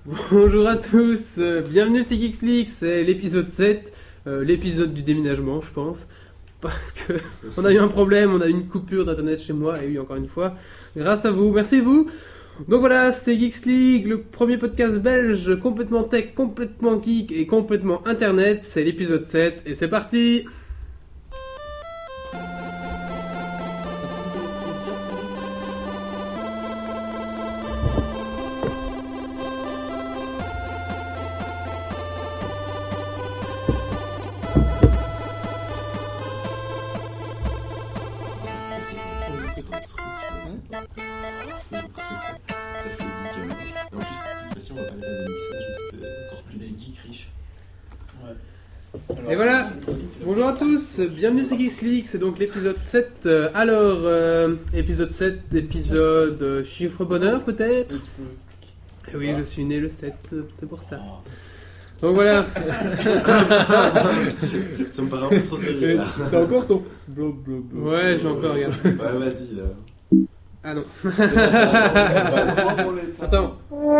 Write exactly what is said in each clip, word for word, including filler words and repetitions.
Bonjour à tous, euh, bienvenue sur Geeks League, c'est l'épisode sept, euh, l'épisode du déménagement je pense, parce que on a eu un problème, on a eu une coupure d'internet chez moi, et oui encore une fois, grâce à vous, merci vous. Donc voilà, c'est Geeks League, le premier podcast belge complètement tech, complètement geek et complètement internet, c'est l'épisode sept, et c'est parti. Et voilà, bonjour à tous, bienvenue sur Geeks League, c'est donc l'épisode sept. Euh, alors, euh, épisode sept, épisode euh, chiffre bonheur peut-être. Et oui, je suis né le sept, c'est pour ça. Donc voilà. Ça me paraît un peu trop sérieux là. C'est encore ton blablabla. Ouais, je l'ai encore, regarde. Ouais, vas-y. euh. Ah non. C'est pas ça, Attends.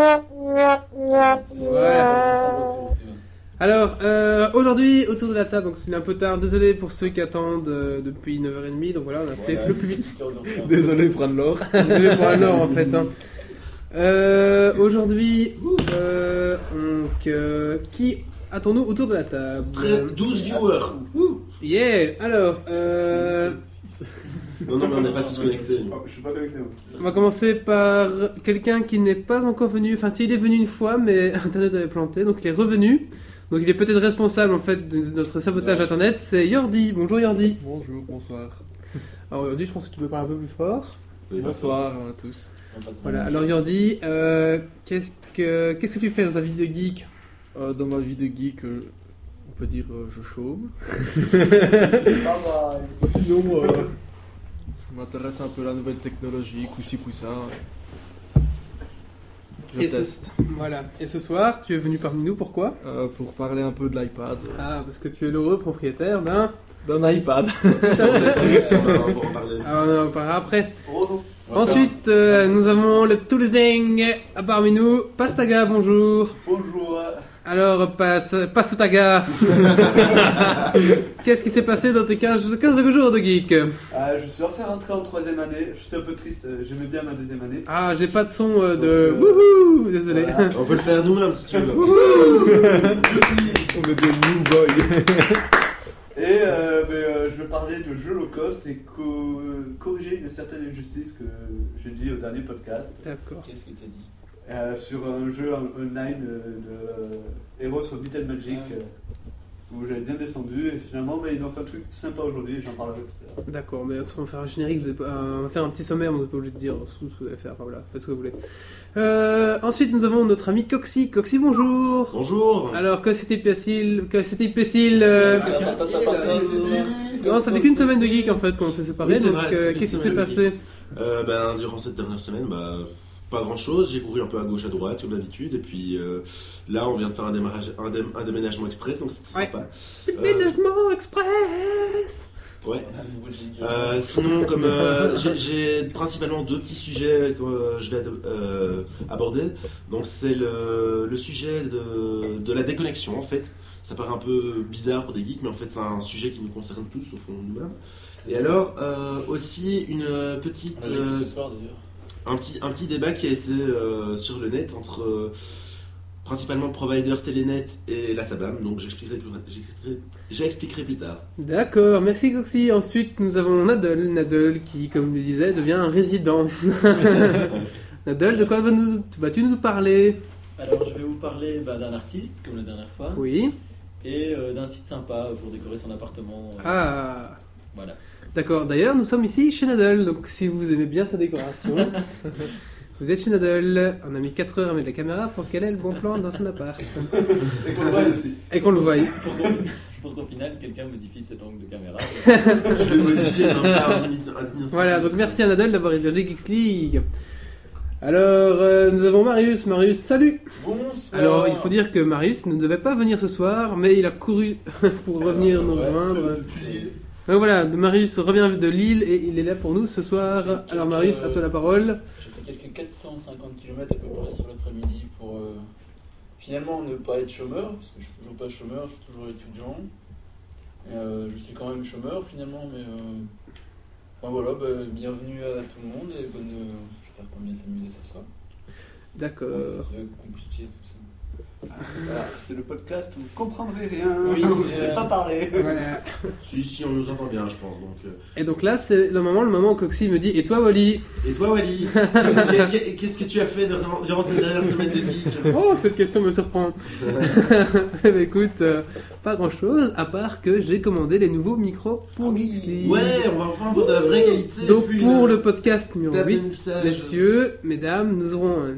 Voilà. Alors, euh, aujourd'hui, autour de la table, donc c'est un peu tard, désolé pour ceux qui attendent euh, depuis neuf heures trente, donc voilà, on a fait Voilà. le plus vite. Désolé pour Anne-Laure. Désolé pour alors en fait. Hein. Euh, aujourd'hui, euh, donc, euh, qui attendons-nous autour de la table? Très- douze viewers. Ouh. Yeah. Alors, euh, Non, non, mais on n'est pas tous connectés. nous. Je suis pas connecté. on va commencer par quelqu'un qui n'est pas encore venu. Enfin, s'il est venu une fois, mais Internet avait planté, donc il est revenu. Donc il est peut-être responsable en fait de notre sabotage Internet. C'est Yordi. Bonjour Yordi. Bonjour, bonsoir. Alors Yordi, je pense que tu peux parler un peu plus fort. Oui, Bonsoir à tous. Voilà. Alors Yordi, euh, qu'est-ce que qu'est-ce que tu fais dans ta vie de geek? Euh, dans ma vie de geek, euh, on peut dire euh, je chôme. Sinon, euh, je m'intéresse un peu à la nouvelle technologie, coup-ci, coup-ça. Je Et ce- teste. Voilà. Et ce soir, tu es venu parmi nous. Pourquoi? Euh, pour parler un peu de l'iPad. Ah, parce que tu es l'heureux propriétaire d'un. D'un iPad. On va en parler. Ah, on en parlera après. Ensuite, euh, nous avons le Toulousing parmi nous. Pastaga, bonjour. Bonjour. Alors, passe, passe Taga. Qu'est-ce qui s'est passé dans tes quinze, quinze jours de geek? Euh, je suis enfin rentré en troisième année. Je suis un peu triste. euh, J'aimais bien ma deuxième année. Ah, j'ai pas de son euh, de Donc, euh, wouhou. Désolé. voilà. On peut le faire nous-mêmes si tu veux. On est des new boys. Et euh, ben, euh, je vais parler de jeu low cost et co- corriger une certaine injustice que j'ai dit au dernier podcast D'accord. Qu'est-ce que t'as dit? euh, sur un jeu on- online euh, de euh, Heroes of Might and Magic Ah. euh, où j'avais bien descendu et finalement ben, ils ont fait un truc sympa aujourd'hui et j'en parlerai tout à l'heure. D'accord, mais on va faire un générique, vous avez pas- euh, on va faire un petit sommaire, mais on n'est pas obligé de dire tout ce que vous allez faire. Enfin, voilà, faites ce que vous voulez. Euh, ensuite, nous avons notre ami Coxy. Coxy, bonjour. Bonjour. Alors, que c'était facile, que c'était facile. euh, Attends, attends, attends. Non, ça fait qu'une semaine de geek en fait qu'on s'est séparés. Oui, c'est donc, vrai, euh, ça fait qu'est-ce qui une s'est semaine de passé? Euh, ben, durant cette dernière semaine, bah, pas grand chose. J'ai couru un peu à gauche, à droite, comme d'habitude. Et puis euh, là, on vient de faire un, démarrage, un, dé- un déménagement express, donc c'était Ouais. sympa. Déménagement express. Ouais. Un nouveau jingle. Euh, sinon, comme euh, j'ai- j'ai principalement deux petits sujets que euh, je vais euh, aborder. Donc, c'est le, le sujet de, de la déconnexion en fait. Ça paraît un peu bizarre pour des geeks, mais en fait, c'est un sujet qui nous concerne tous au fond de nous-mêmes. Et alors, euh, aussi une petite, On l'a vu euh, ce soir d'ailleurs. un petit, un petit débat qui a été euh, sur le net entre euh, principalement le provider Telenet et la Sabam. Donc, j'expliquerai plus, j'expliquerai, j'expliquerai plus tard. D'accord, merci Coxy. Ensuite, nous avons Nadal. Nadal qui, comme je le disais, devient un résident. Nadal, de quoi vas- nous- vas-tu nous parler? Alors, je vais vous parler bah, d'un artiste, comme la dernière fois, Oui. et euh, d'un site sympa pour décorer son appartement. euh, Ah. Voilà. D'accord, d'ailleurs nous sommes ici chez Nadal, donc si vous aimez bien sa décoration, vous êtes chez Nadal. On a mis quatre heures à mettre la caméra pour qu'elle ait le bon plan dans son appart. Et qu'on le voit aussi. Et qu'on le voie. Pour qu'au pour qu'au final, quelqu'un modifie cet angle de caméra. Je l'ai modifié d'un pas un demi- un demi- Voilà, donc merci à Nadal d'avoir hébergé Geeks League. Alors, euh, nous avons Marius. Marius, salut. Bonsoir. Alors, il faut dire que Marius ne devait pas venir ce soir, mais il a couru pour revenir nous ouais, rejoindre. Donc voilà, Marius revient de Lille et il est là pour nous ce soir. Alors Marius, à toi la parole. J'ai fait quelques quatre cent cinquante kilomètres à peu près sur l'après-midi pour euh, finalement ne pas être chômeur, parce que je suis toujours pas chômeur, je suis toujours étudiant. Et, euh, je suis quand même chômeur finalement, mais euh, enfin voilà, bah, bienvenue à tout le monde et bonne. Euh, j'espère qu'on va bien s'amuser ce soir. D'accord. C'est compliqué tout ça. Voilà, c'est le podcast où vous comprendrez rien, Oui, vous ne euh, savez pas parler. Voilà. Si, si, on nous entend bien, je pense. Donc, euh. Et donc là, c'est le moment, le moment où Coxy me dit « Et toi, Wally ?» Et toi, Wally, qu'est- qu'est- qu'est-ce que tu as fait durant durant cette dernière semaine de geek? Oh, cette question me surprend. Eh ben, écoute, euh, pas grand-chose, à part que j'ai commandé les nouveaux micros pour Geeksly. Ouais, on va enfin avoir de la vraie qualité. Donc plus pour une- le podcast numéro table huit, de mixage. messieurs, mesdames, nous aurons un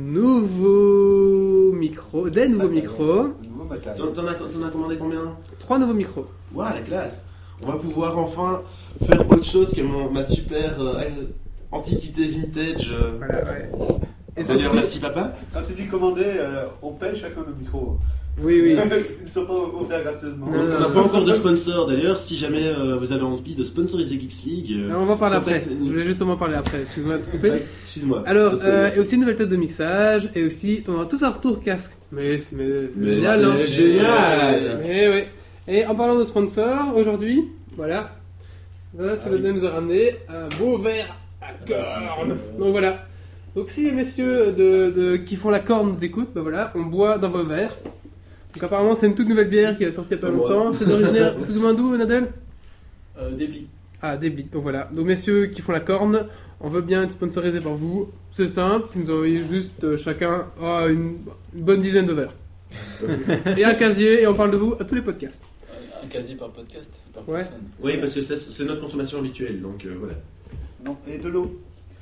nouveau micro, des nouveaux micros, Nouveau matériel. T'en t'en as, t'en as commandé combien? trois nouveaux micros. Waouh, la classe. On va pouvoir enfin faire autre chose que mon- ma super euh, antiquité vintage. euh. Voilà, ouais. Et D'ailleurs, surtout, merci papa. Quand tu dis commander, euh, on paye chacun nos micros. oui, oui. Ils ne sont pas offerts gracieusement. Non, On non, n'a pas encore de sponsor. D'ailleurs, si jamais euh, vous avez envie de sponsoriser Geeks League, euh, Alors, on va en parler après. Contact- Je voulais justement en parler après. Excuse-moi de te couper. ouais, excuse-moi. Alors, Parce que- euh, et aussi une nouvelle tête de mixage, et aussi, on aura tous un retour casque. Mais, c'est- mais c'est Mais génial, c'est hein. génial. Eh ouais. Et en parlant de sponsor, aujourd'hui, voilà, voilà ce que Ah le oui. D M nous a ramené, un beau verre à corne. Donc voilà. Donc si les messieurs de, de- qui font la corne nous écoutent, bah voilà, on boit dans vos verres. Donc apparemment c'est une toute nouvelle bière qui est sortie il y a pas Comme moi. longtemps. C'est originaire plus ou moins d'où, Nadel? Euh, Déblis. Ah, débit. Donc voilà. Donc messieurs qui font la corne, on veut bien être sponsorisé par vous. C'est simple, vous nous envoyez juste euh, chacun oh, une, une bonne dizaine de verres. Et un casier, et on parle de vous à tous les podcasts. Un casier par podcast, par Ouais. personne. Oui, parce que c'est c'est notre consommation habituelle, donc euh, voilà. Non, et de l'eau.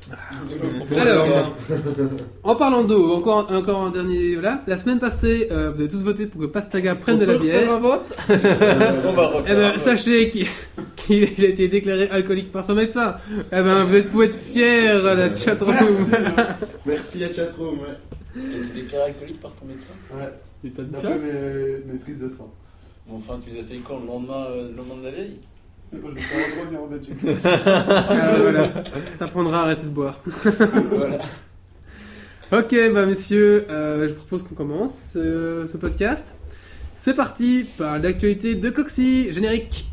Alors, en parlant d'eau, encore, encore un dernier. Voilà, la semaine passée, euh, vous avez tous voté pour que Pastaga prenne de la bière. un vote On va refaire. Eh ben, un- sachez qu'il qu'il a été déclaré alcoolique par son médecin. Eh ben, vous êtes, pouvez être fiers, la chatroom. Merci à Chatroom, ouais. T'as été déclaré alcoolique par ton médecin. Ouais, Il t'a dit d'après ça mes, mes prises de sang. Bon, enfin, tu les as fait quand le lendemain, euh, le lendemain de la veille? C'est bon, je vais pas revenir en Belgique. Ah, voilà, t'apprendras à arrêter de boire. Voilà. Ok, bah messieurs, euh, je propose qu'on commence euh, ce podcast. C'est parti par l'actualité de Coxy, générique.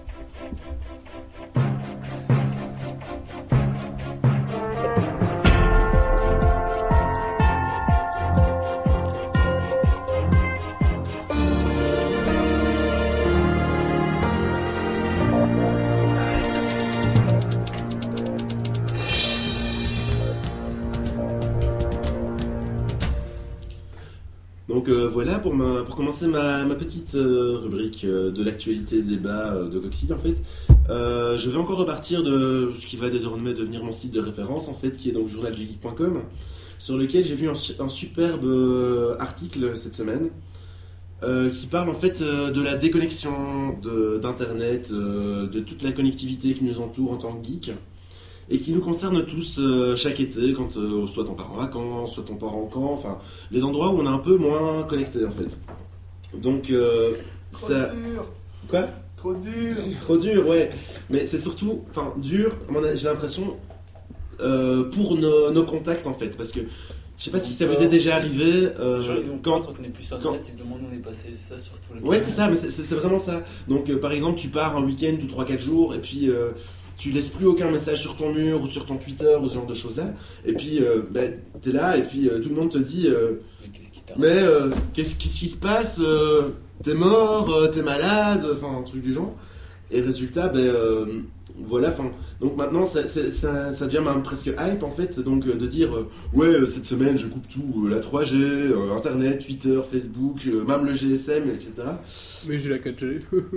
Donc euh, voilà pour, ma, pour commencer ma, ma petite euh, rubrique euh, de l'actualité débat euh, de Coxy en fait. Euh, je vais encore repartir de ce qui va désormais devenir mon site de référence en fait, qui est donc journal du geek point com, sur lequel j'ai vu un, su- un superbe euh, article cette semaine euh, qui parle en fait euh, de la déconnexion de- d'internet, euh, de toute la connectivité qui nous entoure en tant que geek. Et qui nous concerne tous euh, chaque été, quand euh, soit on part en vacances, soit on part en camp, enfin les endroits où on est un peu moins connecté en fait. Donc euh, Trop ça. dur. Quoi? Trop dur. Trop dur, ouais. Mais c'est surtout, enfin dur, à mon avis, j'ai l'impression, euh, pour nos, nos contacts en fait. Parce que je sais pas si ça vous est déjà arrivé. euh, Les gens, ils ont quand, peur qu'on est plus sur quand- internet, ils se demandent où on est passé, c'est ça surtout. la Ouais, c'est question. ça, mais c'est- c'est c'est vraiment ça. Donc, euh, par exemple, tu pars un week-end ou trois quatre jours et puis euh, tu laisses plus aucun message sur ton mur ou sur ton Twitter ou ce genre de choses-là. Et puis, euh, bah, t'es là et puis euh, tout le monde te dit euh, Mais qu'est-ce qui t'arrive? mais euh, qu'est-ce qu'est-ce qui se passe euh, T'es mort, euh, t'es malade, enfin un truc du genre. Et résultat, ben euh, voilà, enfin. Donc maintenant, ça, c'est- ça, ça devient même presque hype en fait, donc euh, de dire euh, ouais, euh, cette semaine je coupe tout, euh, la trois G, euh, Internet, Twitter, Facebook, euh, même le G S M, et cetera. Mais j'ai la quatre G.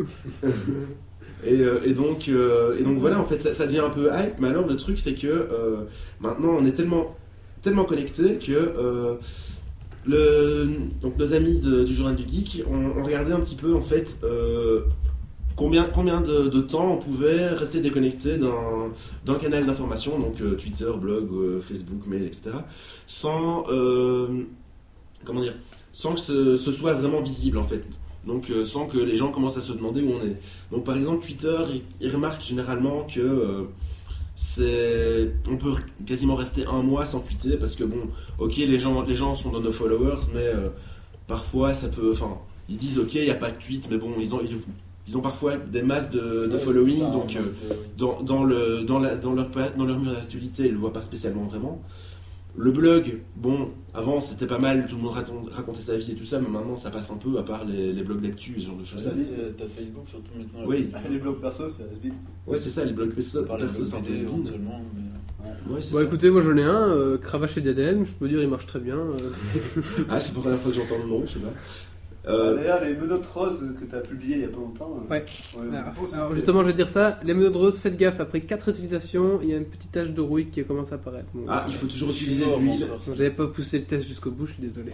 Et, euh, et donc, euh, et donc voilà, en fait, ça, ça devient un peu hype. Mais alors le truc, c'est que euh, maintenant, on est tellement, tellement connectés que euh, le, donc nos amis de- du journal du geek ont, ont regardé un petit peu en fait euh, combien, combien de, de temps on pouvait rester déconnecté d'un d'un canal d'information, donc euh, Twitter, blog, euh, Facebook, mail, et cetera, sans euh, comment dire, sans que ce, ce soit vraiment visible en fait. Donc euh, sans que les gens commencent à se demander où on est. Donc par exemple Twitter, il, il remarque généralement que euh, c'est, on peut quasiment rester un mois sans tweeter parce que bon, ok les gens, les gens sont dans nos followers, mais euh, parfois ça peut, enfin, ils disent ok, il n'y a pas de tweet, mais bon, ils ont, ils, ils ont parfois des masses de, de Ouais, following, c'est ça, donc hein, euh, c'est- oui. dans, dans, le, dans, la, dans, leur, pa- dans leur mur d'actualité, ils le voient pas spécialement vraiment. Le blog, bon, avant c'était pas mal, tout le monde raconte- racontait sa vie et tout ça, mais maintenant ça passe un peu, à part les, les blogs d'actu et ce genre de choses. Ça, c'est- T'as Facebook surtout maintenant. Oui. avec Ah, Facebook. les blogs perso, c'est has-been. Ouais, c'est ça, les blogs perso, Par les perso blogs c'est un peu B D has-been. éventuellement, mais... Ouais, c'est Bon, ça. écoutez, moi j'en ai un, euh, Cravache et Diadème, je peux dire, il marche très bien. euh. Ah, c'est pas la première fois que j'entends le nom, je sais pas. Euh, D'ailleurs, les menottes roses que tu as publiées il y a pas longtemps. euh, Ouais. ouais, Alors, beau succès. alors, justement, je vais dire ça, les menottes roses, faites gaffe, après quatre utilisations, il y a une petite tache de rouille qui commence à apparaître. Bon, ah, il faut toujours Je suis utiliser de mort, l'huile. encore, ça. donc, j'avais pas poussé le test jusqu'au bout, je suis désolé.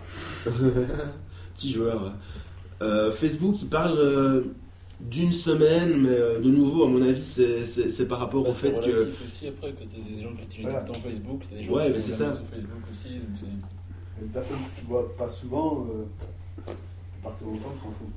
Petit joueur. Euh, Facebook, il parle euh, d'une semaine, mais euh, de nouveau, à mon avis, c'est, c'est, c'est par rapport Bah, au fait c'est que. relatif aussi après, que t'as des gens qui utilisent Voilà. tout le temps Facebook, t'as des gens Ouais, qui mais sont c'est jamais ça. sur Facebook aussi, donc c'est... Une personne que tu vois pas souvent, euh, à partir de longtemps, tu s'en fous.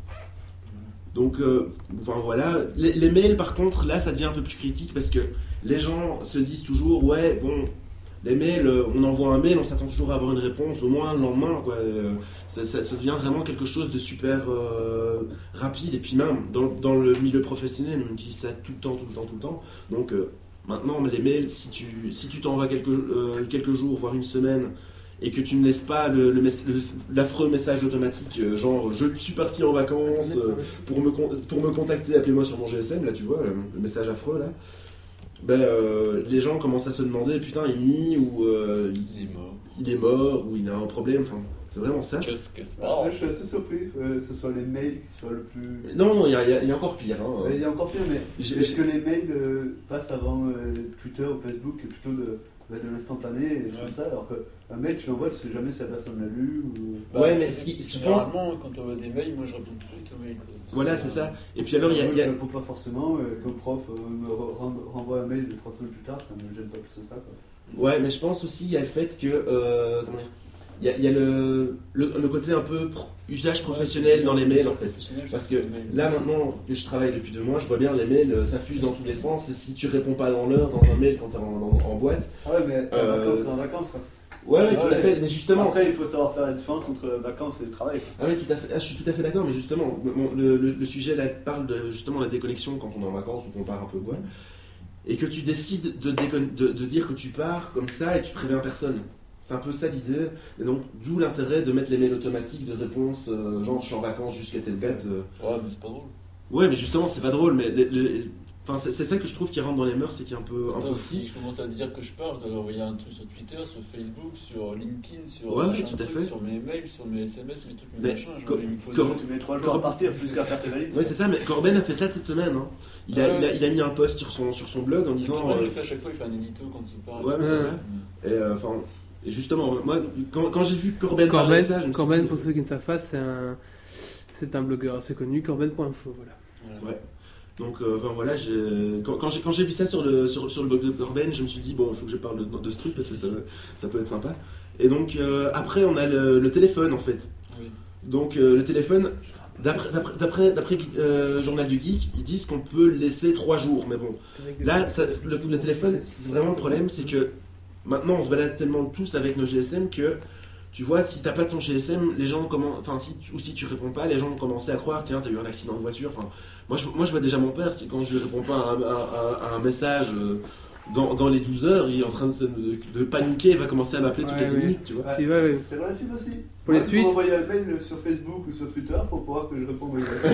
Donc, euh, enfin voilà. Les, les mails, par contre, là, ça devient un peu plus critique parce que les gens se disent toujours, ouais, bon, les mails, euh, on envoie un mail, on s'attend toujours à avoir une réponse au moins le lendemain, quoi. Euh, ça, ça, ça devient vraiment quelque chose de super euh, rapide. Et puis même, dans, dans le milieu professionnel, on utilise ça tout le temps, tout le temps, tout le temps. Donc, euh, maintenant, les mails, si tu si tu t'envoies quelques, euh, quelques jours, voire une semaine, et que tu ne laisses pas le, le mess- le- l'affreux message automatique, euh, genre je suis parti en vacances, euh, pour, me con- pour me contacter, appelez-moi sur mon G S M, là tu vois, le, le message affreux là, ben, euh, les gens commencent à se demander, putain il nie, ou euh, Il est il, mort. il est mort, ou il a un problème, enfin c'est vraiment ça. Qu'est-ce que c'est Après, je suis assez surpris euh, que ce soit les mails qui soient le plus. Non, non, il y, a- il y a- il y a encore pire. Hein. Mais il y a encore pire, mais J'ai- est-ce j'ai- que les mails euh, passent avant euh, Twitter ou Facebook et plutôt de, de l'instantané et des trucs Ouais. comme ça, alors qu'un mail tu l'envoies, tu sais jamais si la personne l'a lu ou. Bah, Ouais, mais c'est- ce qui- je généralement, quand on voit des mails, moi je réponds tout de suite aux mails. quoi. Voilà, c'est ça. Et puis alors, il y a... Moi, il y a- je réponds pas forcément, euh, qu'un prof euh, me re- ren- renvoie un mail trois semaines plus tard, ça me gêne pas plus que ça. Quoi. Ouais, mais je pense aussi il y a le fait que euh, comment dire, il y a, il y a le, le, le côté un peu pro- usage professionnel Ouais, dans les mails en fait. professionnel, je Parce pense que les mails. là maintenant que je travaille depuis deux mois, je vois bien les mails, euh, ça fuse dans tous les sens. Et si tu réponds pas dans l'heure dans un mail quand t'es en, en, en boîte, Ah ouais, mais en Euh, vacances, c'est en vacances quoi. ouais, ouais, Ouais, tout à fait. Mais justement, Après, c'est- il faut savoir faire la différence entre vacances et travail. ah oui, tout à fait. Ah, je suis tout à fait d'accord. Mais justement, mon- le, le, le sujet là parle de justement la déconnexion quand on est en vacances ou qu'on part un peu quoi, et que tu décides de, décon- de, de dire que tu pars comme ça et tu préviens personne. C'est un peu ça l'idée, et donc d'où l'intérêt de mettre les mails automatiques de réponse, euh, genre je suis en vacances jusqu'à telle date. euh. Ouais, mais c'est pas drôle. Ouais, mais justement, c'est pas drôle, mais les- les- enfin, c'est, c'est ça que je trouve qui rentre dans les mœurs, c'est qui est un peu, un peu Attends, fou. si je commence à dire que je pars, je dois envoyer un truc sur Twitter, sur Facebook, sur LinkedIn, sur, Ouais, machin tout à truc, fait. sur mes mails, sur mes S M S, mes trucs, mes Mais machins. Genre, co- il me faut co- des- Tu mets trois jours Cor- à partir, plus c'est qu'à ça. faire tes valises. Ouais, c'est ça, mais Corben a fait ça cette semaine. Hein. Il, a, Ouais. il, a, il a mis un post sur son, sur son blog en disant. Quand même, euh, le fait à chaque fois, il fait un édito quand il part. Ouais, mais c'est Ouais. ça. Et, euh, enfin, et justement, moi, quand, quand j'ai vu Corben parler de ça, je Corben, me suis Corben, dit, pour ceux qui ne savent pas, c'est un, c'est un blogueur assez connu, corben point info, voilà. Voilà. Ouais. Donc, euh, enfin, voilà, j'ai- quand, quand j'ai, quand j'ai vu ça sur le, sur, sur le blog de Corben, je me suis dit, bon, il faut que je parle de, de ce truc parce que ça, ça peut être sympa. Et donc, euh, après, on a le, le téléphone en fait. Oui. Donc, euh, le téléphone, d'après, d'après, d'après, d'après euh, Journal du Geek, ils disent qu'on peut le laisser trois jours. Mais bon, là, ça, le, le téléphone, c'est vraiment le problème, c'est que maintenant, on se balade tellement tous avec nos G S M que. Tu vois, si t'as pas ton G S M, les gens commencent, enfin, si, tu- ou si tu réponds pas, les gens ont commencé à croire, tiens, t'as eu un accident de voiture. Enfin, moi, je, moi, je vois déjà mon père, c'est quand je lui réponds pas à un, à- à- à un message euh, dans, dans les douze heures, il est en train de, se- de, de paniquer, il va commencer à m'appeler toutes Ouais, les dix ouais. minutes, tu vois. Si, ouais, ouais. C'est relatif aussi. Pour les Moi, tu tweets. peux m'envoyer un mail sur Facebook ou sur Twitter pour pouvoir que je réponde aux emails.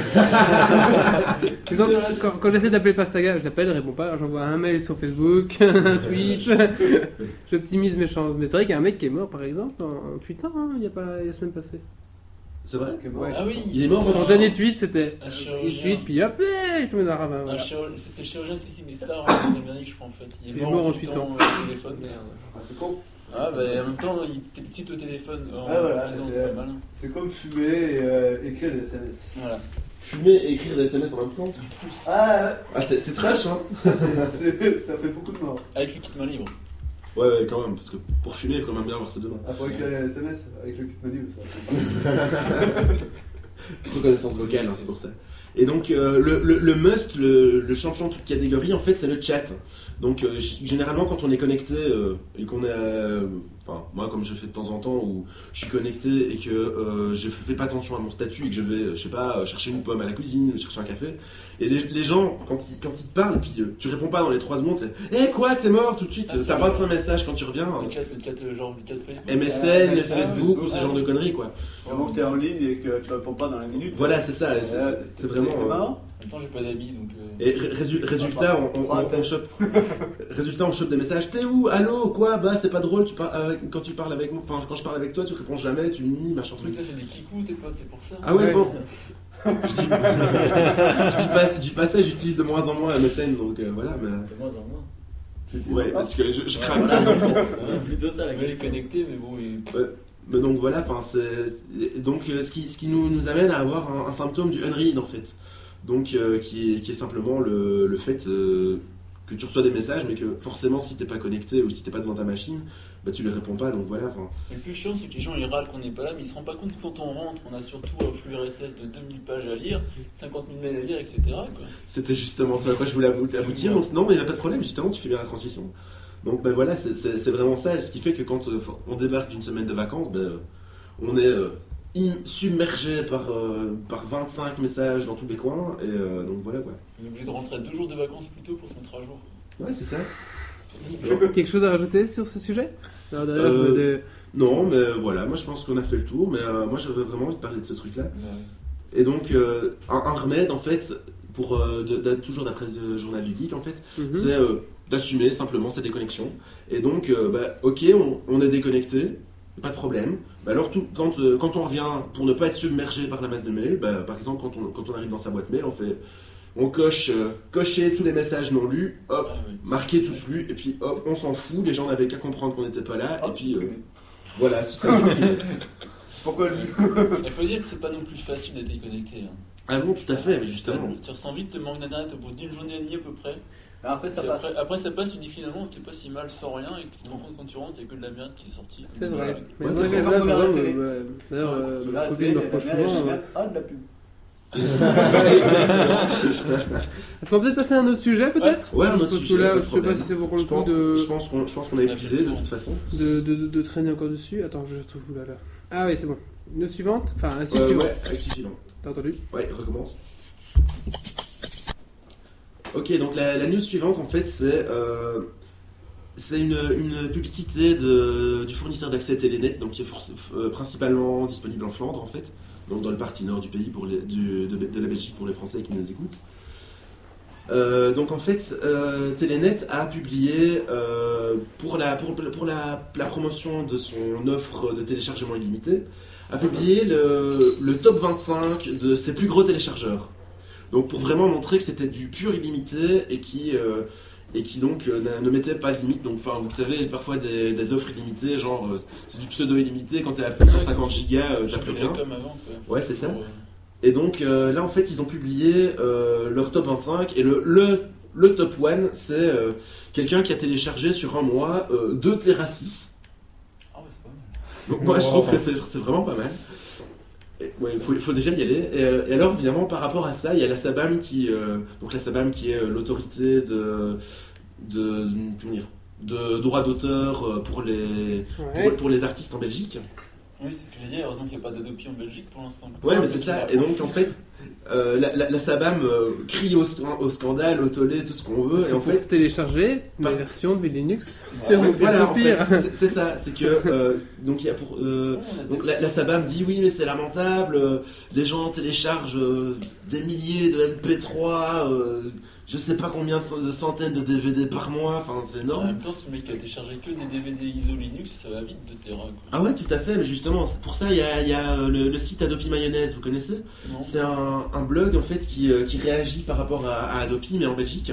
Et donc, quand, quand j'essaie d'appeler Pastaga, je l'appelle, il répond pas, alors j'envoie un mail sur Facebook, un tweet, j'optimise mes chances. Mais c'est vrai qu'il y a un mec qui est mort par exemple en, en tweetant, hein, il y a pas la semaine passée. C'est vrai? Ok, bon. Ouais. Ah oui, Il est mort, Son votre dernier tweet c'était Un il chirurgien. tweet, puis hop, hey, il tombe dans un ravin. Un Voilà. chirurgien- C'était le chirurgien Cécile Messard en Amérique, je crois en fait. Il est, mort en tweetant euh, au téléphone, merde. Ah, c'est con. Ah, bah en même temps, il était petit au téléphone en Ah, voilà, disant, c'est- c'est pas mal. C'est comme fumer et euh, écrire des S M S. Voilà. Fumer et écrire des S M S en même temps? Ah, Ah, c'est, c'est trash, hein? ça, c'est- c'est- ça fait beaucoup de morts. Avec le kit main libre. Ouais, ouais, quand même, parce que pour fumer, il faut quand même bien avoir ses deux mains. Ah, pour écrire les S M S avec le kit menu, ça. Reconnaissance vocale, hein, c'est pour ça. Et donc, euh, le, le, le must, le, le champion de toute catégorie, en fait, c'est le chat. Donc, euh, g- généralement, quand on est connecté euh, et qu'on est. euh, enfin moi comme je fais de temps en temps où je suis connecté et que euh, je fais pas attention à mon statut et que je vais, je sais pas, chercher une pomme à la cuisine, chercher un café, et les, les gens quand ils, quand ils te parlent et puis euh, tu réponds pas dans les trois secondes, c'est « Eh quoi, t'es mort tout de suite, Ah, c'est t'as vrai. vingt-cinq messages quand tu reviens, Le chat, le chat, euh, genre le chat Facebook. M S N, M S N, Facebook ou ouais. ce genre de conneries quoi. Vraiment que t'es en ligne et que tu réponds pas dans la minute. Voilà, c'est ça, c'est, Ouais, c'est- c'est vraiment... c'est euh, marrant. En même temps, j'ai pas d'amis donc. euh, Et ré- résu- résultat, on, on, on, on chope, résultat, on chope des messages. T'es où? Allô? Quoi? Bah, c'est pas drôle. Tu parles avec- quand tu parles avec moi, enfin, quand je parle avec toi, tu réponds jamais, tu me nies, machin Donc truc. ça, c'est des kikous, tes potes, c'est pour ça. Ah ouais, Ouais. bon. je dis, je dis pas, je dis pas ça, j'utilise de moins en moins M S N, donc euh, voilà. Mais De moins en moins. ouais, parce que je, je craque. Voilà, c'est plutôt ça la Il est question. connecté, mais bon, il... Mais donc voilà, enfin, c'est c'est- donc euh, ce qui, ce qui nous, nous amène à avoir un, un symptôme du unread en fait. Donc euh, qui, est, qui est simplement le, le fait euh, que tu reçois des messages, mais que forcément si t'es pas connecté ou si t'es pas devant ta machine, bah tu les réponds pas. Donc voilà. Enfin, le plus chiant, c'est que les gens ils râlent qu'on n'est pas là, mais ils se rendent pas compte que quand on rentre, on a surtout un flux R S S de deux mille pages à lire, cinquante mille mails à lire, et cetera. Quoi. c'était justement ça à quoi je voulais abou- aboutir. Donc non, mais y a pas de problème. Justement, tu fais bien la transition. Donc ben voilà, c'est- c'est c'est vraiment ça. Ce qui fait que quand euh, on débarque d'une semaine de vacances, ben, euh, on est euh, im- submergé par, euh, par vingt-cinq messages dans tous les coins. Et euh, donc voilà quoi. On est obligé de rentrer à deux jours de vacances plus tôt pour se mettre à jour. Ouais, c'est ça. Quelque chose à rajouter sur ce sujet? Alors derrière, je Euh, me dé- Non, mais euh, voilà, moi je pense qu'on a fait le tour. Mais euh, moi j'avais vraiment envie de parler de ce truc-là. Et donc, euh, un, un remède en fait, pour euh, de- de- toujours d'après le journal du geek en fait, Mhm. c'est euh, d'assumer simplement cette déconnexion. Et donc, euh, bah, ok, on, on est déconnecté, pas de problème. Bah, alors, tout, quand, euh, quand on revient, pour ne pas être submergé par la masse de mails, bah, par exemple, quand on, quand on arrive dans sa boîte mail, on fait, on coche, euh, cocher tous les messages non lus, hop, Ah, oui. marquer tous lus, et puis hop, on s'en fout, les gens n'avaient qu'à comprendre qu'on n'était pas là, et Hop, puis euh, oui. voilà, si ça suffit. Pourquoi lui? Il faut dire que c'est pas non plus facile d'être déconnecté. Hein. Ah bon, tout à fait, mais justement. Tu ressens vite le manque d'internet au bout d'une journée et demie à peu près. Après, ça Et passe. après, après, ça passe, tu dis finalement t'es pas si mal sans rien et que tu te rends compte quand tu rentres, il y a que de la merde qui est sortie. C'est vrai. Mais Ouais, c'est vrai c'est que comme là, regarder vraiment, la télé. euh, d'ailleurs, euh, Tu ma vas copine arrêter, me la reproche merde, souvent. la euh, merde. Ah, de la pub. Est-ce qu'on va peut-être passer à un autre sujet, peut-être? Ouais, un autre Parce que sujet, là, pas de je sais pas problème. si ça vaut Je le coup pense, de, je pense qu'on je pense qu'on a épuisé de toute façon. de, de, de, de traîner encore dessus. Attends, je trouve où là là. Ah oui, c'est bon. Une suivante. Enfin, un Euh, suivant. ouais, actif suivant. T'as entendu? Ouais, recommence. Ok, donc la, la news suivante, en fait, c'est euh, c'est une, une publicité de, du fournisseur d'accès Telenet, donc qui est forc- euh, principalement disponible en Flandre, en fait, donc dans le partie nord du pays, pour les, du- de, de la Belgique pour les Français qui nous écoutent. Euh, donc en fait, euh, Telenet a publié euh, pour, la, pour, pour la, la promotion de son offre de téléchargement illimité, a publié le, le top vingt-cinq de ses plus gros téléchargeurs. Donc pour vraiment montrer que c'était du pur illimité et qui, euh, et qui donc euh, ne, ne mettait pas de limite. Donc enfin, vous savez, parfois des, des offres illimitées, genre euh, c'est du pseudo illimité, quand t'es à plus de cent cinquante gigas, euh, t'as plus rien. Comme avant, quoi. Ouais, c'est ça. Pour, euh, Et donc euh, là en fait ils ont publié euh, leur top vingt-cinq et le, le, le top un c'est euh, quelqu'un qui a téléchargé sur un mois euh, deux téra six. Ah ouais, c'est pas mal. Donc moi je trouve que c'est c'est vraiment pas mal. Et, ouais, il faut, il faut déjà y aller. Et, euh, et alors évidemment par rapport à ça il y a la SABAM qui, euh, donc la SABAM qui est euh, l'autorité de, de, comment dire, de droit d'auteur euh, pour les, Ouais. pour, pour les artistes en Belgique. Oui, c'est ce que j'ai dit. Heureusement qu'il n'y a pas d'Adopi en Belgique pour l'instant. Ouais, mais c'est ça. Et donc, en fait, euh, la, la, la SABAM euh, crie au, au scandale, au tollé, tout ce qu'on veut. Et C'est en pour fait, télécharger ma Par- version de Linux Ouais, sur mon voilà, en fait, pire. c'est- c'est ça. C'est que euh, donc il y a pour euh, donc la, la SABAM dit oui, mais c'est lamentable. euh, les gens téléchargent euh, des milliers de M P trois, euh, je sais pas combien de, cent- de centaines de D V D par mois. Enfin, c'est En énorme. même temps, ce mec qui a téléchargé que des D V D I S O Linux, ça va vite de Terra. Quoi. Ah ouais, tout à fait. Mais justement, c'est pour ça il y a, il y a euh, le, le site Adopi Mayonnaise. Vous connaissez? Non. C'est un, un blog en fait qui, euh, qui réagit par rapport à, à Adopi mais en Belgique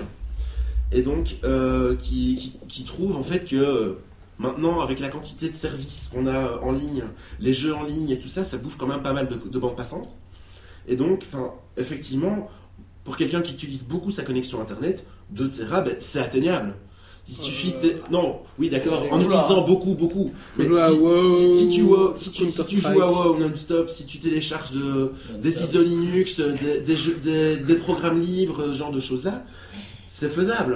et donc euh, qui, qui, qui trouve en fait que euh, maintenant avec la quantité de services qu'on a en ligne, les jeux en ligne et tout ça, ça bouffe quand même pas mal de, de bandes passantes et donc enfin, effectivement pour quelqu'un qui utilise beaucoup sa connexion internet, deux téra ben, c'est atteignable. Il suffit de... Non, oui d'accord, en Oula. utilisant beaucoup, beaucoup. Mais Jouer à si, WoW, si, si tu, WoW, si, tu, si tu Counter-Strike. joues à WoW non-stop, si tu télécharges de, des I S O Linux, des, des, jeux- des, des programmes libres, ce genre de choses-là, c'est faisable.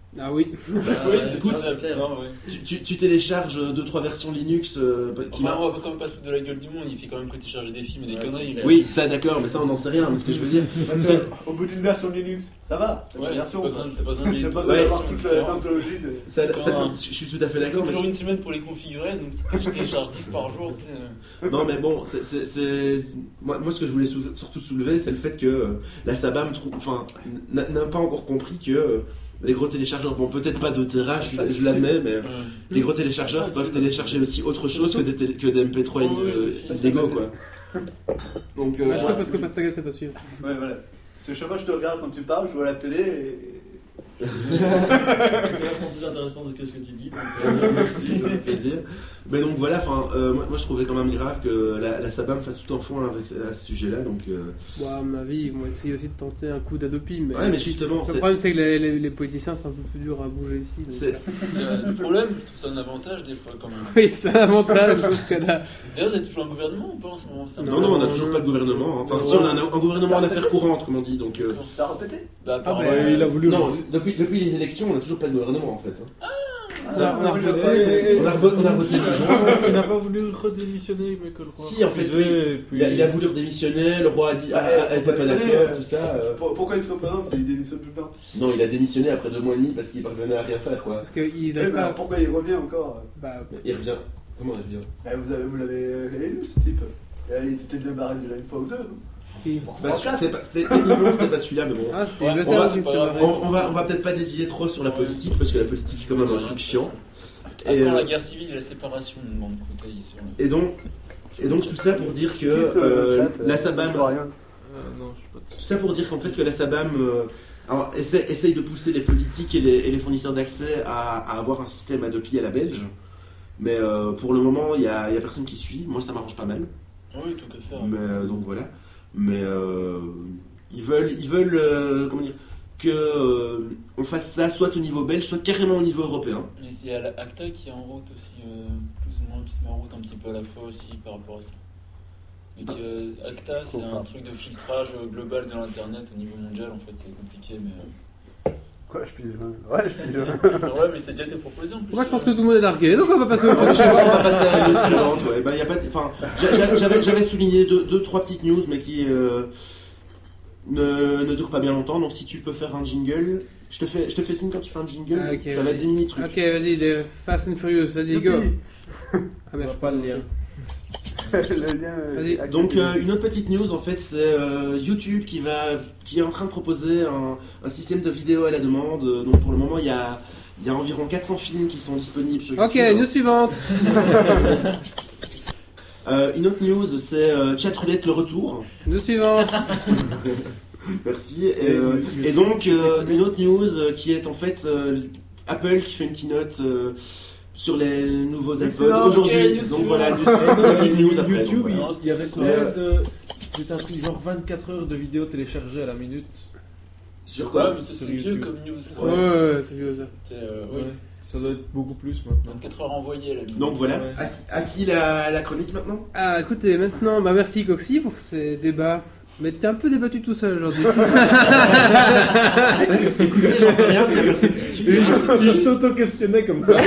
Ah oui. Bah, Oui, écoute, c'est clair. Non, ouais. Tu, tu, tu télécharges deux trois versions Linux euh, qui Enfin, m'a- on va quand même pas se foutre de la gueule du monde, il fait quand même que télécharger des films et des Ouais, conneries. c'est mais- clair. Oui, ça d'accord, mais ça on n'en sait rien. Mais ce que je veux dire, Parce que, au bout d'une version Linux, ça va. T'as Ouais, une t'as version. pas besoin, t'as pas besoin de T'as pas Ouais, besoin d'avoir versions toute la- différentes. l'anthologie de. ça, ça- Quand, je suis tout à fait Il d'accord. faut Mais toujours c'est- une semaine pour les configurer, donc si je télécharge dix par jour, tu sais. non, mais bon, c'est, c'est, c'est- Moi, moi, ce que je voulais sou- surtout soulever, c'est le fait que euh, la Sabam trouve, enfin, n'a, n'a pas encore compris que euh, les gros téléchargeurs, bon, peut-être pas deux téra, je, je l'admets, mais Euh, les gros téléchargeurs peuvent télécharger aussi autre chose que des, télé- que des M P trois Oui, oui, euh, oui. illégaux, quoi. Donc, euh, Ah, je crois parce que Pastaga, c'est pas sûr. Ouais, voilà. Parce que chaque fois que je te regarde quand tu parles, je vois la télé et. C'est vachement plus intéressant de ce que ce que tu dis. donc, euh, merci, ça fait plaisir. Mais donc voilà, enfin, euh, moi, moi je trouvais quand même grave que la, la Sabam fasse tout un fond avec à ce sujet-là, donc. euh, Bon, à ma vie, ils vont essayer aussi de tenter un coup d'Adopi. Mais, Ouais, mais justement, le c'est, problème, c'est que les, les- les politiciens sont un peu plus durs à bouger ici. donc, c'est, euh, Le problème, je trouve ça un avantage des fois quand même. Oui, c'est un avantage. parce que là- D'ailleurs, vous avez toujours un gouvernement ou pas en ce moment c'est un non, peu- non, on n'a non, toujours non. pas de gouvernement. hein. Enfin, Non. si on a un, un gouvernement en affaires courantes, comme on dit, donc. euh, Ça a répété. Bah, Ah, apparemment, bah, il a voulu. Non, depuis, depuis les élections, on n'a toujours pas de gouvernement en fait. hein. Ça, on a moi, revoté. je- On a, revo- on a voté les gens. Parce qu'il n'a pas voulu redémissionner, mais que le roi. Si, en fait, refusait, oui. et puis- Il a, il a voulu redémissionner, le roi a dit, Ah, ah, eh, ah, faut était pas pas déconner, d'accord, euh, tout ça. euh. Pour- Pourquoi il se représente s'il démissionne tout le temps? Non, il a démissionné après deux mois et demi parce qu'il parvenait à rien faire, quoi. Parce qu'ils Eh, arrivent mais alors pas. pourquoi il revient encore? Bah, Il revient. Comment il revient Eh, Vous avez- vous l'avez euh, élu ce type. Eh, Il s'était bien barré déjà une fois ou deux. non qui- Bah, c'était pas, c'était, techniquement, c'était pas celui-là, mais bon. Ah, c'était Ouais, le on va- terme qui c'est pas se grave. barrait. On, on va, on va peut-être pas dévier trop sur la politique parce que la politique est quand même un truc chiant. Et, Après euh, la guerre civile et la séparation, on demande Koutaï sur le- et donc, et donc tout ça pour dire que Qui, ce euh, chat, la euh, Sabam, je vois rien. Euh, non, je sais pas. tout ça pour dire qu'en fait que la Sabam euh, alors, essaie, essaye de pousser les politiques et les, et les fournisseurs d'accès à, à avoir un système Adopi à la belge. Mais euh, pour le moment, il y a, il y a personne qui suit. Moi, ça m'arrange pas mal. Oui, tout qu'à faire. Mais euh, donc voilà. Mais euh, ils veulent, ils veulent euh, comment dire, que euh, on fasse ça soit au niveau belge, soit carrément au niveau européen. Mais c'est à la ACTA qui est en route aussi, euh, plus ou moins, qui se met en route un petit peu à la fois aussi par rapport à ça. Et que euh, ACTA, c'est un truc de filtrage global de l'internet au niveau mondial, en fait, c'est compliqué, mais. Ouais, je pige. Ouais, je pige. euh, ouais, mais ça a déjà été proposé en plus. Moi, je pense que euh, tout le monde est largué. Donc, on va passer au On prochain. va passer à la news suivante. Ouais. Ben, y a pas, de- enfin, j'a- j'a- j'avais, j'avais souligné deux, deux, trois petites news, mais qui euh, ne, ne durent pas bien longtemps. Donc si tu peux faire un jingle, je te fais, je te fais signe quand tu fais un jingle. Ah, ok, ça va vas-y. être dix mini trucs. Ok, vas-y, de Fast and Furious, vas-y, go. Youpi. Ah, On merde, voit pas le lien. Le lien. euh, Vas-y. accepté. Donc euh, une autre petite news en fait, c'est euh, YouTube qui va, qui est en train de proposer un, un système de vidéo à la demande. Donc pour le moment, il y a, il y a environ quatre cents films qui sont disponibles sur Ok, YouTube. news suivante. Euh, une autre news, c'est euh, Chatroulette le retour. News suivante. Merci. Et, euh, et donc, euh, une autre news euh, qui est en fait euh, Apple qui fait une keynote euh, sur les nouveaux iPods Excellent, aujourd'hui. ok, donc news voilà, suivante. news- il y a plus de news après. YouTube, donc voilà. voilà. il y avait Mais, combien euh, de. C'était un truc genre vingt-quatre heures de vidéos téléchargées à la minute. Sur Ouais, quoi mais ça, c'est Sur vieux YouTube. comme news. ça. Ouais, ouais, c'est vieux ça. C'est, euh, oui. Ouais. Ça doit être beaucoup plus maintenant. vingt-quatre heures envoyées la minute. Donc voilà, Ouais. à, qui- à qui la, la chronique maintenant? Ah, écoutez, maintenant, bah merci Coxy pour ces débats. Mais t'es un peu débattu tout seul aujourd'hui. Écoutez, j'en peux rien, c'est la personne qui suit. Il s'auto-questionnait comme ça.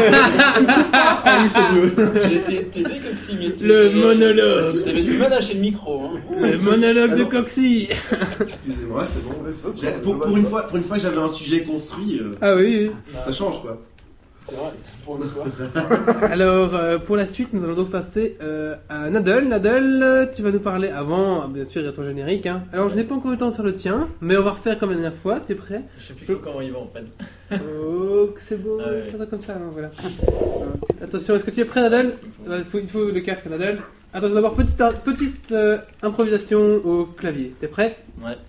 J'ai essayé de t'aider comme si, mais tu Le tu- monologue. T'avais du mal à lâcher le micro. Hein. Le monologue de Alors- Coxy. Excusez-moi, c'est bon. Ouais, c'est pas J'ai- sûr, Pour, je pour vois une ça. fois, pour une fois que j'avais un sujet construit, euh, Ah oui, oui. ça change quoi. C'est vrai, pour une fois. Alors, euh, pour la suite, nous allons donc passer euh, à Nadal. Nadal, euh, tu vas nous parler avant, ah, bien sûr, il y a ton générique. Hein. Alors, je n'ai pas encore eu le temps de faire le tien, mais on va refaire comme la dernière fois. T'es prêt? Je sais plus trop comment il va en fait. Oh, que c'est beau. Ah ouais. Fais ça comme ça, non, voilà. Attention, est-ce que tu es prêt, Nadal? Il faut, il faut le casque, Nadal. Attention, d'abord, petite, petite euh, improvisation au clavier. T'es prêt? Ouais.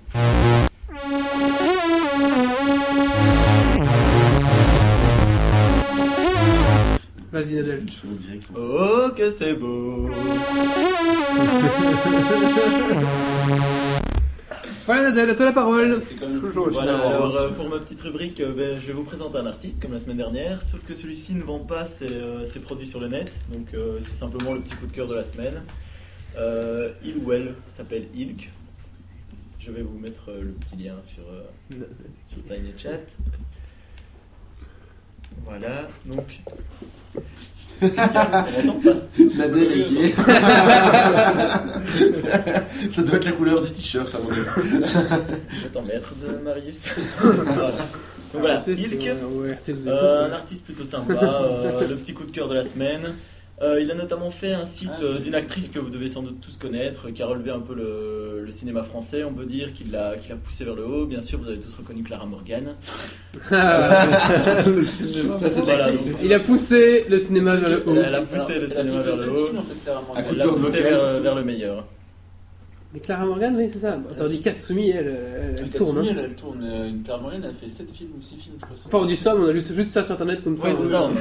Vas-y, Nadal. Je fais en direct. Oh que c'est beau. Voilà, Nadal, à toi la parole. C'est quand même Toujours aussi Voilà, marrant. alors euh, pour ma petite rubrique, euh, ben, je vais vous présenter un artiste comme la semaine dernière, sauf que celui-ci ne vend pas ses, euh, ses produits sur le net, donc euh, c'est simplement le petit coup de cœur de la semaine. Euh, il ou elle s'appelle Ilk. Je vais vous mettre euh, le petit lien sur, euh, sur Tiny Chat. Voilà, donc. On m'entend pas? Nadel est gay. Ça doit être la couleur du t-shirt à mon avis. Je t'emmerde, Marius. Voilà. Donc voilà, Arrêtez, Ilk, c'est- ouais, arrêtez de vous euh, un écouter. artiste plutôt sympa, euh, le petit coup de cœur de la semaine. Euh, il a notamment fait un site Ah, euh, oui. d'une actrice que vous devez sans doute tous connaître, qui a relevé un peu le, le cinéma français. On peut dire qu'il l'a, qu'il a poussé vers le haut. Bien sûr, vous avez tous reconnu Clara Morgan. Ah, Ça, c'est de Voilà, l'actrice. donc, il a poussé le cinéma vers le haut. Elle a poussé le cinéma vers le haut. En fait, Clara Morgan. À coup Elle de l'a cœur de poussé vocal, vers, surtout. vers le meilleur. Mais Clara Morgan, oui, c'est ça. T'as dit Katsumi, elle, elle, elle tourne. Katsumi, Hein. elle, elle tourne. Euh, Une Clara Morgan, elle a fait sept films ou six films, je crois. Enfin, on dit ça, mais on a lu juste ça sur internet comme ça. Oui, c'est ça. Euh,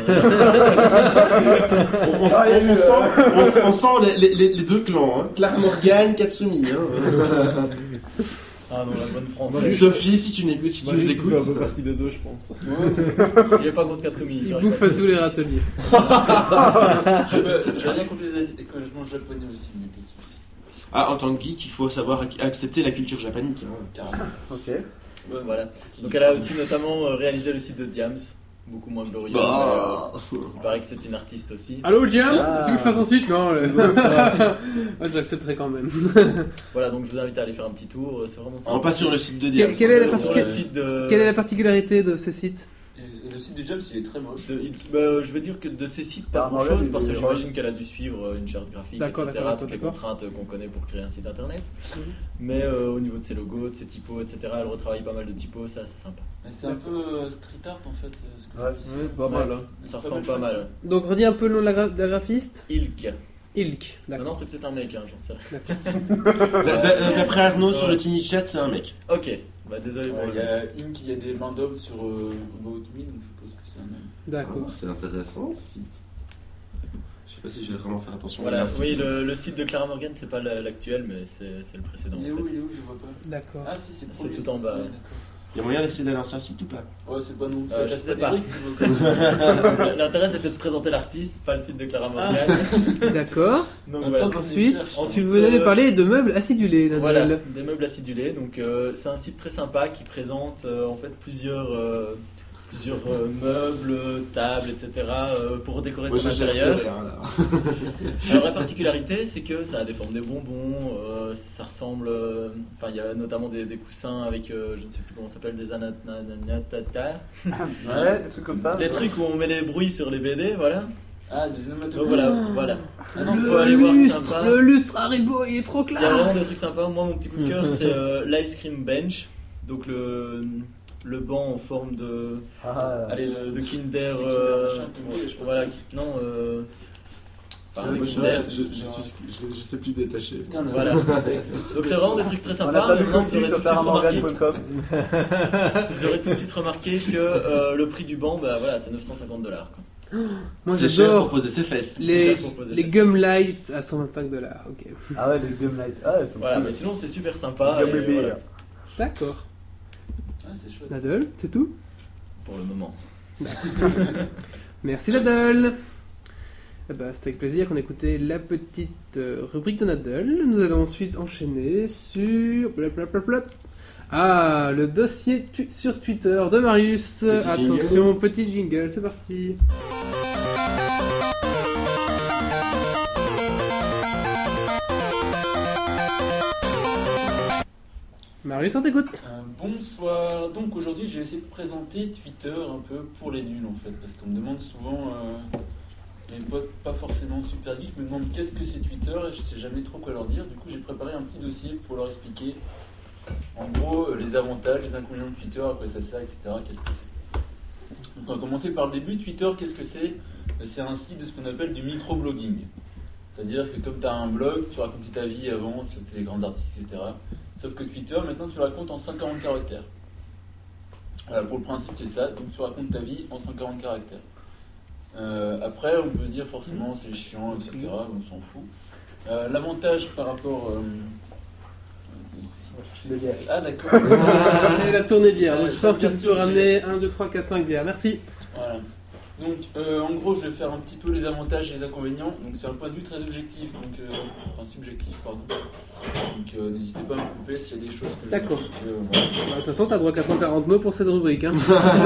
on- On, on- on- on sent, on, sent- on sent les, les- les deux clans, hein. Clara Morgan, Katsumi. Hein. Ah non, la bonne française. Sophie, si tu, n'écoutes- si tu nous Marius, il écoutes. fait un peu partie des deux, je pense. Il n'est pas contre Katsumi. Il car bouffe à tous les râteliers. Je- J'ai rien contre les Asiatiques, que je mange japonais aussi, mais pas de soucis. Ah, en tant que geek, il faut savoir ac- accepter la culture japanique. Hein. Carrément. Ok. Ouais, Voilà. Donc elle a aussi notamment euh, réalisé le site de Diams, beaucoup moins glorieux. Bah. mais, euh, il paraît que c'est une artiste aussi. Allô, James, Ah. tu veux que je fasse ensuite? Non, le... ouais, j'accepterai quand même. Voilà, donc je vous invite à aller faire un petit tour, c'est vraiment On sympa. passe sur le site de Quelle- Diams. quelle est la Euh, partie- sur le site de... Quelle est la particularité de ces sites? Et le site de James, il est très moche. de- il- bah, je veux dire que de ces sites, pas Ah, grand chose, Morgan, parce que il est j'imagine qu'elle a dû suivre une charte graphique, D'accord, et cetera. d'accord, Toutes les d'accord. contraintes qu'on connaît pour créer un site internet. Mhm. Mais euh, au niveau de ses logos, de ses typos, et cetera, elle retravaille pas mal de typos, ça c'est sympa. Mais C'est un peu euh, street art en fait, euh, ce que Ouais, j'ai vu ouais, ici. pas mal. Hein. C'est Ça pas ressemble mal pas fait. mal. Donc, redis un peu le nom de la, gra- de la graphiste. Ilk. Ilk, d'accord. Maintenant, c'est peut-être un mec, hein, j'en sais rien. D'a- d'a- D'après Arnaud, sur le Tiny Chat, c'est un mec. Ok, bah désolé pour Ouais, le Il y a Ink, il y a des mains d'homme sur euh, About Me, donc je suppose que c'est un homme. D'accord. Oh, c'est intéressant ce site. Je sais pas si je vais vraiment faire attention. Voilà, à oui, le, le site de Clara Morgan, c'est pas la- l'actuel, mais c'est c'est le précédent. Il est en où, fait. il est où, je vois pas. D'accord. Ah si, c'est le C'est premier. tout en bas. Ouais, Il y a moyen d'accéder à l'ancien site ou pas? d'accord. Ouais, c'est pas non. Euh, c'est- je c'est sais pas. des briques, tu vois. L'intérêt c'était de présenter l'artiste, pas le site de Clara Morgan. D'accord. Donc Un voilà. peu comme Ensuite, des cherches. Ensuite, vous venez de euh, parler de meubles acidulés, Nadal. Voilà, des meubles acidulés. Donc euh, c'est un site très sympa qui présente euh, en fait plusieurs, euh, plusieurs euh, meubles, tables, et cetera euh, pour décorer Moi, son j'ai jamais intérieur. fait, hein, là. Alors la particularité, c'est que ça a des formes de bonbons, euh, ça ressemble, euh, enfin il y a notamment des, des coussins avec, euh, je ne sais plus comment ça s'appelle, des anatata, Ouais, des trucs comme ça. les trucs où on met les bruits sur les B D, voilà. Ah, des onomatopées. Donc voilà, voilà. Ah non, Faut Le aller voir, c'est lustre, sympa. le lustre Haribo, il est trop Il y a vraiment des classe. trucs sympas. Moi, mon petit coup de cœur, c'est euh, l'ice cream bench, donc le le banc en forme de, Ah, allez, de, de Kinder, Kinder euh, machin, Kinder, je crois. voilà, non. Euh, Enfin, Moi, de je, Kinder. je, je, suis, je, je sais plus détaché. Putain, le- Voilà. Donc c'est vraiment des trucs très on n'a sympas. pas Mais vu maintenant, vous aussi aurez tout sur de suite remarqué, taramorgan point com. vous aurez tout de suite remarqué que euh, le prix du banc, bah voilà, c'est neuf cent cinquante dollars. Moi C'est cher pour j'adore poser ses fesses. les, cher pour poser les ses gum light à cent vingt-cinq dollars. Ok. Ah ouais, des gum light. Ah, elles sont Voilà, cool. mais sinon c'est super sympa. Gum et baby, voilà, là. D'accord. Ah, c'est chouette. Nadal, c'est tout? pour le moment. Merci Nadal. Eh ben, c'était avec plaisir qu'on écoutait la petite euh, rubrique de Nadal. Nous allons ensuite enchaîner sur... blablabla. Ah, le dossier tu- sur Twitter de Marius. Petit Attention, petit jingle, c'est parti. Marius, on t'écoute. Euh, bonsoir. Donc aujourd'hui, je vais essayer de présenter Twitter un peu pour les nuls en fait, parce qu'on me demande souvent, euh, mes potes pas forcément super geeks me demandent qu'est-ce que c'est Twitter et je sais jamais trop quoi leur dire. Du coup, j'ai préparé un petit dossier pour leur expliquer, en gros, euh, les avantages, les inconvénients de Twitter, à quoi ça sert, et cetera. Qu'est-ce que c'est. Donc on va commencer par le début. Twitter, qu'est-ce que c'est? C'est un site de ce qu'on appelle du microblogging. C'est-à-dire que comme tu as un blog, tu racontes ta vie avant sur tes grands articles, et cetera. Sauf que Twitter, maintenant, tu le racontes en cent quarante caractères. Voilà, pour le principe, c'est ça. Donc, tu racontes ta vie en cent quarante caractères. Euh, après, on peut se dire forcément c'est chiant, et cetera. On s'en fout. Euh, L'avantage par rapport. Euh... De bière. Ah, d'accord. Et la tournée bière. Ça- Donc, je ça pense que me tu perturbe, peux ramener un, deux, trois, quatre, cinq bières. Merci. Voilà. Donc, euh, en gros, je vais faire un petit peu les avantages et les inconvénients. Donc, c'est un point de vue très objectif, donc, euh, enfin subjectif, pardon. euh, n'hésitez pas à me couper s'il y a des choses que je D'accord. dis que, voilà. Bah, De toute façon, t'as droit qu'à cent quarante mots pour cette rubrique. Hein.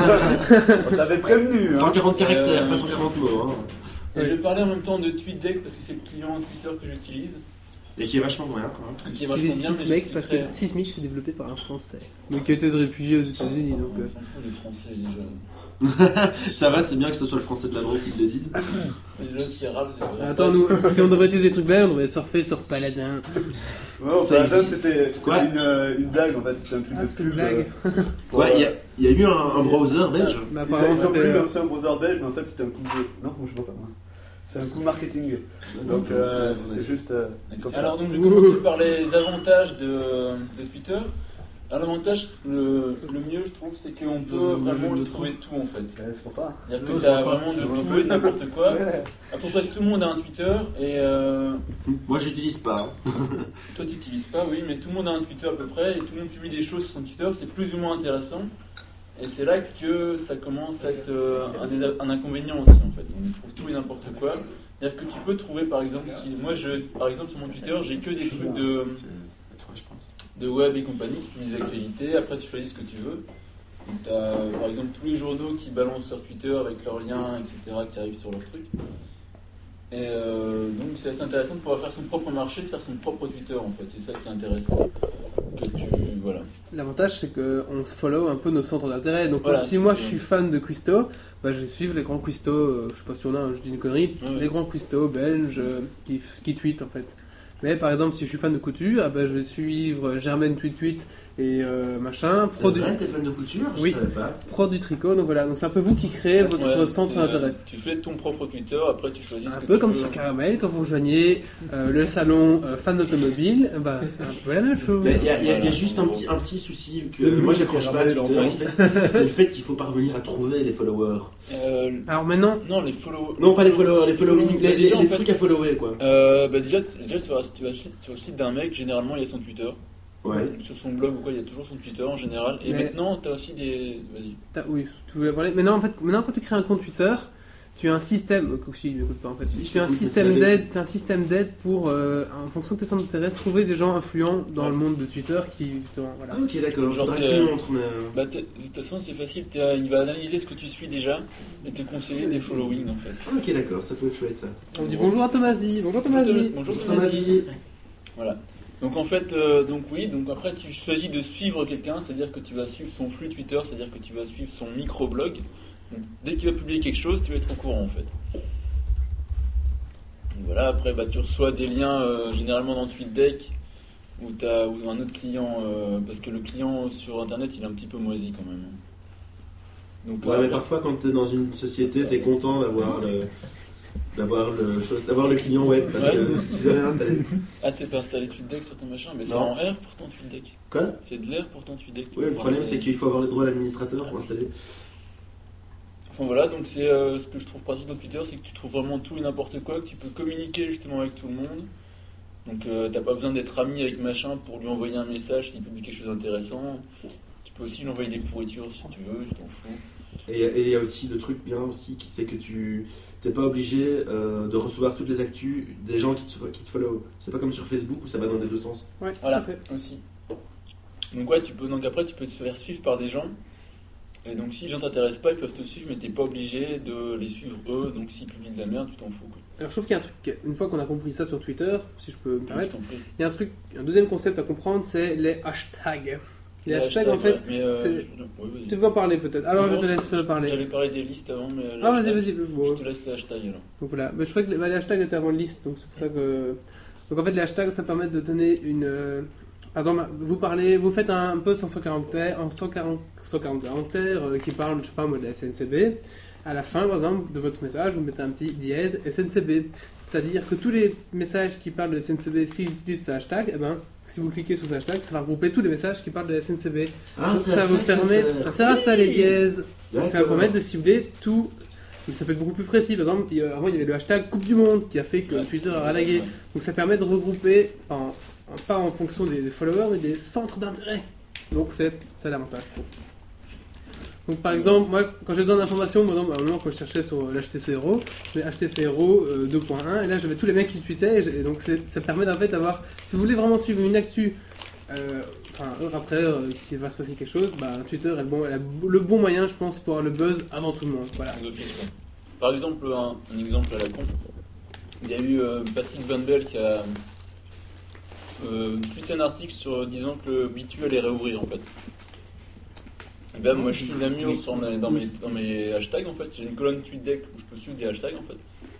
On t'avait prévenu. cent Hein. quarante caractères, Euh, pas cent quarante mots. Hein. Et je vais parler en même temps de TweetDeck parce que c'est le client Twitter que j'utilise. Et qui est vachement bien quand même. Qui est Qui vachement bien, mais Sysmic, parce que j'expliquerai- Sysmic c'est développé par un Français. Mais qui a été réfugié aux États-Unis. Donc, On euh, s'en fout des Français déjà. Ça va, c'est bien que ce soit le français de la drogue qui le dise. Les gens qui râlent, c'est vrai. Attends, nous, si on devrait utiliser des trucs là, on devrait surfer sur Paladin. Ouais, enfin, Ça ça, existe. c'était Quoi c'était une, euh, une blague en fait, c'était un truc Ah, de c'est une pub. blague. euh, pour, Ouais, il y, euh, a- il y a eu un, un browser belge. Bah, Ils apparemment, ils ont voulu c'était. lancer un browser belge, mais en fait c'était un coup de. Non, je sais pas. C'est un coup marketing. Donc euh, c'est juste. euh, comme ça. Alors donc je vais commencer par les avantages de, de Twitter. Alors l'avantage, le, le mieux je trouve, c'est qu'on peut Le- vraiment le- y trouver tout en fait. Ouais, c'est pour ça. C'est-à-dire Non, que je tu as vois pas. vraiment de Je vois tout et de n'importe quoi. Ouais. À peu près tout le monde a un Twitter et euh, Moi, j'utilise pas. hein. toi tu n'utilises pas, oui, mais tout le monde a un Twitter à peu près et tout le monde publie des choses sur son Twitter, c'est plus ou moins intéressant. Et c'est là que ça commence à être euh, un, des- un inconvénient aussi en fait. On y trouve tout et n'importe quoi. C'est-à-dire que tu peux trouver par exemple, si, moi je, par exemple sur mon Twitter j'ai que des trucs de, C'est toi, je pense. de web et compagnie qui publient des actualités, après tu choisis ce que tu veux. Tu as par exemple tous les journaux qui balancent sur Twitter avec leurs liens, et cetera qui arrivent sur leur truc. Et euh, donc c'est assez intéressant de pouvoir faire son propre marché, de faire son propre Twitter en fait, c'est ça qui est intéressant. Que tu, voilà. L'avantage, c'est qu'on se follow un peu nos centres d'intérêt. Donc, Voilà, si c'est moi ça. je suis fan de Quisto, bah, je vais suivre les grands Quisto, euh, je sais pas si on a, hein, je dis une connerie, Ouais, ouais. les grands Quisto belges euh, qui, qui tweetent en fait. Mais par exemple, si je suis fan de couture, ah bah, je vais suivre Germaine Tweet Tweet et euh, machin, C'est pro du, vrai, t'es fan de couture? Je Oui. savais pas. pro du tricot. Donc voilà, donc c'est un peu vous qui créez votre Ouais, centre c'est, euh, d'intérêt. Tu fais ton propre Twitter, après tu choisis ce Un que peu tu comme veux. sur Caramel, quand vous rejoignez euh, le salon euh, fan d'automobile, bah, c'est un peu la même chose. Mais il y, a- il y a- il y a Voilà. juste un petit, un petit souci que C'est lui moi qui j'accroche a pas à ramené Twitter en l'envoi. fait. C'est le fait qu'il faut parvenir à trouver les followers. Euh, Alors maintenant, non, les follow. Non, pas les followers, les following, following, les, les- déjà, en les fait- trucs à follower quoi. Euh, bah déjà, t- déjà sur, tu vas sur le site d'un mec, généralement il y a son Twitter. Ouais. Sur son blog ou quoi, il y a toujours son Twitter en général. Et Mais- maintenant, tu as aussi des. Vas-y. t'as- oui, tu voulais parler. Maintenant, en fait, maintenant quand tu crées un compte Twitter, tu as un système. euh, Si, il m'écoute pas en fait. Si, je tu as un t'écoute, système mais- d'aide, tu as un système d'aide pour, euh, en fonction de tes centres d'intérêt, trouver des gens influents dans Ouais. le monde de Twitter qui, justement, voilà. Ah, ok, d'accord. Genre, Faudra que t'es, tu euh, me montres, mais. euh, Bah, t'es- de toute façon, c'est facile. t'es- il va analyser ce que tu suis déjà et te conseiller des followings en fait. Ah, ok, d'accord, ça peut être chouette ça. On dit bonjour à Tomasi, bonjour Tomasi. Bonjour Ton Thomas. avis? Voilà. Donc en fait, euh, donc oui, donc après tu choisis de suivre quelqu'un, c'est-à-dire que tu vas suivre son flux Twitter, c'est-à-dire que tu vas suivre son microblog. Donc, dès qu'il va publier quelque chose, tu vas être au courant en fait. Donc, voilà, après bah, tu reçois des liens euh, généralement dans TweetDeck ou, t'as, ou un autre client, euh, parce que le client sur internet il est un petit peu moisi quand même. Donc, Ouais, euh, mais parfois quand t'es dans une société, t'es content d'avoir le. D'avoir le, chose- d'avoir le client web parce Ouais. que tu sais rien installé. Ah, tu sais pas installer TweetDeck sur ton machin, mais c'est Non. en R pourtant TweetDeck. Quoi? C'est de l'air pourtant TweetDeck. Oui, le problème c'est qu'il faut avoir les droits d'administrateur pour installer. Enfin voilà, donc c'est euh, ce que je trouve pratique dans Twitter, c'est que tu trouves vraiment tout et n'importe quoi, que tu peux communiquer justement avec tout le monde. Donc euh, t'as pas besoin d'être ami avec machin pour lui envoyer un message s'il publie quelque chose d'intéressant. Tu peux aussi lui envoyer des pourritures si tu veux, je t'en fous. Et et il y a aussi le truc bien aussi, qui- c'est que tu t'es pas obligé euh, de recevoir toutes les actus des gens qui te, qui te follow. C'est pas comme sur Facebook où ça va dans les deux sens. Ouais, Voilà, tout à fait. aussi. Donc ouais, tu peux, donc après tu peux te faire suivre par des gens. Et donc si les gens t'intéressent pas, ils peuvent te suivre, mais t'es pas obligé de les suivre eux. Donc s'ils publient de la merde, tu t'en fous. Quoi. Alors je trouve qu'il y a un truc, une fois qu'on a compris ça sur Twitter, si je peux me Je permettre, t'en prie. il y a un truc, un deuxième concept à comprendre, c'est les hashtags. Les Les hashtags, en fait, ouais, mais, euh, c'est- je- ouais, vas-y. tu veux en parler peut-être. Alors je Non, te c'est- laisse parler. J'allais parler des listes avant, mais. les Ah vas-y, hashtags, vas-y. Bon. Je te laisse les hashtags alors. Donc voilà, mais je crois que les, bah, les hashtags étaient avant le liste, donc c'est pour ça que. Donc en fait, les hashtags, ça permet de donner une. euh, Par exemple, vous parlez, vous faites un post en cent caractères, en cent quarante, cent quarante caractères euh, qui parle, je sais pas moi, de la S N C B. À la fin, par exemple, de votre message, vous mettez un petit dièse S N C B. C'est-à-dire que tous les messages qui parlent de S N C B, s'ils utilisent ce hashtag, eh ben, si vous cliquez sur ce hashtag, ça va regrouper tous les messages qui parlent de S N C B. Ah, Donc c'est à ça vous que ça permet, sert. ça sert à ça les dièses. Donc, ça va D'accord. permettre de cibler tout. Mais ça peut être beaucoup plus précis. Par exemple, il y a- avant il y avait le hashtag Coupe du Monde qui a fait que Ouais, Twitter c'est- a ralagué. ouais. Donc ça permet de regrouper, en, en- pas en fonction des, des followers, mais des centres d'intérêt. Donc c'est c'est l'avantage. je trouve. Donc par exemple, moi quand j'ai besoin d'informations, par exemple, à un moment quand je cherchais sur l'H T C Hero, je mets H T C Hero euh, deux point un et là j'avais tous les mecs qui tweetaient et, j'ai- et donc c'est- ça permet en fait d'avoir, si vous voulez vraiment suivre une actu, euh, enfin heure après heure, euh, qu'il va se passer quelque chose, bah Twitter est le bon, la- le bon moyen je pense pour avoir le buzz avant tout le monde. Voilà. D'office, quoi. Par exemple, un, un exemple à la con, il y a eu euh, Patrick Van Bell qui a euh, tweeté un article sur disant que le B deux allait réouvrir en fait. Et ben moi je suis Namur sur mes- dans, mes, dans mes hashtags en fait, j'ai une colonne TweetDeck où je peux suivre des hashtags en fait.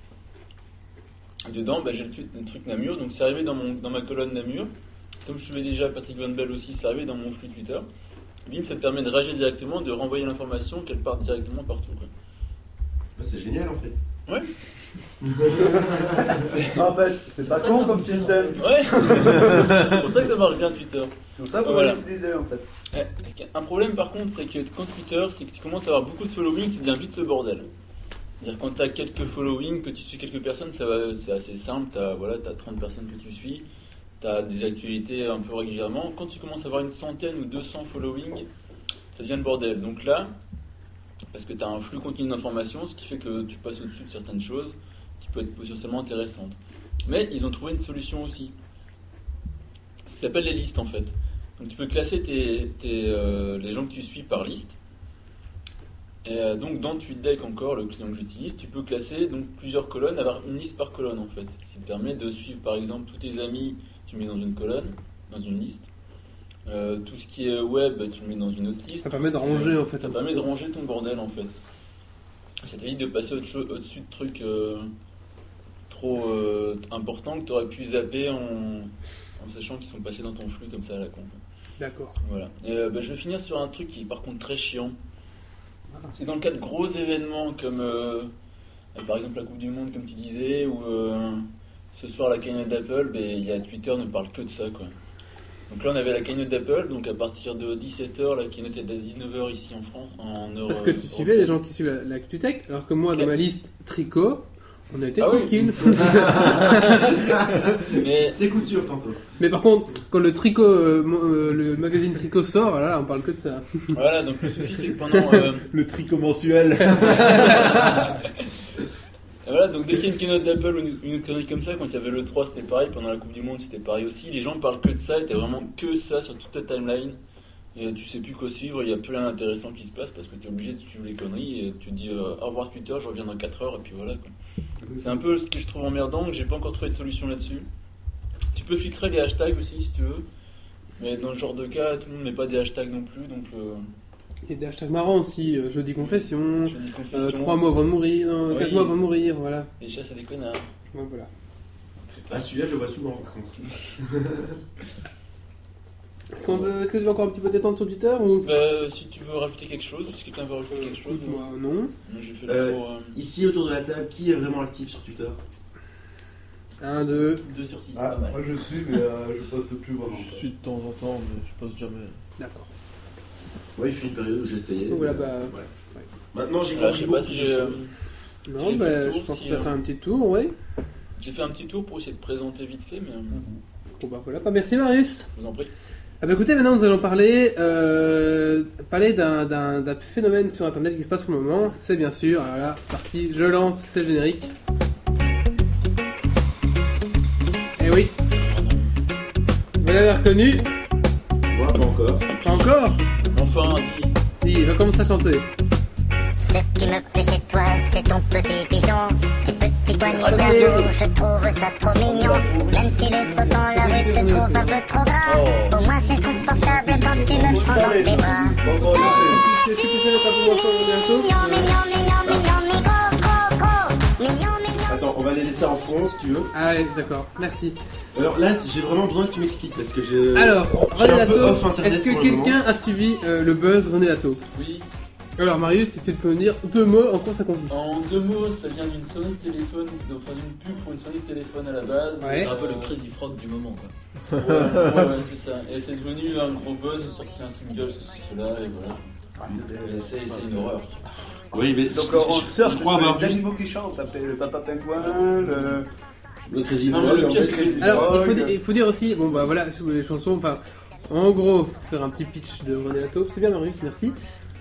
Et dedans bah, j'ai le, tweet, le truc Namur, donc c'est arrivé dans, mon, dans ma colonne Namur. Comme je suivais déjà Patrick Van Bell aussi, c'est arrivé dans mon flux Twitter. Bim, ça te permet de réagir directement, de renvoyer l'information, qu'elle parte directement partout, quoi. Bah, c'est génial en fait. Ouais. En fait, c'est pas pour ça que con ça comme fonctionne, système. Ouais. C'est pour ça que ça marche bien Twitter. C'est pour ça qu'on Voilà. va l'utiliser en fait. Ouais, parce qu'il y a un problème par contre, c'est que quand Twitter, c'est que tu commences à avoir beaucoup de following, ça devient vite le bordel. C'est-à-dire quand tu as quelques following, que tu suis quelques personnes, ça va, c'est assez simple, tu as voilà, t'as trente personnes que tu suis, tu as des actualités un peu régulièrement. Quand tu commences à avoir une centaine ou deux cents following, ça devient le bordel. Donc là, parce que tu as un flux continu d'informations, ce qui fait que tu passes au-dessus de certaines choses qui peuvent être potentiellement intéressantes. Mais ils ont trouvé une solution aussi. Ça s'appelle les listes en fait. Donc tu peux classer tes, tes, euh, les gens que tu suis par liste. Et euh, donc dans TweetDeck encore, le client que j'utilise, tu peux classer donc plusieurs colonnes, avoir une liste par colonne en fait. Ce qui te permet de suivre par exemple tous tes amis, tu mets dans une colonne, dans une liste. Euh, tout ce qui est web, tu le mets dans une autre liste. Ça permet de Tout ce qui est- ranger en fait. Ça permet de ranger ton bordel en fait. Ça t'évite de passer au- au-dessus de trucs euh, trop euh, importants que tu aurais pu zapper en, en sachant qu'ils sont passés dans ton flux comme ça à la con. D'accord. Voilà. Et, euh, bah, je vais finir sur un truc qui est par contre très chiant. C'est dans le cas de gros événements comme euh, euh, par exemple la Coupe du Monde comme tu disais ou euh, ce soir la keynote d'Apple, bah, il y a Twitter ne parle que de ça quoi. Donc là on avait la keynote d'Apple, donc à partir de dix-sept heures, la keynote est à dix-neuf heures ici en France, en heure. Parce que tu euh, suivais des gens qui suivent la- l'actu tech, alors que moi dans Ok. ma liste tricot, on a été Ah oui. tranquille. Mais C'était coup sûr tantôt. Mais par contre, quand le tricot, euh, mo- euh, le magazine tricot sort, là, on parle que de ça. voilà, donc le souci c'est que pendant euh, Le tricot mensuel. voilà, donc dès qu'il y a une keynote d'Apple ou une, une autre connerie comme ça, quand il y avait le trois c'était pareil, pendant la Coupe du Monde c'était pareil aussi, les gens parlent que de ça, et t'as vraiment que ça sur toute ta timeline, et tu sais plus quoi suivre, il n'y a plus rien d'intéressant qui se passe parce que tu es obligé de suivre les conneries, et tu te dis euh, au revoir Twitter, je reviens dans quatre heures, et puis voilà quoi. C'est un peu ce que je trouve emmerdant, que j'ai pas encore trouvé de solution là-dessus. Tu peux filtrer les hashtags aussi si tu veux, mais dans le genre de cas, tout le monde met pas des hashtags non plus, donc euh, Il y a des hashtags marrants aussi, euh, jeudi confession, je dis euh, confession, trois mois avant de mourir, non, quatre Oui. mois avant de mourir, voilà. les chats c'est des connards, Ouais, voilà. et cetera. Ah, celui-là, je le vois souvent par contre. Est-ce, qu'on veut- est-ce que tu veux encore un petit peu détendre sur Twitter ou... Bah, si tu veux rajouter quelque chose, si quelqu'un veut rajouter quelque chose, Écoute, moi, euh, non. moi, j'ai fait le Euh, tour. euh, Ici, autour de la table, qui est vraiment actif sur Twitter? Un, deux. deux sur six, c'est Ah, pas mal. moi je suis, mais euh, je poste plus vraiment. Je suis de temps en temps, mais je poste jamais. D'accord. Ouais, il fut une période où j'essayais. Donc voilà, mais, bah, euh, ouais. Maintenant, j'ai voilà, je compris sais pas beaucoup si de j'ai, euh, choses. Si Non, j'ai bah, fait le tour, je pense si, que tu as euh, fait un petit tour, ouais. j'ai fait un petit tour pour essayer de présenter vite fait, mais euh, Bon bah voilà, bah, merci Marius. je vous en prie. Ah bah écoutez, maintenant nous allons parler, euh, parler d'un, d'un, d'un phénomène sur internet qui se passe pour le moment. C'est bien sûr, alors là, c'est parti, je lance, c'est le générique. Eh oui, vous l'avez reconnu? Moi, pas encore. Pas encore? Enfin, dis. Si, il va commencer à chanter. Ce qui me plaît chez toi, c'est ton petit bidon, tes petits poignets d'amour, je trouve ça trop mignon. Même si les sauts dans la rue te trouvent un peu trop gras, au moins c'est confortable quand tu me prends dans tes bras. Est-ce que tu sais notre abonnement encore bientôt? Mignon, mignon, mignon, mignon, mignon, gros, gros, mignon, mignon. Attends, on va les laisser en fond si tu veux. Ah ouais, d'accord, merci. Alors là, j'ai vraiment besoin que tu m'expliques parce que j'ai. Alors, je suis René un peu Lato, off internet est-ce que pour le moment. quelqu'un a suivi euh, le buzz René Lato? Oui, Alors Marius, est-ce que tu peux me dire deux mots en quoi ça consiste? en deux mots, ça vient d'une sonnerie de téléphone, enfin d'une pub pour une sonnerie de téléphone à la base. Ouais. C'est un peu le Crazy Frog du moment, quoi. Ouais, ouais, ouais, c'est ça. Et c'est devenu un gros buzz, j'ai sorti un single, ceci, cela, et voilà. Et c'est, c'est une horreur. Oui, mais Donc je, on je- cherche je crois avoir les vu animaux qui chantent, après le papa pingouin, le... le Crazy Non, Frog, mais le en pire, fait. c'est que- Alors, il faut, Frog. di- il faut dire aussi, bon bah voilà, sur les chansons, enfin, en gros, faire un petit pitch de René Lato, c'est bien Marius, merci.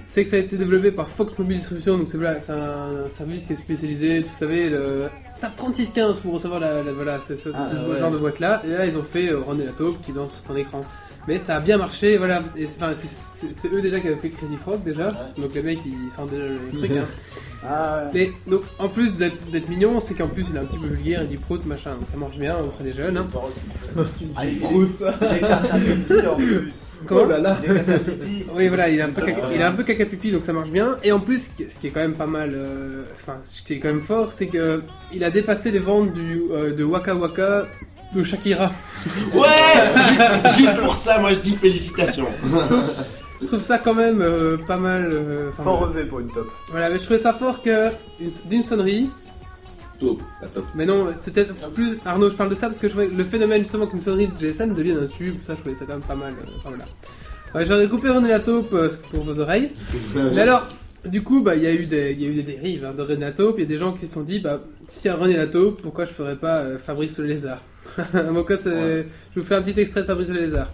c'est que ça a été développé par Fox Mobile Distribution, donc c'est voilà, c'est un, un service qui est spécialisé, vous savez, le tape trente-six quinze pour recevoir la, la voilà, c'est, c'est, Ah, c'est ouais. ce genre de boîte là. Et là ils ont fait euh, René la taupe qui danse sur ton écran. Mais ça a bien marché, voilà. Et c'est, enfin, c'est, c'est, c'est eux déjà qui avaient fait Crazy Frog déjà, donc les mecs ils sentent déjà le truc. Hein. Ah ouais. Mais donc en plus d'être, d'être mignon, c'est qu'en plus il est un petit peu vulgaire, il dit prout machin, donc ça marche bien auprès des jeunes. Hein. Ah, il broute. Il est catapipi en plus. Comment Oh là là. Il est catapipi. Oui, voilà, il est un peu caca, il est un peu caca pipi, donc ça marche bien. Et en plus, ce qui- ce qui est quand même pas mal, euh, enfin, ce qui est quand même fort, c'est que il a dépassé les ventes du, euh, de Waka Waka de Shakira. Ouais, ju- juste pour ça, moi je dis félicitations. Je trouve ça quand même euh, pas mal. euh, enfin, Fort osé pour une top. voilà, mais je trouvais ça fort que une- d'une sonnerie. Top, la top. Mais non, c'était plus. Arnaud, je parle de ça parce que je trouvais le phénomène justement qu'une sonnerie de G S M devienne un tube, ça je trouvais ça quand même pas mal. euh, enfin, voilà. Ouais, j'aurais coupé René la taupe euh, pour vos oreilles. Mais alors, du coup, bah, il y a eu des, il y a eu des dérives hein, de René la taupe. Il y a des gens qui se sont dit, bah, s'il y a René la taupe, pourquoi je ferais pas euh, Fabrice le lézard. Donc là, c'est- Ouais. je vous fais un petit extrait de Fabrice le lézard.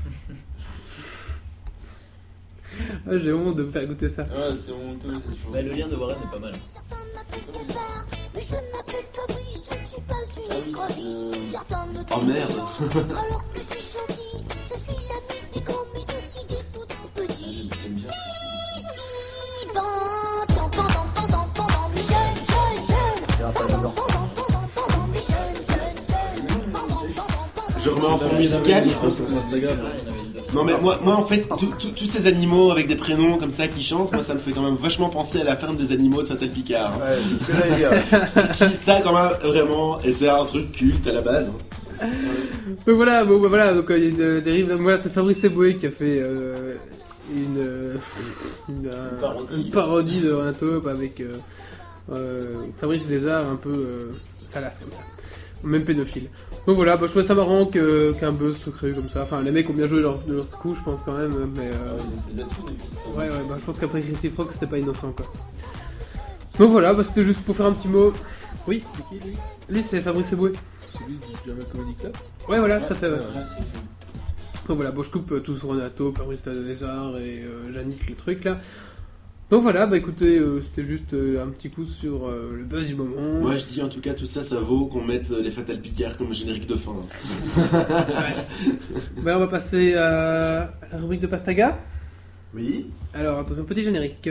Ah, j'ai honte de vous faire goûter ça. Ouais, c'est honteux, c'est chaud. Mais le lien de Warren est pas mal. Certains m'appellent Gaspard, mais je m'appelle Fabrice, je ne suis pas Ah une oui, écrevisse. c'est, euh, Certains me Oh, merde. traitent alors que je suis gentil. Je suis l'ami des grands, mais aussi des tout tout petits. J'aime bien. Ici, pendant, pendant, pendant, pendant, mes jeunes, jeunes, jeunes. Pendant, pendant, pendant, pendant, mes jeunes, jeunes, jeunes. Pendant, pendant, pendant. Je remets en fond musical. Sur Instagram. Ah, il y en avait une. Non mais moi, moi en fait, tout- tout- tous ces animaux avec des prénoms comme ça qui chantent, moi ça me fait quand même vachement penser à la ferme des animaux de Fatal Picard. Ouais, c'est ce que j'allais dire. Qui ça quand même vraiment était un truc culte à la base. Donc voilà, bon, bah, voilà, donc euh, il y a une dérive. Voilà, c'est Fabrice Eboué qui a fait euh, une, euh, une, euh, parodie. une parodie de un taupe avec euh, euh, Fabrice Lézard un peu euh, salace comme ça, même pédophile. Donc voilà, bah, je trouvais ça marrant que, qu'un buzz se crée comme ça. Enfin, les mecs ont bien joué leur, de leur coup, je pense quand même, mais euh, Ah ouais, ils ont fait de la thune et puis ça. ouais, ouais, bah, je pense qu'après Crazy Frog c'était pas innocent quoi. Donc voilà, bah, c'était juste pour faire un petit mot. Oui, C'est qui lui? lui c'est Fabrice Eboué. Celui du Jamel Comedy Club? Ouais, voilà, tout à fait. Ouais. Ouais, c'est cool. Donc voilà, bon, je coupe euh, tout sur Renato, Fabrice le Lézard et euh, Yannick le truc là. Donc voilà, bah écoutez, euh, c'était juste euh, un petit coup sur euh, le buzz du moment. Moi je dis en tout cas tout ça, ça vaut qu'on mette euh, les Fatal Picard comme générique de fin. Bah, on va passer à la rubrique de Pastaga. Oui. Alors attention, petit générique.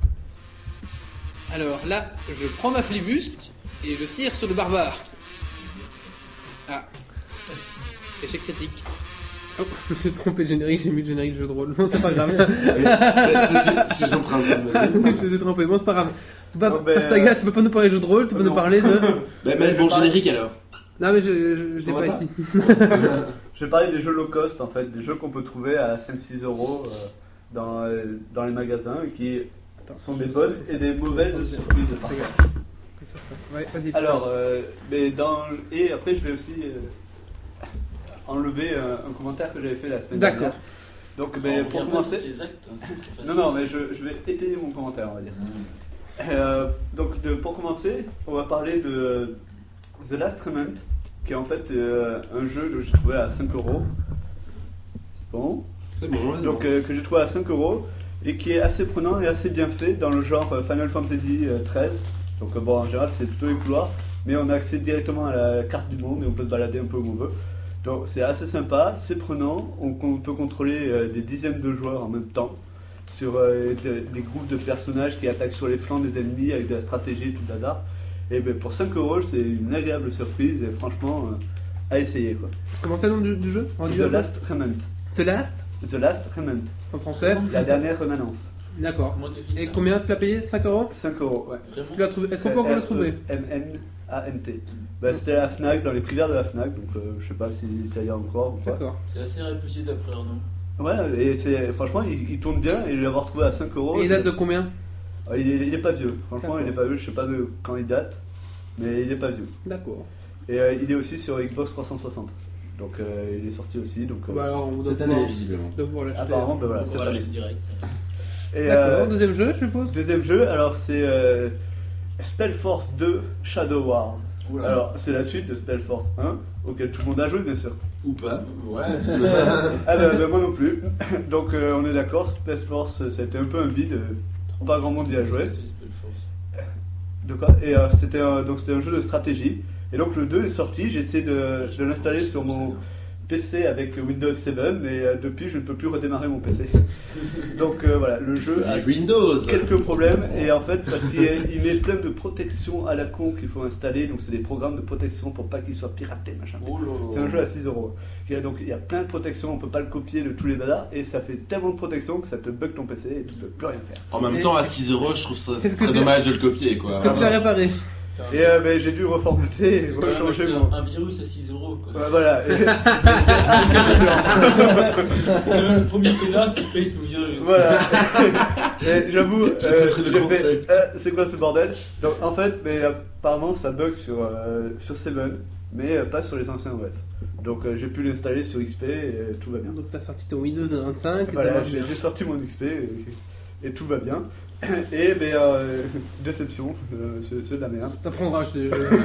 Alors là, je prends ma flibuste et je tire sur le barbare. Ah. Échec critique. Oh, je me suis trompé de générique, j'ai mis le générique de jeu de rôle. Non, c'est pas grave. C'est c'est ce que je suis en train de me je me suis trompé, bon, c'est pas grave. Bah, Oh, ben, Pastaga, euh, tu peux pas nous parler de jeu de rôle, tu peux non. nous parler de. Bah mets le bon générique alors. Non, mais je, je, je l'ai On va pas pas. ici. Je vais parler des jeux low cost en fait, des jeux qu'on peut trouver à cinq six euros euh, dans, euh, dans les magasins et qui sont des bonnes et des mauvaises surprises parfois. Ouais, vas-y. Alors, euh, mais dans, et après je vais aussi euh, enlever un, un commentaire que j'avais fait la semaine D'accord. dernière. Donc On mais revient pour pas commencer... sur ces actes, hein, c'est trop facile. Non, non, mais je, je vais étayer mon commentaire, on va dire. Euh, donc de- pour commencer, on va parler de The Last Remnant, qui est en fait euh, un jeu que j'ai trouvé à cinq euros. Bon. C'est bon, ouais, Donc bon. euh, que j'ai trouvé à cinq euros et qui est assez prenant et assez bien fait dans le genre euh, Final Fantasy euh, treize. Donc euh, bon, en général c'est plutôt les couloirs, mais on a accès directement à la carte du monde et on peut se balader un peu où on veut. Donc c'est assez sympa, c'est prenant, on, on peut contrôler euh, des dizaines de joueurs en même temps sur euh, des, des groupes de personnages qui attaquent sur les flancs des ennemis avec de la stratégie et tout le bazar. Et ben pour cinq euros c'est une agréable surprise et franchement euh, à essayer quoi. Comment c'est le nom du, du jeu En The duo Last Remnant. The Last The Last Remnant. En français. La dernière rémanence. D'accord. Comment t'écris ça? Et combien tu l'as payé cinq euros cinq euros, ouais. Est-ce que tu l'as trouvé- Est-ce qu'on peut encore le trouver M N A N T. Bah, c'était à la Fnac, dans les prix verts de la Fnac, donc euh, je sais pas si ça y est encore ou pas. D'accord. C'est assez réputé d'après Arnaud. Ouais, et c'est, franchement, il, il tourne bien et l'avoir trouvé à cinq euros. Et il date de combien Ah, il, est, il est pas vieux, franchement, D'accord. il est pas vieux, je sais pas de quand il date, mais il est pas vieux. D'accord. Et euh, il est aussi sur Xbox trois cent soixante. Donc euh, il est sorti aussi, donc. euh, Bah alors, on doit Cette année pouvoir, visiblement. on doit pouvoir l'acheter. apparemment, bah voilà, On c'est va pas l'acheter direct. Et, D'accord. euh, Deuxième jeu, je suppose. deuxième jeu, alors c'est euh, Spellforce deux Shadow Wars. Oula. Alors, c'est la suite de Spellforce un, auquel tout le monde a joué, bien sûr. Ou pas. Ouais. Ah ben, ben, moi non plus. Donc, euh, on est d'accord, Spellforce, ça a été un peu un bide. euh, Pas grand monde y a joué. C'est Spellforce. De quoi Et euh, c'était un, donc c'était un jeu de stratégie. Et donc le deux est sorti, j'ai essayé de, de l'installer sur mon P C avec Windows sept, mais euh, depuis je ne peux plus redémarrer mon P C. Donc euh, voilà, le jeu a Windows. quelques problèmes, et en fait parce qu'il est- il met plein de protections à la con qu'il faut installer, donc c'est des programmes de protection pour pas qu'il soit piraté, machin. Oh là là. C'est un jeu à six euros. Il y a donc il y a plein de protections, on peut pas le copier de tous les bazars, et ça fait tellement de protections que ça te bug ton P C et tu peux plus rien faire. En même Et- temps, à six euros, je trouve ça Est-ce que très tu- dommage de le copier, quoi. Est-ce que tu l'as réparé? Et euh, ben, j'ai dû reformater et Faut quand même rechanger acheter mon. un, un virus à six euros quoi. Ouais, voilà. Et- Quand même le premier connard qui paye son virus. Voilà. Et j'avoue, euh, J'ai compris le j'ai fait, concept. euh, c'est quoi ce bordel? Donc en fait, mais apparemment ça bug sur euh, sur Seven, mais euh, pas sur les anciens O S. Donc euh, j'ai pu l'installer sur X P et euh, tout va bien. Donc t'as sorti ton Windows vingt-cinq et ça Voilà, marche j'ai bien. j'ai sorti mon X P et, et tout va bien. Et ben euh, déception, euh, c'est c'est de la merde. T'apprendras à acheter des jeux.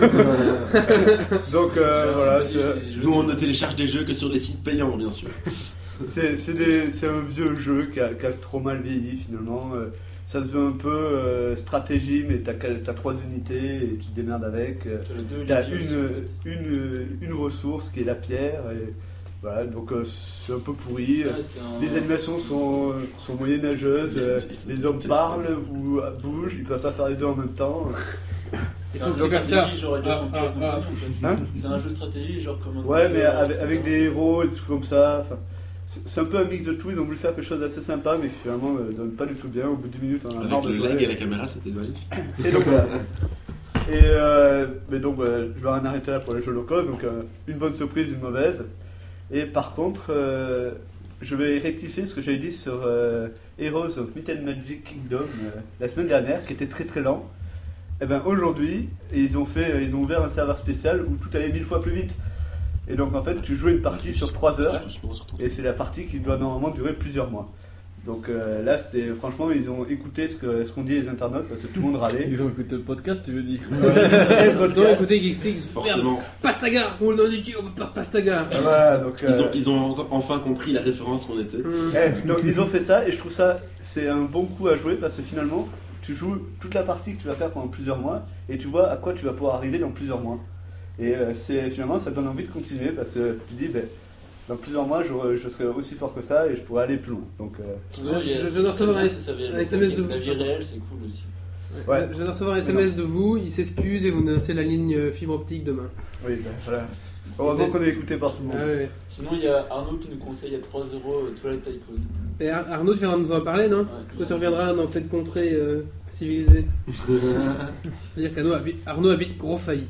Donc euh, J'ai- voilà, j'ai- c'est- j'ai- j'ai- Nous, on ne télécharge des jeux que sur des sites payants, bien sûr. c'est c'est des- c'est un vieux jeu qui a, qui a trop mal vieilli finalement. Euh, Ça se veut un peu euh, stratégie, mais t'as qu'à- t'as trois unités et tu te démerdes avec. Euh, Le deux, il T'as est vieux aussi, une, en fait. une, une ressource qui est la pierre, et voilà, donc euh, c'est un peu pourri. Ouais, c'est un- Les animations sont, sont moyenâgeuses, euh, les hommes parlent ou euh, bougent, ils peuvent pas faire les deux en même temps. Il C'est faut un que jeu tu fasses ça. stratégie, genre Age of Ah, Empires ah, ah. Company, en fait. Hein C'est un jeu stratégie, genre comme un Ouais, jeu, mais euh, avec, et cetera. avec des héros et des trucs comme ça. enfin, C'est c'est un peu un mix de tout, ils ont voulu faire quelque chose d'assez sympa, mais qui finalement ne donne pas du tout bien. Au bout de dix minutes, on a marre Avec de le jouer. lag et la caméra, c'était magnifique. Et donc voilà. Et euh, mais donc voilà, je vais en arrêter là pour les jeux low cost. Donc euh, une bonne surprise, une mauvaise. Et par contre, euh, je vais rectifier ce que j'avais dit sur euh, Heroes of Myth and Magic Kingdom euh, la semaine dernière, qui était très très lent. Et ben aujourd'hui, ils ont fait, ils ont ouvert un serveur spécial où tout allait mille fois plus vite. Et donc en fait, tu jouais une partie sur trois heures. Doucement, surtout. Et c'est la partie qui doit normalement durer plusieurs mois. Donc euh, là, c'était franchement, ils ont écouté ce que ce qu'ont dit les internautes parce que tout le monde râlait. Ils ont écouté le podcast, tu veux dire? Ils ont écouté Geekspeak, ils ont fait, Forcément. Pastaga, on l'a dit, on veut pas Pastaga. Voilà, donc, Ils ont, euh, ils ont encore- enfin compris la référence qu'on était. eh, donc ils ont fait ça et je trouve ça c'est un bon coup à jouer parce que finalement tu joues toute la partie que tu vas faire pendant plusieurs mois et tu vois à quoi tu vas pouvoir arriver dans plusieurs mois. Et euh, c'est finalement ça te donne envie de continuer parce que tu dis ben, dans plusieurs mois je, je serai aussi fort que ça et je pourrai aller plus loin. Donc euh, Sinon, il y a- Je- je dois recevoir un- ça, ça vient un avec S M S de la vous. vie réelle, c'est cool aussi. ouais. Je viens de recevoir un S M S de vous, il s'excuse et vous nous lancez la ligne euh, fibre optique demain. Oui, ben, voilà. Heureusement qu'on est écouté par tout le monde. Ah ouais. Sinon, il y a Arnaud qui nous conseille à trois euros euh, Twilight Tycoon. Et Ar- Arnaud, tu viendras nous en parler, non? Ouais, Quand tu reviendras dans cette contrée euh, civilisée. C'est-à-dire qu'Arnaud habite, Arnaud habite Gros Failli.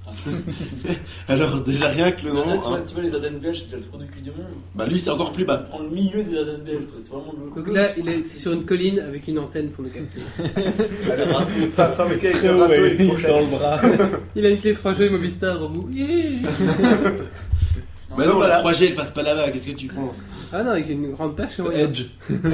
Alors, déjà rien que le Là, nom. tu, vois, hein. tu vois, les Ardennes belges, c'est déjà le trou du cul du monde. Bah, lui, c'est encore plus bas. Prends le milieu des Ardennes belges, toi, c'est vraiment le. Donc là, il est sur une colline avec une antenne pour nous capter. Fa- Fabriqué avec un râteau et une fourchette. dans le bras. Il a une clé trois G Movistar au bout. Yeah. Bah non, voilà. la trois G elle passe pas là-bas, qu'est-ce que tu penses? Ah non, avec une grande tâche. C'est ouais. Edge.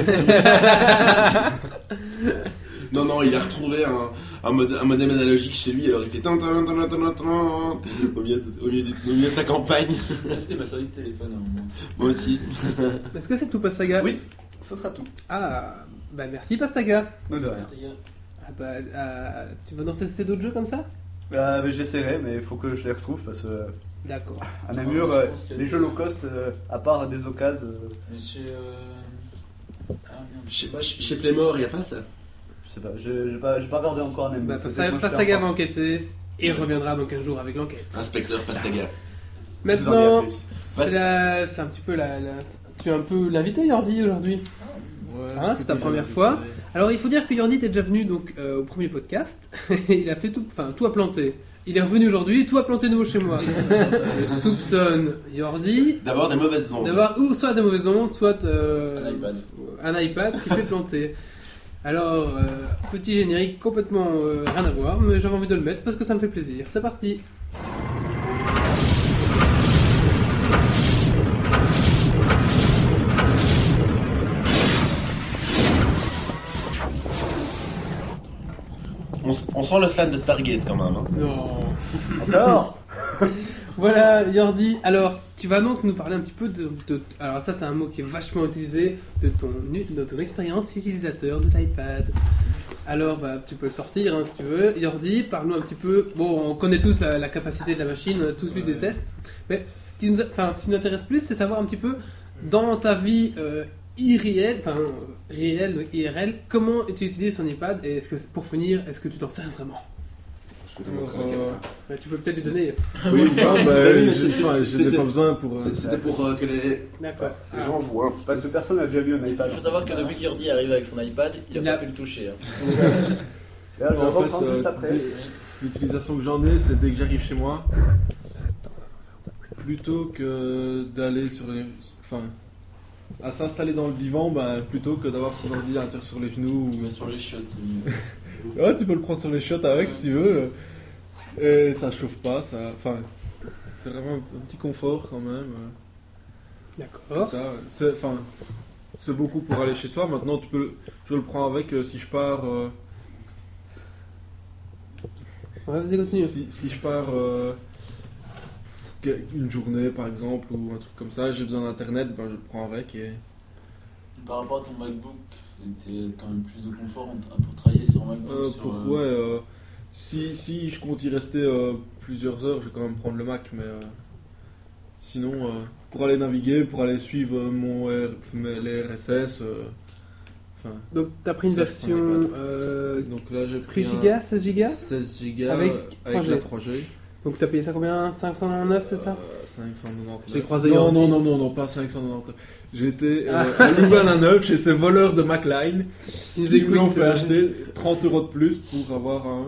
Non, non, il a retrouvé un, un, mode, un modem analogique chez lui, alors il fait tan tan tan tan tan tan au milieu de, au milieu de, au milieu de sa campagne. Ah, c'était ma sortie de téléphone à un moment. Moi aussi. Est-ce que c'est tout Pastaga? Oui, ce sera tout. Ah, bah merci Pastaga. Non, de rien. Les gars, Ah bah, ah, tu vas nous tester d'autres jeux comme ça? Ah, mais j'essaierai, mais il faut que je les retrouve parce que D'accord. à Namur, je euh, pense qu'il y a les des- jeux low cost, euh, à part des occasions, euh, mais chez. euh, Ah merde, je sais Chez, pas chez si- chez Playmore, y a pas ça? je sais pas, j'ai j'ai pas, j'ai pas regardé encore à Namur. Bah, C'est Pastaga, peut-être moi qui Pastaga l'ai va en enquêter et reviendra dans quinze jours avec l'enquête. Inspecteur Pastaga. France. Je vous en dis à Maintenant, plus. c'est la- c'est un petit peu la, la- Tu es un peu l'invité Yordi aujourd'hui. Ouais, Hein, c'est ta première fois. Alors il faut dire que Yordi était déjà venu donc, euh, au premier podcast. Il a fait tout, enfin tout a planté. Il est revenu aujourd'hui, tout a planté nouveau chez moi. Je soupçonne Yordi D'avoir des mauvaises ondes. d'avoir ou soit des mauvaises ondes, soit euh, Un iPad. un iPad qui fait planter. Alors, euh, petit générique complètement euh, rien à voir, mais j'avais envie de le mettre parce que ça me fait plaisir. C'est parti. on, s- on sent le fan de Stargate quand même. Hein. Non. Encore Voilà, Yordi. Alors, tu vas donc nous parler un petit peu de, de- alors ça c'est un mot qui est vachement utilisé, de ton, de ton expérience utilisateur de l'iPad. Alors, bah, tu peux le sortir hein, si tu veux. Yordi, parle-nous un petit peu. Bon, on connaît tous la, la capacité de la machine, on a tous vu des tests. Mais ce qui nous, a- enfin, ce qui nous intéresse plus, c'est savoir un petit peu dans ta vie euh, irréelle, enfin euh, réelle, donc I R L, comment tu utilises ton iPad et est-ce que pour finir, est-ce que tu t'en sers vraiment? Je peux te Alors, montrer la caméra. euh, Ouais, tu peux peut-être lui donner. Oui, ah, bah, oui, mais j'ai- c'est- enfin, c'est- je n'ai c'était- pas besoin pour. euh, c'est- C'était pour euh, que les, D'accord. les gens voient un petit peu. Parce que personne n'a déjà vu un iPad. Il faut savoir que depuis que Yordi est arrivé avec son iPad, il Il a a- pas pu le toucher. hein. Là, je vais En fait, reprendre juste euh, après. dès- l'utilisation que j'en ai, c'est dès que j'arrive chez moi, plutôt que d'aller sur les, enfin, à s'installer dans le divan, ben, plutôt que d'avoir son ordinateur sur les genoux. Tu Ou... vas sur les chiottes, c'est mieux. Ouais, tu peux le prendre sur les chiottes avec si tu veux, et ça chauffe pas, ça, enfin, c'est vraiment un petit confort quand même. D'accord. Ça, c'est, enfin, c'est beaucoup pour aller chez soi. Maintenant, tu peux, le- je le prends avec euh, si je pars. euh, Ouais, vas-y, continue. Si, si je pars euh, que- une journée par exemple ou un truc comme ça, j'ai besoin d'internet, ben je le prends avec et Par rapport à ton MacBook, t'as quand même plus de confort en- pour travailler sur un MacBook. euh, sur, pour euh, ouais, euh, si, si je compte y rester euh, plusieurs heures, je vais quand même prendre le Mac, mais euh, sinon euh, pour aller naviguer, pour aller suivre euh, mon R- mes- les R S S, euh, enfin, Donc, t'as pris une Ça, je version. prends l'iPad. Euh, donc là j'ai pris pris un giga, seize gigas seize gigas Avec avec, trois G. la trois G. Donc, t'as payé ça combien? cinq cent quatre-vingt-neuf, c'est ça? Euh, cinq cent quatre-vingt-dix-neuf. J'ai croisé Non, Yordi. non, non, non, non, pas cinq cent quatre-vingt-dix-neuf. J'étais euh, Ah. à Louvain-la-Neuve chez ces voleurs de MacLine Ils nous qui écoutent, nous ont c'est fait vrai. acheter trente euros de plus pour avoir un,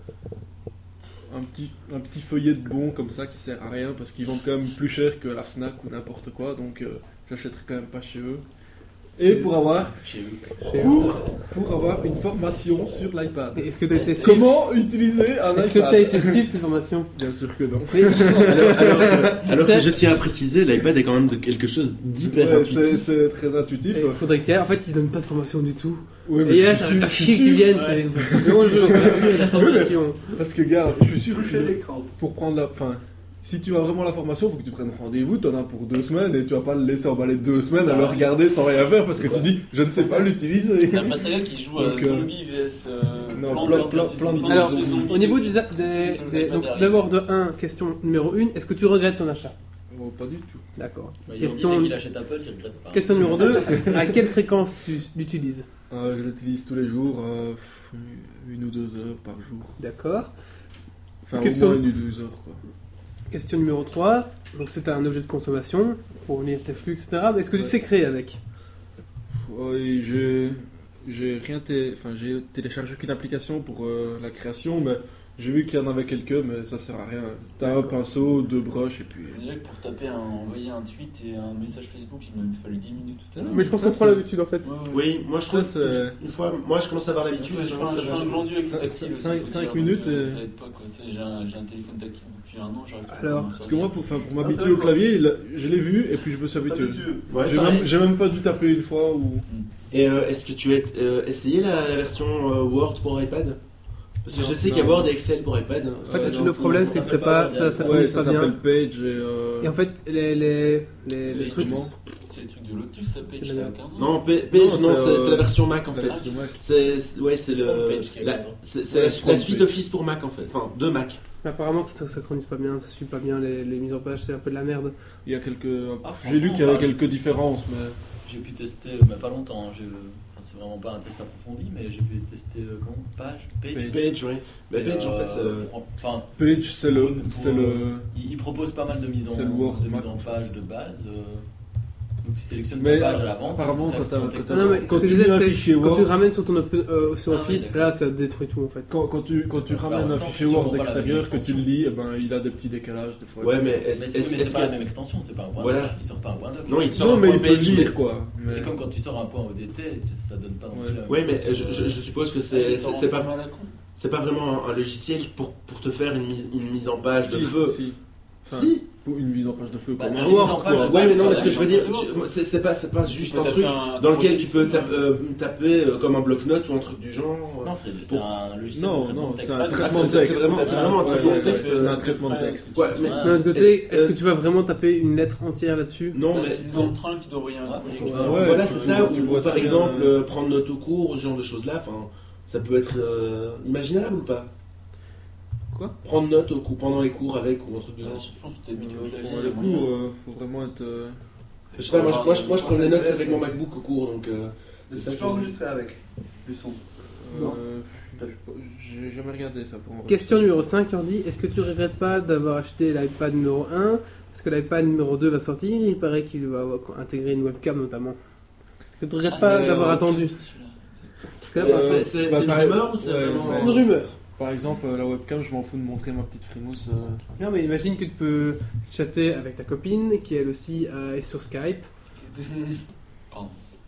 un, petit, un petit feuillet de bon comme ça qui sert à rien parce qu'ils vendent quand même plus cher que la Fnac ou n'importe quoi, donc euh, j'achèterai quand même pas chez eux. Et pour avoir, Chez eux. Chez pour, pour avoir une formation sur l'iPad. Et Est-ce que t'as été suivre Comment utiliser un Est-ce que iPad t'as été suivre ces formations? Bien sûr que non. Oui. Alors, alors que, alors que C'est- je tiens à préciser, l'iPad est quand même de quelque chose d'hyper Ouais, c'est, intuitif. c'est très intuitif. Il faudrait que tu y ailles. En fait, ils donnent pas de formation du tout. Oui, mais Et là, je ça suis va faire sûr- chier je que tu suis sûr- viennes. C'est bonjour, bienvenue à la formation. Parce que, gars, je suis sûr que Toucher l'écran. pour prendre la. Enfin, si tu as vraiment la formation, il faut que tu prennes rendez-vous, tu en as pour deux semaines et tu vas pas le laisser emballer deux semaines à le regarder sans rien faire parce que tu dis je ne sais pas l'utiliser. T'as pas Saga qui joue à Donc, euh, Zombie vs. Euh, non, Plants plein- vs plein- versus plein de Zombies. Alors, Zombies au niveau vs. des, a- des- Zombies des- vs. donc, d'abord de un, question numéro un, est-ce que tu regrettes ton achat? Oh, pas du tout. D'accord. Bah, Yordi, Question, dès qu'il achète Apple, il regrette pas. question numéro deux, à quelle fréquence tu l'utilises? Euh, je l'utilise tous les jours, euh, une ou deux heures par jour. D'accord. Enfin, Question- au moins une ou deux heures, quoi. Question numéro trois, donc c'est un objet de consommation pour lire tes flux, et cetera. Mais est-ce que tu Ouais. sais créer avec? Oui, j'ai, j'ai rien té- enfin, j'ai téléchargé qu'une application pour euh, la création, mais j'ai vu qu'il y en avait quelques, mais ça sert à rien. T'as un pinceau, deux brushes et puis. Déjà que pour taper un, envoyer un tweet et un message Facebook, il m'a fallu dix minutes. Ah, Mais je pense ça, qu'on prend c'est- l'habitude en fait. Ouais, ouais. Oui, moi je trouve, Ça, c'est- une fois, moi je commence à avoir l'habitude. Ouais, je je pense suis que un- je ça suis un va. glandu avec le Cinq- tactile aussi, cinq- faut cinq dire, minutes donc, euh, et- Ça aide pas quoi. Tu sais, j'ai un, j'ai un téléphone tactile depuis un an, j'arrive pas Alors, à m'en Parce que servir. moi, pour, enfin, pour Ah, m'habituer c'est au vrai, clavier, il- je l'ai vu et puis je me suis Ça habitué. m'habitue. Ouais, J'ai pareil. même, j'ai même pas dû taper une fois ou. Et euh, est-ce que tu as euh, essayé la, la version euh, Word pour iPad? Parce que Non, je sais qu'il y a non. Word et Excel pour iPad. En fait, Euh, le dans problème tous c'est les que sens. c'est pas, ça, ça Ouais, prononce ça pas bien. s'appelle Page et. euh, Et en fait, les, les, les, les Les trucs. Comment C'est le truc de Lotus, ça page, C'est c'est la- à quinze ans. Non, Pa- Page, Non, non, c'est, c'est euh, c'est la version Mac en la fait. version Mac. C'est c'est- ouais, c'est le Frontpage qui a la, quinze ans. c'est, c'est Ouais, la, Frontpage. la suite Office pour Mac en fait. Enfin, de Mac. Apparemment, ça ça synchronise pas bien, ça suit pas bien les, les mises en page, c'est un peu de la merde. Il y a quelques. Ah, j'ai lu franchement, qu'il y avait enfin, quelques différences, mais. J'ai pu tester, mais pas longtemps. hein, j'ai- Enfin, c'est vraiment pas un test approfondi, mais j'ai pu tester euh, comment Page, Page. Page. Page, oui. Mais Et, Page en euh, fait, c'est le. fran- Enfin, Page, c'est le. pour- C'est le. il, il propose pas mal de mises en, C'est le Word de mise Mac, en en fait. page de base. euh, donc tu sélectionnes Mais, ta page à l'avance. apparemment, et tu quand tapes t'as- ton quand texte t'as- Non, non, mais quand ce que je tu disais, mets un c'est fichier quand tu Word- le ramènes sur ton open- euh, sur Ah oui, Office, d'accord. là ça détruit tout en fait. Quand, quand tu, quand tu Alors, ramènes en même un temps, fichier c'est Word sûrement pas la même extérieur, que tu le extension. lis, eh ben, il a des petits décalages des fois. Ouais, mais Mais est-ce, c'est, est-ce, mais c'est est-ce pas que- la même extension, c'est pas un point Voilà. doc, il sort pas un point doc. Non, il sort Non, un mais point il peut Page, lire mais- quoi. Mais- C'est comme quand tu sors un point O D T, ça donne pas non plus Ouais. la même Ouais, mais chose je, sur, je, euh, je suppose que Ah, c'est, il c'est, sort c'est en pas, format à la con. c'est pas vraiment un, un logiciel pour, pour te faire une mise, une mise en page de Si, feu. si. Enfin, Si, pour une mise en page de feu Bah, comme t'as un une mise en Word, page quoi. de- Ouais, mais non, mais ce Ouais, que je veux dire, ouais. tu- c'est c'est pas, c'est pas juste peux un taper truc un- dans lequel un tu peux texte, taper, euh, taper euh, comme un bloc-notes ou un truc du genre. Non, c'est c'est un logiciel Non, de traitement non, de c'est texte. un Ah, traitement de c'est- c'est texte. vraiment- c'est vraiment un Ouais, traitement de ouais, texte, C'est un euh, traitement de texte. Ouais, mais- Ah. D'un autre côté, Est-ce- est-ce euh, que tu vas vraiment taper une lettre entière là-dessus? Non, Bah, mais c'est dans le train qui doit envoyer un Ouais, courrier. ouais, ouais, voilà, tu- c'est ça. tu Ou vois par très exemple, bien. euh, prendre note au cours, ce genre de choses-là, enfin, ça peut être euh, imaginable ou pas? Quoi? Prendre note au cours, pendant les cours avec ou un truc de Ah, genre. si je pense que t'es habitué au Euh, clavier. Pour il y les a moyen. cours, euh, faut vraiment être. euh, Je sais pas, moi je, moi, je, moi, je prends les notes avec mon MacBook au cours, donc euh, c'est ça Tu que peux je... enregistrer avec du son. Non. euh, J'ai jamais regardé ça pour Question numéro cinq, Jordi. Est-ce que tu regrettes pas d'avoir acheté l'iPad numéro un? Parce que l'iPad numéro deux va sortir, il paraît qu'il va avoir- intégrer une webcam notamment. Est-ce que tu regrettes Ah, pas c'est- d'avoir euh, attendu? celui-là. Parce que là, C'est- bah, c'est- C'est bah, c'est une pareil. rumeur ou c'est Ouais, vraiment... ouais. une rumeur. Par exemple, euh, la webcam, je m'en fous de montrer ma petite frimousse. euh, Non, mais imagine que tu peux chatter avec ta copine qui elle aussi euh, est sur Skype Pardon.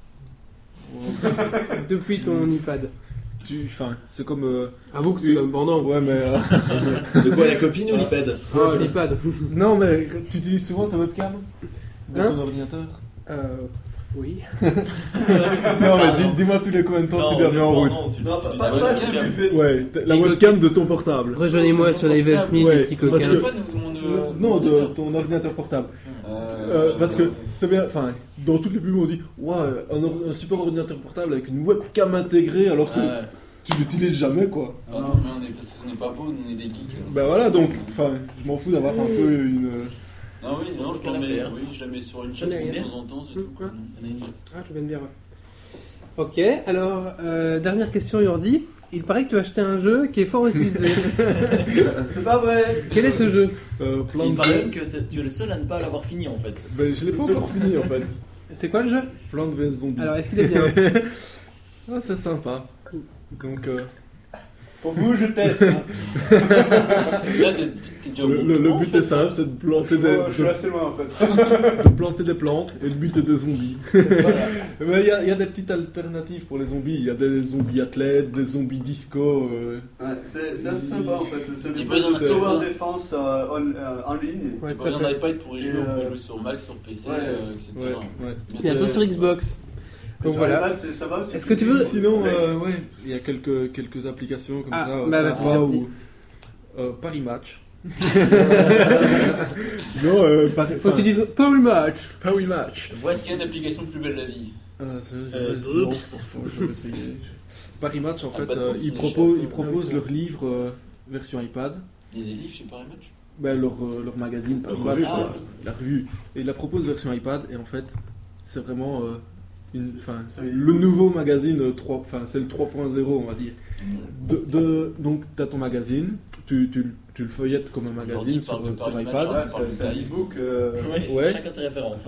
depuis ton iPad. tu- Enfin, c'est comme. euh, Avoue que c'est Oui. comme bandant. Ouais, mais. euh, De quoi, la copine ou l'iPad? Oh, l'iPad. Non, mais tu utilises souvent ta webcam dans Hein ton ordinateur? Euh, oui. Non, mais dis- dis-moi tous les combien de temps tu la mets en route. Non, tu Non, tu pas, dis pas, ça. pas ce que tu fais. Ouais, t- la Il webcam de ton portable. Rejoignez-moi sur les H mille, Ouais, les petits parce coquins. que- Téléphone ou mon, euh, Non, de ordinateur ton ordinateur portable. Euh, Euh, je- parce que c'est bien, enfin, dans toutes les pubs on dit, waouh, un, or- un super ordinateur portable avec une webcam intégrée alors que Ouais. tu l'utilises jamais quoi. Ah non, mais on est, parce qu'on n'est pas beau, on est des geeks. alors. Ben voilà, donc, enfin, je m'en fous d'avoir un peu une. Non, oui, non, sur je le la mets, canapé, hein. oui, je la mets sur une J'en ai chaise de rien. temps en temps, c'est Hum, tout. quoi. quoi, non. Il y en a une. Ah, tu viens de bien, ouais. Ok, alors, euh, dernière question, Jordi. Il paraît que tu as acheté un jeu qui est fort utilisé. C'est pas vrai. Quel est ce jeu? Euh, plein Il de paraît même que c'est- tu es le seul à ne pas l'avoir fini en fait. Ben, je l'ai pas encore fini en fait. C'est quoi le jeu? Plein de V S zombies. Alors, est-ce qu'il est bien? Ah, c'est sympa. Donc, euh, Pour vous, je teste. hein. Là, t'es t'es déjà au le, bout le- du le temps, en but fait. est simple, c'est de planter des, Moi, je suis de, assez loin en fait. de planter des plantes et de buter des zombies. Mais il y, a- il y a des petites alternatives pour les zombies. Il y a des zombies athlètes, des zombies disco. euh, Ouais, c'est c'est assez sympa en fait. C'est une Il espèce peut y en de avoir tower un. defense euh, en, euh, en ligne. Ouais, Bah, tout il y à a un fait. iPad pour y Et, jouer, on peut euh, jouer sur Mac, sur P C, ouais. euh, et cetera. Ouais, ouais. Mais Bientôt c'est- sur Xbox. Et Donc sur voilà. iPad, c'est- ça va aussi. Est-ce que tu veux- Sinon, euh, ouais, il y a quelques, quelques applications comme Ah, ça. bah, ça vas-y, va, vas-y. ou, euh, Paris Match. non, euh, Paris, Faut que tu dises Paris Match. Paris Match. Est-ce Voici. qu'il y a une application plus belle la vie? Euh, ça, je- Euh, je- non, oups. franchement, je vais essayer. Paris Match, en Ah, fait, pas de euh, bon, ils c'est proposent, cher. ils proposent Ah oui, c'est leur livre euh, version iPad. Il y a des livres chez Paris Match? Ben, leur, euh, leur magazine, Paris Leur Match, revue, quoi. quoi. La revue. Et ils la proposent version iPad, et en fait, c'est vraiment. euh, une- enfin, c'est Oui. le nouveau magazine euh, trois, enfin, c'est le trois point zéro, on va dire. De, de- donc, tu as ton magazine, tu, tu, tu le feuillettes comme un magazine L'ordi sur, parle de sur Paris Match, iPad. ouais. Ouais, c'est- c'est un e-book. euh, Ouais, Ouais. Chacun ses références. hein.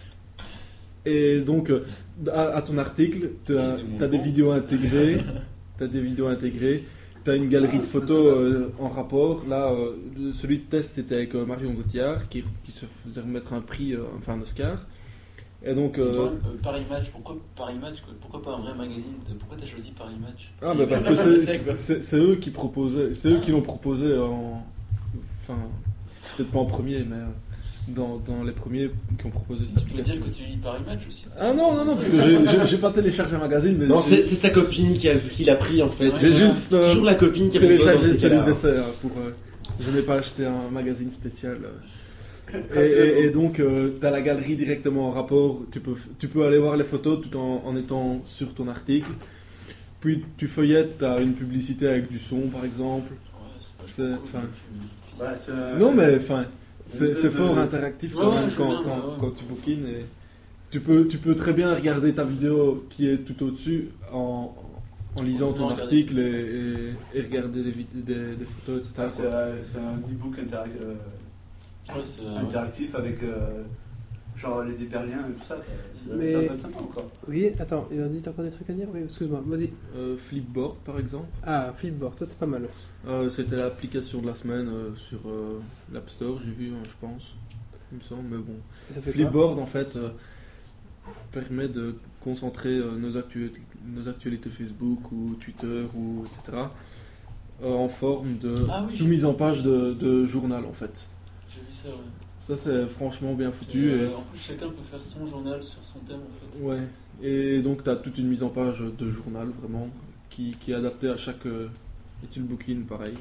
Et donc, euh, à, à ton article, tu as, Plus des des mouvements. vidéos intégrées. Tu as des vidéos intégrées. Tu as une galerie de photos euh, en rapport. Là, euh, le- celui de test, c'était avec euh, Marion Gauthiard, qui, qui se faisait remettre un prix, euh, enfin un Oscar. Et donc. Et euh, toi, euh, Paris Match, pourquoi Paris Match quoi? Pourquoi pas un vrai magazine? Pourquoi t'as choisi Paris Match? ah, Si, bah, mais parce que personne le c'est- sait, quoi. c'est c'est eux qui proposaient. C'est eux qui l'ont proposé en. Enfin, peut-être pas en premier, mais euh, dans, dans les premiers qui ont proposé cette Tu peux dire application. que tu lis Paris Match aussi. Ah non, non, non, parce que j'ai- j'ai j'ai pas téléchargé un magazine, mais Non, j'ai- c'est c'est sa copine qui, a, qui l'a pris en fait. Ouais, j'ai voilà. juste. C'est euh, toujours la copine qui a pris dans téléchargé ces celui cas-là. de dessert pour. euh, je n'ai pas acheté un magazine spécial. euh. Et, et- et donc, tu as la galerie directement en rapport. Tu peux, tu peux aller voir les photos tout en, en étant sur ton article. Puis tu feuillettes, tu as une publicité avec du son par exemple. Ouais, c'est pas C'est- cool, enfin, donc, ouais, c'est un- Non, mais enfin, c'est espèce c'est de- fort interactif Ouais, quand, ouais, même je quand, veux bien, quand, ouais, ouais. quand tu bouquines. Et tu, peux, tu peux très bien regarder ta vidéo qui est tout au-dessus en, en lisant ton Continuant à article et, et- et regarder des, vid- des, des photos, et cetera Ah, c'est quoi. un- c'est un e-book interac- euh, Ouais, c'est. ouais. interactif avec euh, genre les hyperliens et tout ça. quoi. C'est- Mais- Ça peut être sympa encore. Oui, attends, il a dit, t'as encore des trucs à dire? Oui, excuse-moi, vas-y. Euh, Flipboard par exemple. Ah, Flipboard, ça c'est pas mal. Euh, C'était l'application de la semaine euh, sur euh, l'App Store, j'ai vu, hein, je pense. Il me semble, mais bon. Et ça fait quoi? Flipboard, en fait, euh, permet de concentrer euh, nos, actu- nos actualités Facebook ou Twitter, ou et cetera, euh, en forme de Ah oui, sous-mise en page de, de journal, en fait. J'ai vu ça, ouais. Ça c'est franchement bien foutu. Et, Et... euh, En plus, chacun peut faire son journal sur son thème en fait. Ouais. Et donc tu as toute une mise en page de journal vraiment qui, qui est adaptée à chaque euh, étude booking pareil.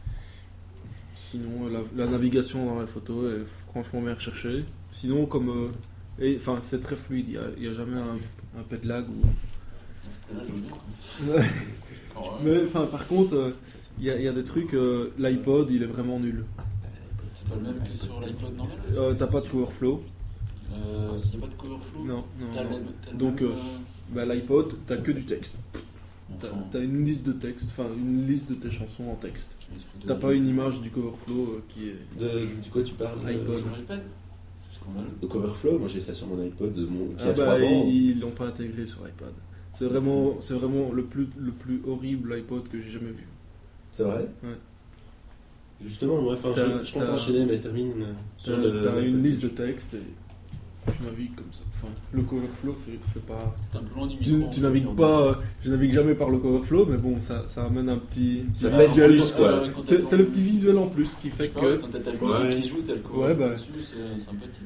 Sinon la, la navigation dans la photo est franchement bien recherchée. Sinon comme euh, et, enfin c'est très fluide, il n'y a, a jamais un, un pet lag ou... C'est là, je veux dire. Ouais. Quoi. Mais enfin par contre il euh, y, y a des trucs, euh, l'iPod il est vraiment nul. C'est pas le même que sur l'iPod normal. Euh, t'as pas de coverflow. Euh, S'il n'y a pas de coverflow. Non, non, T'as le non. même- t'as le Donc, même, euh, Bah, l'iPod, t'as que du texte. euh, T'as, enfin, t'as une liste de texte, enfin une liste de tes chansons en texte. il se fout de T'as la pas gueule. une image du coverflow euh, qui est. De, du quoi tu parles iPod. euh, Sur l'iPad. C'est scandaleux. Le Coverflow, moi j'ai ça sur mon iPod de mon, qui Ah a bah, trois ans. ils, ils l'ont pas intégré sur l'iPad. C'est vraiment, c'est vraiment le plus, le plus horrible iPod que j'ai jamais vu. C'est vrai Ouais. Justement, moi, enfin, T'as- je, je compte t'as- enchaîner, mais termine euh, T'as, sur le. t'as une l'iPod. liste de textes et tu navigues comme ça. Enfin, le coverflow fait, fait pas. T'es un peu loin du Tu, micro. en tu fait, navigues c'est pas, euh, je navigue jamais par le coverflow, mais bon, ça, ça amène un petit. Ça petit met du visuel. plus, quoi. Euh, quand t'as C'est, ton- c'est le petit visuel en plus qui fait Je sais pas, que. Quand t'as ta musique Ouais. qui joue, t'as le cover Ouais, bah. dessus, c'est sympathique.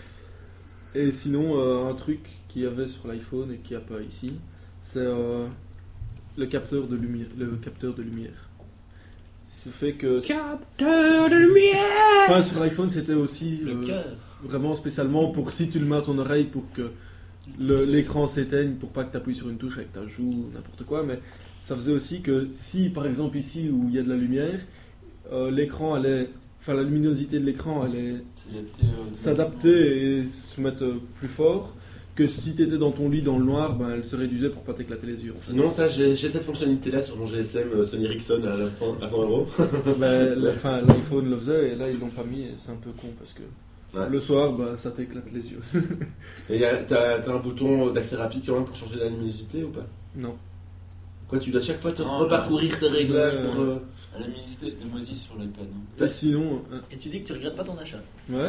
Et sinon, euh, un truc qu'il y avait sur l'iPhone et qu'il n'y a pas ici, c'est euh, le capteur de lumière. Le capteur de lumière. Ce fait que. Capteur de lumière. Enfin, sur l'iPhone, c'était aussi Le euh, cœur. vraiment spécialement pour si tu le mets à ton oreille pour que le- l'écran s'éteigne, pour pas que tu appuies sur une touche avec ta joue ou n'importe quoi. Mais ça faisait aussi que si, par exemple, ici où il y a de la lumière, euh, l'écran allait. Enfin, la luminosité de l'écran allait C'est adapté, euh, s'adapter et se mettre euh, plus fort. Que si tu étais dans ton lit dans le noir, ben, elle se réduisait pour pas t'éclater les yeux. En fait. Sinon, ça, j'ai, j'ai cette fonctionnalité-là sur mon G S M euh, Sony Ericsson à cent, à cent euros. Ben, la- enfin, l'iPhone le faisait et là ils l'ont pas mis et c'est un peu con parce que Ouais. le soir ben, ça t'éclate les yeux. Et y a- t'as, t'as un bouton d'accès rapide quand même pour changer la luminosité ou pas? Non. Quoi, tu dois chaque fois te Non, reparcourir tes réglages Ouais. pour. euh, À la luminosité de Moses sur l'iPad. hein. Et sinon, euh, Et tu dis que tu regrettes pas ton achat. ouais.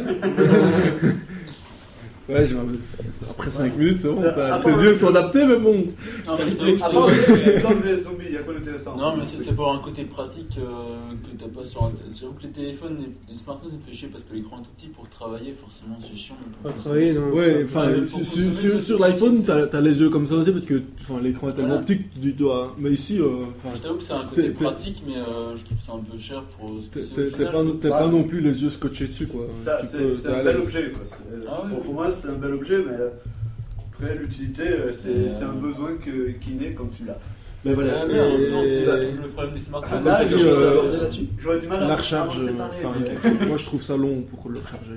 Ouais, j'ai après cinq minutes, c'est bon, Ça- t'as- après, tes on- yeux sont adaptés, mais bon. Non, mais vite c'est vrai que À c'est- part les comme les zombies, il y a quoi d'intéressant? Non, mais c'est c'est pour un côté pratique euh, que t'as pas sur un téléphone. J'avoue que les téléphones, les, les smartphones, ça me fait chier parce que l'écran est tout petit pour travailler, forcément, c'est chiant. mais pour Pas travailler, non. Ouais, enfin, Ouais, sur, pour sur- consommer, sur- c'est sur pratique, l'iPhone, c'est- t'as, t'as les yeux comme ça aussi parce que enfin, l'écran est tellement Voilà. petit que tu dois. Mais ici, euh, enfin, Je t'avoue que c'est un côté T'es- t'es- pratique, mais euh, je trouve ça un peu cher pour ce que t'es, c'est au t'es- t'es final, pas, quoi. t'es Ça- pas non plus les yeux scotchés dessus, quoi. Ça, Tu c'est peux- c'est t'es à un bel l'aise. objet. Quoi. C'est- Ah oui, pour, oui. pour moi, c'est un bel objet, mais euh, après, l'utilité, euh, c'est Euh. c'est un besoin que, qui naît quand tu l'as. Mais voilà. Ouais, mais en même temps, c'est Et- le problème des Ah, smartphones. là, T'as aussi, quelque chose à euh, aborder là-dessus? J'aurais du mal à La recharge, à euh, séparer, enfin, mais- moi je trouve ça long pour le recharger.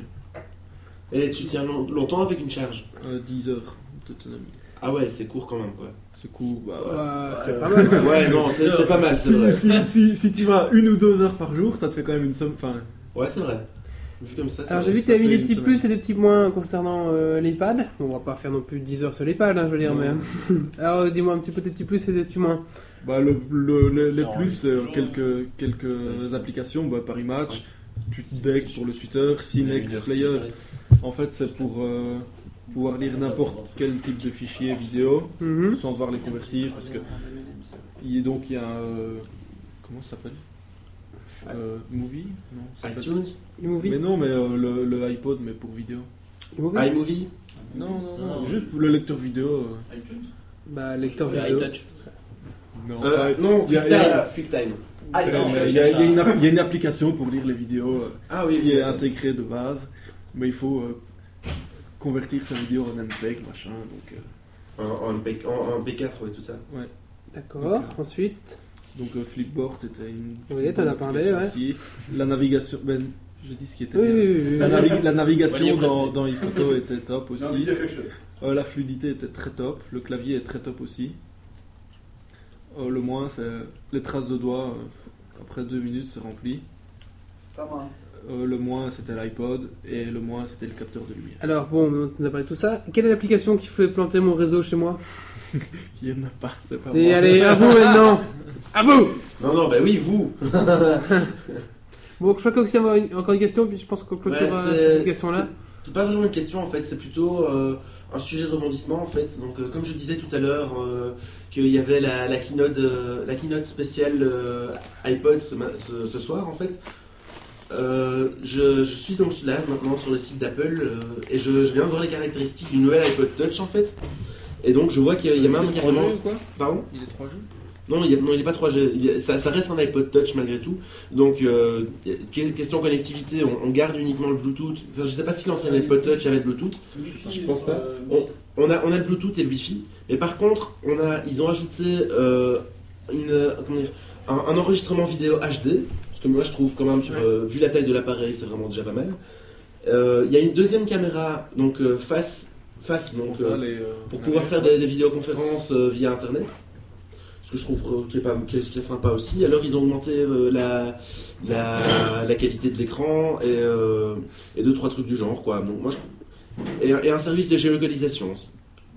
Et tu tiens long- longtemps avec une charge? Euh, dix heures d'autonomie. Ah ouais, c'est court quand même quoi. C'est cool, bah ouais. Ouais, c'est Ouais. pas mal. Ouais, non, c'est, c'est pas mal, c'est Si, vrai. si, si, si tu vas une ou deux heures par jour, ça te fait quand même une somme. Enfin, Ouais, c'est vrai. Vu comme ça, c'est Alors vrai. j'ai vu que ça tu avais mis fait des une petits semaine. plus et des petits moins concernant euh, l'iPad. On va pas faire non plus dix heures sur l'iPad, hein, je veux dire, Non. mais. Alors dis-moi un petit peu tes petits plus et des petits moins. bah le, le- les, les Ça plus, c'est euh, enlève quelques, quelques applications, bah, Paris Match, TweetDeck pour le Twitter, Cinex une heure Player. six. En fait, c'est pour euh, pouvoir lire n'importe quel type de fichier vidéo Mhm. sans devoir les convertir, parce que il y a donc il y a un, euh, comment ça s'appelle euh, Movie non, ça s'appelle- iTunes, iMovie. Mais non, mais euh, le, le iPod, mais pour vidéo. iMovie. iMovie. Non, non, non, Non. juste pour le lecteur vidéo. euh, iTunes. Bah lecteur Le vidéo. iTouch. Non, Euh, non, il y a- il y a- QuickTime. QuickTime. Ah, Non, non, mais il y, a- il y a une app- il y a une application pour lire les vidéos euh, Ah oui, qui oui. est intégrée de base, mais il faut euh, convertir sa vidéo en M P E G, machin. Donc, euh, En, en, P- en- en P quatre et tout ça. D'accord. Ensuite. donc euh, Flipboard, c'était une. Oui, une t'en as bonne parlé, application aussi. La navigation, ben, je dis ce qui était Oui, bien. oui, oui. oui, La, oui. navi- la navigation Valier dans, pressé. dans iPhoto était top J'ai envie de aussi. dire quelque chose. Euh, la fluidité était très top. Le clavier est très top aussi. Euh, le moins, c'est les traces de doigts. euh, après deux minutes, c'est rempli. C'est pas mal. Euh, le moins, c'était l'iPod. Et le moins, c'était le capteur de lumière. Alors bon, on nous a parlé de tout ça. Quelle est l'application qui fait planter mon réseau chez moi? Il n'y en a pas, c'est pas Et moi. allez, à vous maintenant. À vous. Non, non, bah oui, vous. Bon, je crois qu'il y a aussi avoir une- encore une question, puis je pense qu'on Ouais, clôturera c'est- cette question-là. C'est pas vraiment une question en fait, c'est plutôt euh, un sujet de rebondissement en fait. Donc, euh, comme je disais tout à l'heure, euh, qu'il y avait la, la, keynote, euh, la keynote spéciale euh, iPod ce, ma- ce- ce soir en fait. euh, je, je suis donc là maintenant sur le site d'Apple euh, et je, je viens de voir les caractéristiques du nouvel iPod Touch en fait. Et donc je vois qu'il y a, il y a même carrément. trois G ou quoi ? Pardon ? Il est trois G ? Non, il n'est pas trois G. Il est- ça, ça reste un iPod Touch malgré tout. Donc, euh, que- question connectivité, on, on garde uniquement le Bluetooth. Enfin, je ne sais pas si l'ancien iPod Touch avait le Bluetooth. Je pense pas. Euh, On, on a, on a le Bluetooth et le Wi-Fi. Mais par contre, on a, ils ont ajouté euh, une, euh, comment dire, un, un enregistrement vidéo H D. Parce que moi, je trouve quand même, sur, euh, vu la taille de l'appareil, c'est vraiment déjà pas mal. Euh, Il y a une deuxième caméra, donc euh, face, face donc, euh, Les, euh, pour pouvoir faire des, des vidéoconférences euh, via Internet. Ce que je trouve euh, qui, est pas, qui, est, qui est sympa aussi. Alors ils ont augmenté euh, la, la, la qualité de l'écran et, euh, et deux trois trucs du genre quoi. Donc moi je, et, et un service de géolocalisation aussi.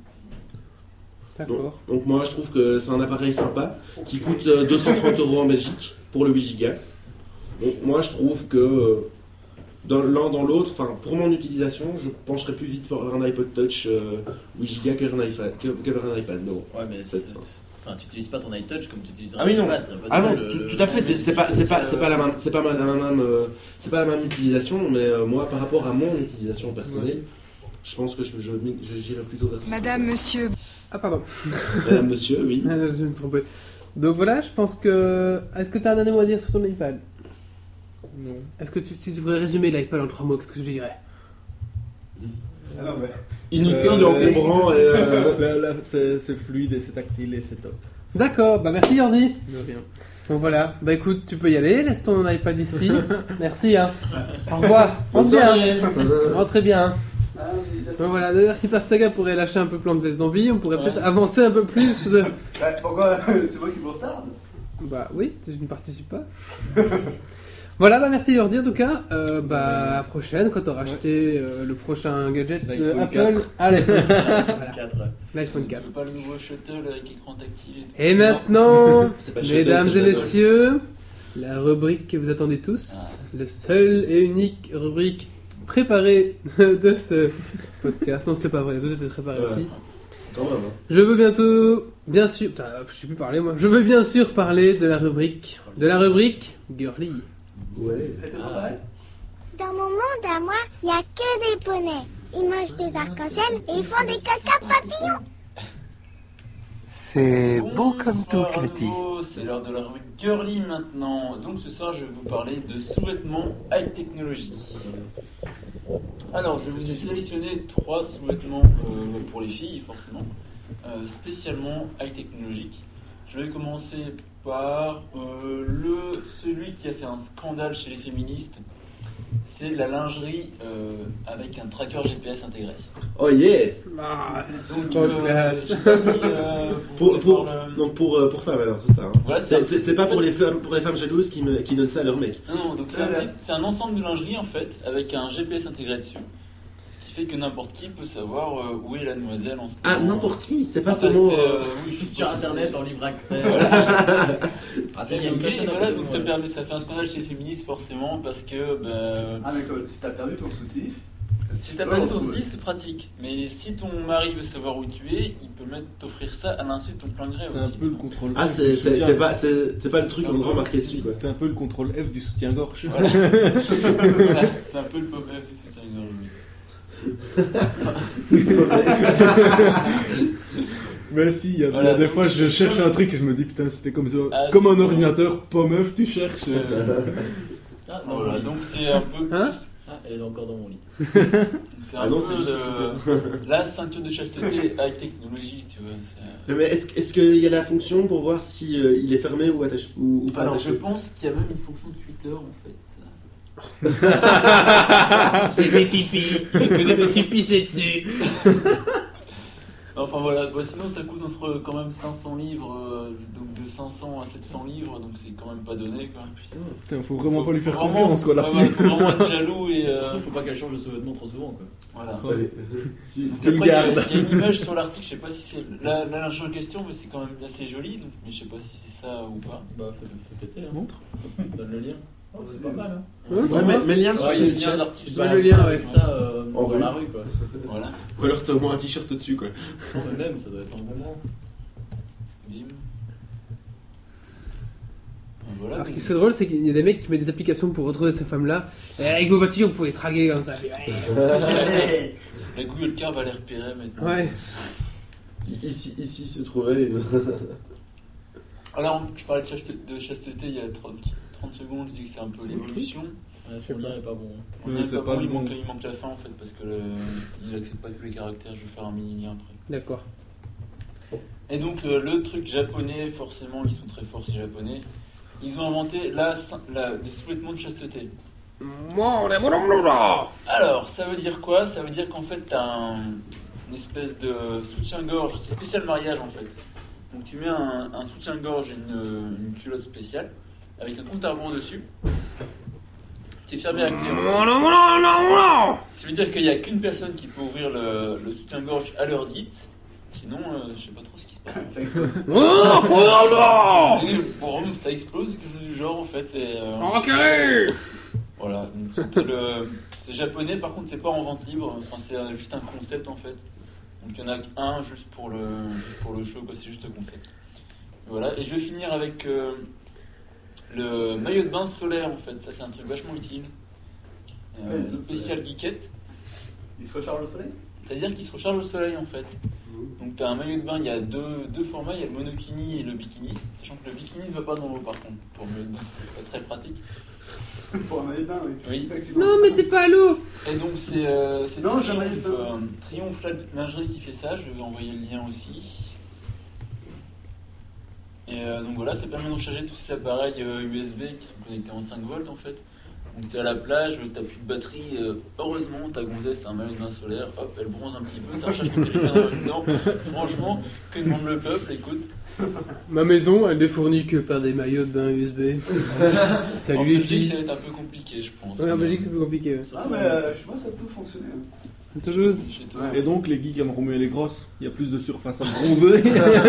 D'accord. Donc moi je trouve que c'est un appareil sympa qui coûte euh, deux cent trente euros en Belgique pour le huit gigas. Donc moi je trouve que euh, dans l'un dans l'autre, enfin pour mon utilisation, je pencherais plus vite vers un iPod Touch euh, huit gigas que vers un iPad. Que, que vers un iPad. Mais bon. Ouais, mais C'est- c'est- enfin, tu n'utilises pas ton iTouch comme tu utilises un Ah oui, non. iPad. ça veut pas Ah dire non, le- tout, le- tout à fait, c'est c'est pas, c'est pas, c'est pas la même, c'est pas la même, euh, c'est pas la même utilisation, mais euh, moi, par rapport à mon utilisation personnelle, je pense que je, je, je- j'irais plutôt vers ça. Madame, monsieur, Ah, pardon. Madame, monsieur, oui. Ah, je me suis trompé. Donc voilà, je pense que. Est-ce que tu as un dernier mot à dire sur ton iPad ? Non. Est-ce que tu, si tu devrais résumer l'iPad en trois mots, qu'est-ce que tu dirais ? Ah non, mais. Inutile, Euh, encombrant et. Euh, Là, là, c'est c'est fluide et c'est tactile et c'est top. D'accord, bah merci Jordi. De rien. Donc voilà, bah écoute, tu peux y aller, laisse ton iPad ici. Merci, hein. Au revoir. bonne Rentre bien. soirée. Rentrez bien. hein. Donc voilà, d'ailleurs, si Pastaga pourrait lâcher un peu Plante vs Zombie, on pourrait Ouais. peut-être avancer un peu plus. De... Ouais, pourquoi c'est moi qui me retarde? Bah oui, je ne participe pas. Voilà, bah merci Jordi en tout cas. Euh, bah à la prochaine quand tu auras Ouais. acheté euh, le prochain gadget euh, L'iPhone Apple. quatre. Ah, l'iPhone voilà, quatre, ouais. l'iPhone Tu quatre. veux pas le nouveau shuttle avec écran tactile et tout. Et maintenant, C'est pas le shuttle, mesdames c'est et le shuttle. messieurs, la rubrique que vous attendez tous, le seul et unique rubrique préparée de ce podcast. Non, c'est pas vrai, les autres étaient préparés Ouais. aussi. Quand même, hein. Je veux bientôt, bien sûr, putain, je sais plus parler moi. Je veux bien sûr parler de la rubrique, de la rubrique girly. Ouais. Elle était pas pareil? Dans mon monde à moi, il n'y a que des poneys. Ils mangent des arcs-en-ciel et ils font des caca papillons. C'est beau comme tout, Bonsoir à Cathy. nouveau, c'est l'heure de la rubrique girly maintenant. Donc ce soir, je vais vous parler de sous-vêtements high technologie. Alors, je vous ai sélectionné trois sous-vêtements euh, pour les filles, forcément, euh, spécialement high technologiques. Je vais commencer par euh, le celui qui a fait un scandale chez les féministes. C'est la lingerie euh, avec un tracker G P S intégré. Oh yeah. Ah, Donc, Oh, classe. je sais pas si, euh, vous Pour, voulez pour, voir le- donc pour, euh, pour femmes alors, c'est ça. Hein. Voilà, C'est un- c'est- c'est pas pour les femmes, pour les femmes jalouses qui, me, qui donnent ça à leur mec. Non, donc c'est un, petit- c'est un ensemble de lingerie en fait, avec un G P S intégré dessus. Ce qui fait que n'importe qui peut savoir euh, où est la demoiselle en ce moment. Ah, n'importe qui, c'est pas Ah, seulement. c'est, euh, euh, oui, C'est c'est sur pas- internet en libre accès. Ah, C'est il y a une ok, machine à voilà, côté de donc moi. ça, permet, ça fait un scandale chez les féministes forcément parce que ben, Ah, mais quoi, si t'as perdu ton soutif. si t'as Ouais, pas on ton trouve. souci, c'est pratique. Mais si ton mari veut savoir où tu es, il peut mettre t'offrir ça à l'insu de ton plein gré C'est aussi. un peu le contrôle Ah, F c'est du c'est- soutien. c'est pas, c'est- c'est pas le truc C'est en un grand peu- marqué dessus quoi. C'est un peu le contrôle F du soutien-gorge. Voilà. Voilà, c'est un peu le pop F du soutien-gorge. Mais si, il y a, Voilà, il y a des donc- fois je cherche un truc et je me dis putain c'était comme ça. Ah, comme c'est un bon. ordinateur, pas meuf, tu cherches. euh. Ah, non, Voilà, oui. donc c'est un peu. Hein Ah, elle est encore dans mon lit. C'est un Ah non, peu c'est juste le- la ceinture de chasteté high technologie, tu vois. c'est- Mais est-ce est-ce qu'il y a la fonction pour voir si euh, il est fermé ou attaché ou, ou pas Alors je attaché? pense qu'il y a même une fonction de Twitter en fait. j'ai fait pipi, je me suis pissé dessus. Enfin voilà, bah, sinon ça coûte entre quand même cinq cents livres, euh, donc de cinq cents à sept cents livres, donc c'est quand même pas donné quoi. Putain. Putain, faut vraiment pas lui faire Faut vraiment- confiance quoi la ouais, fille. ouais, faut vraiment être jaloux et. Et euh, surtout, faut pas qu'elle change de sous-vêtements trop souvent. Quoi. Voilà. Ouais. Si. Donc Tu le après, il y a- gardes. Il y a une image sur l'article, je sais pas si c'est la, la lingerie en question, mais c'est quand même assez joli, donc, mais je sais pas si c'est ça ou pas. Bah, fais, fais péter. Hein. Montre. Donne le lien. Oh, c'est pas mal. Hein. Ouais, Ouais, mais, mais le lien sur Ouais, il y a le le lien chat. de Tu l'article. te sur balades le lien, pas ouais. avec ça euh, En dans rue. la rue. Quoi. Voilà, Ou alors t'as au moins un t-shirt au-dessus quoi. Non, mais même, ça doit être un bon moment. bim. voilà. Alors, ce donc- qui serait drôle, c'est qu'il y a des mecs qui mettent des applications pour retrouver ces femmes-là. Et avec vos voitures, vous pouvez les traquer comme ça. La Google Car va les repérer maintenant. Ouais. Ici, ici se trouvait une... Alors, je parlais de chasteté, de chasteté il y a trente, trente secondes, je dis que c'est un peu l'évolution. Ouais, ton lien est pas bon. hein. On Ouais, est c'est pas pas bon, le il, bon. manque, il manque la fin en fait, parce que le, il accepte pas tous les caractères, je vais faire un mini lien après. D'accord. Et donc, euh, le truc japonais, forcément, ils sont très forts ces japonais. Ils ont inventé la, la, des sous-vêtements de chasteté. Alors, ça veut dire quoi? Ça veut dire qu'en fait, t'as un, une espèce de soutien-gorge, c'est spécial mariage en fait. Donc, tu mets un, un soutien-gorge et une, une culotte spéciale avec un compte à rebours dessus. C'est fermé à clé. En fait. Ça veut dire qu'il n'y a qu'une personne qui peut ouvrir le, le soutien-gorge à l'heure dite. Sinon, euh, je sais pas trop ce qui se passe. Ça explose. Et boum, ça explose, quelque chose du genre en fait. Et, euh, voilà, donc c'est le- c'est japonais, par contre c'est pas en vente libre, enfin, c'est euh, juste un concept en fait. Donc il y en a qu'un juste pour le, juste pour le show, quoi, c'est juste un concept. Voilà, et je vais finir avec euh, le maillot de bain solaire en fait, ça c'est un truc vachement utile. Euh, Ouais, spécial geekette, Il se recharge au soleil? c'est-à-dire qu'il se recharge au soleil en fait. Donc tu as un maillot de bain, il y a deux, deux formats, il y a le monokini et le bikini, sachant que le bikini ne va pas dans l'eau par contre, pour le maillot de bain, c'est pas très pratique. Pour un maillot de bain, oui. Oui. Effectivement. Non, mettez pas à l'eau. Et donc c'est euh, c'est Non, Triomphe, jamais, euh, Triomphe Lingerie qui fait ça, je vais envoyer le lien aussi. Et euh, donc voilà, ça permet de recharger tous ces appareils euh, U S B qui sont connectés en cinq volts en fait. Donc t'es à la plage, t'as plus de batterie, euh, heureusement ta gonzesse a un maillot de bain solaire, hop, elle bronze un petit peu, ça recharge ton téléphone en même temps. Franchement, que demande le peuple, écoute. Ma maison, elle n'est fournie que par des maillots de bain U S B. En Salut les Belgique, filles. ça va être un peu compliqué, je pense. Ouais, en Belgique, c'est plus compliqué. ouais. Ah, mais euh, je sais pas, ça peut fonctionner. hein. Autre chose. Chez toi. Et donc, les geeks aiment remuer les grosses. Il y a plus de surface à bronzer.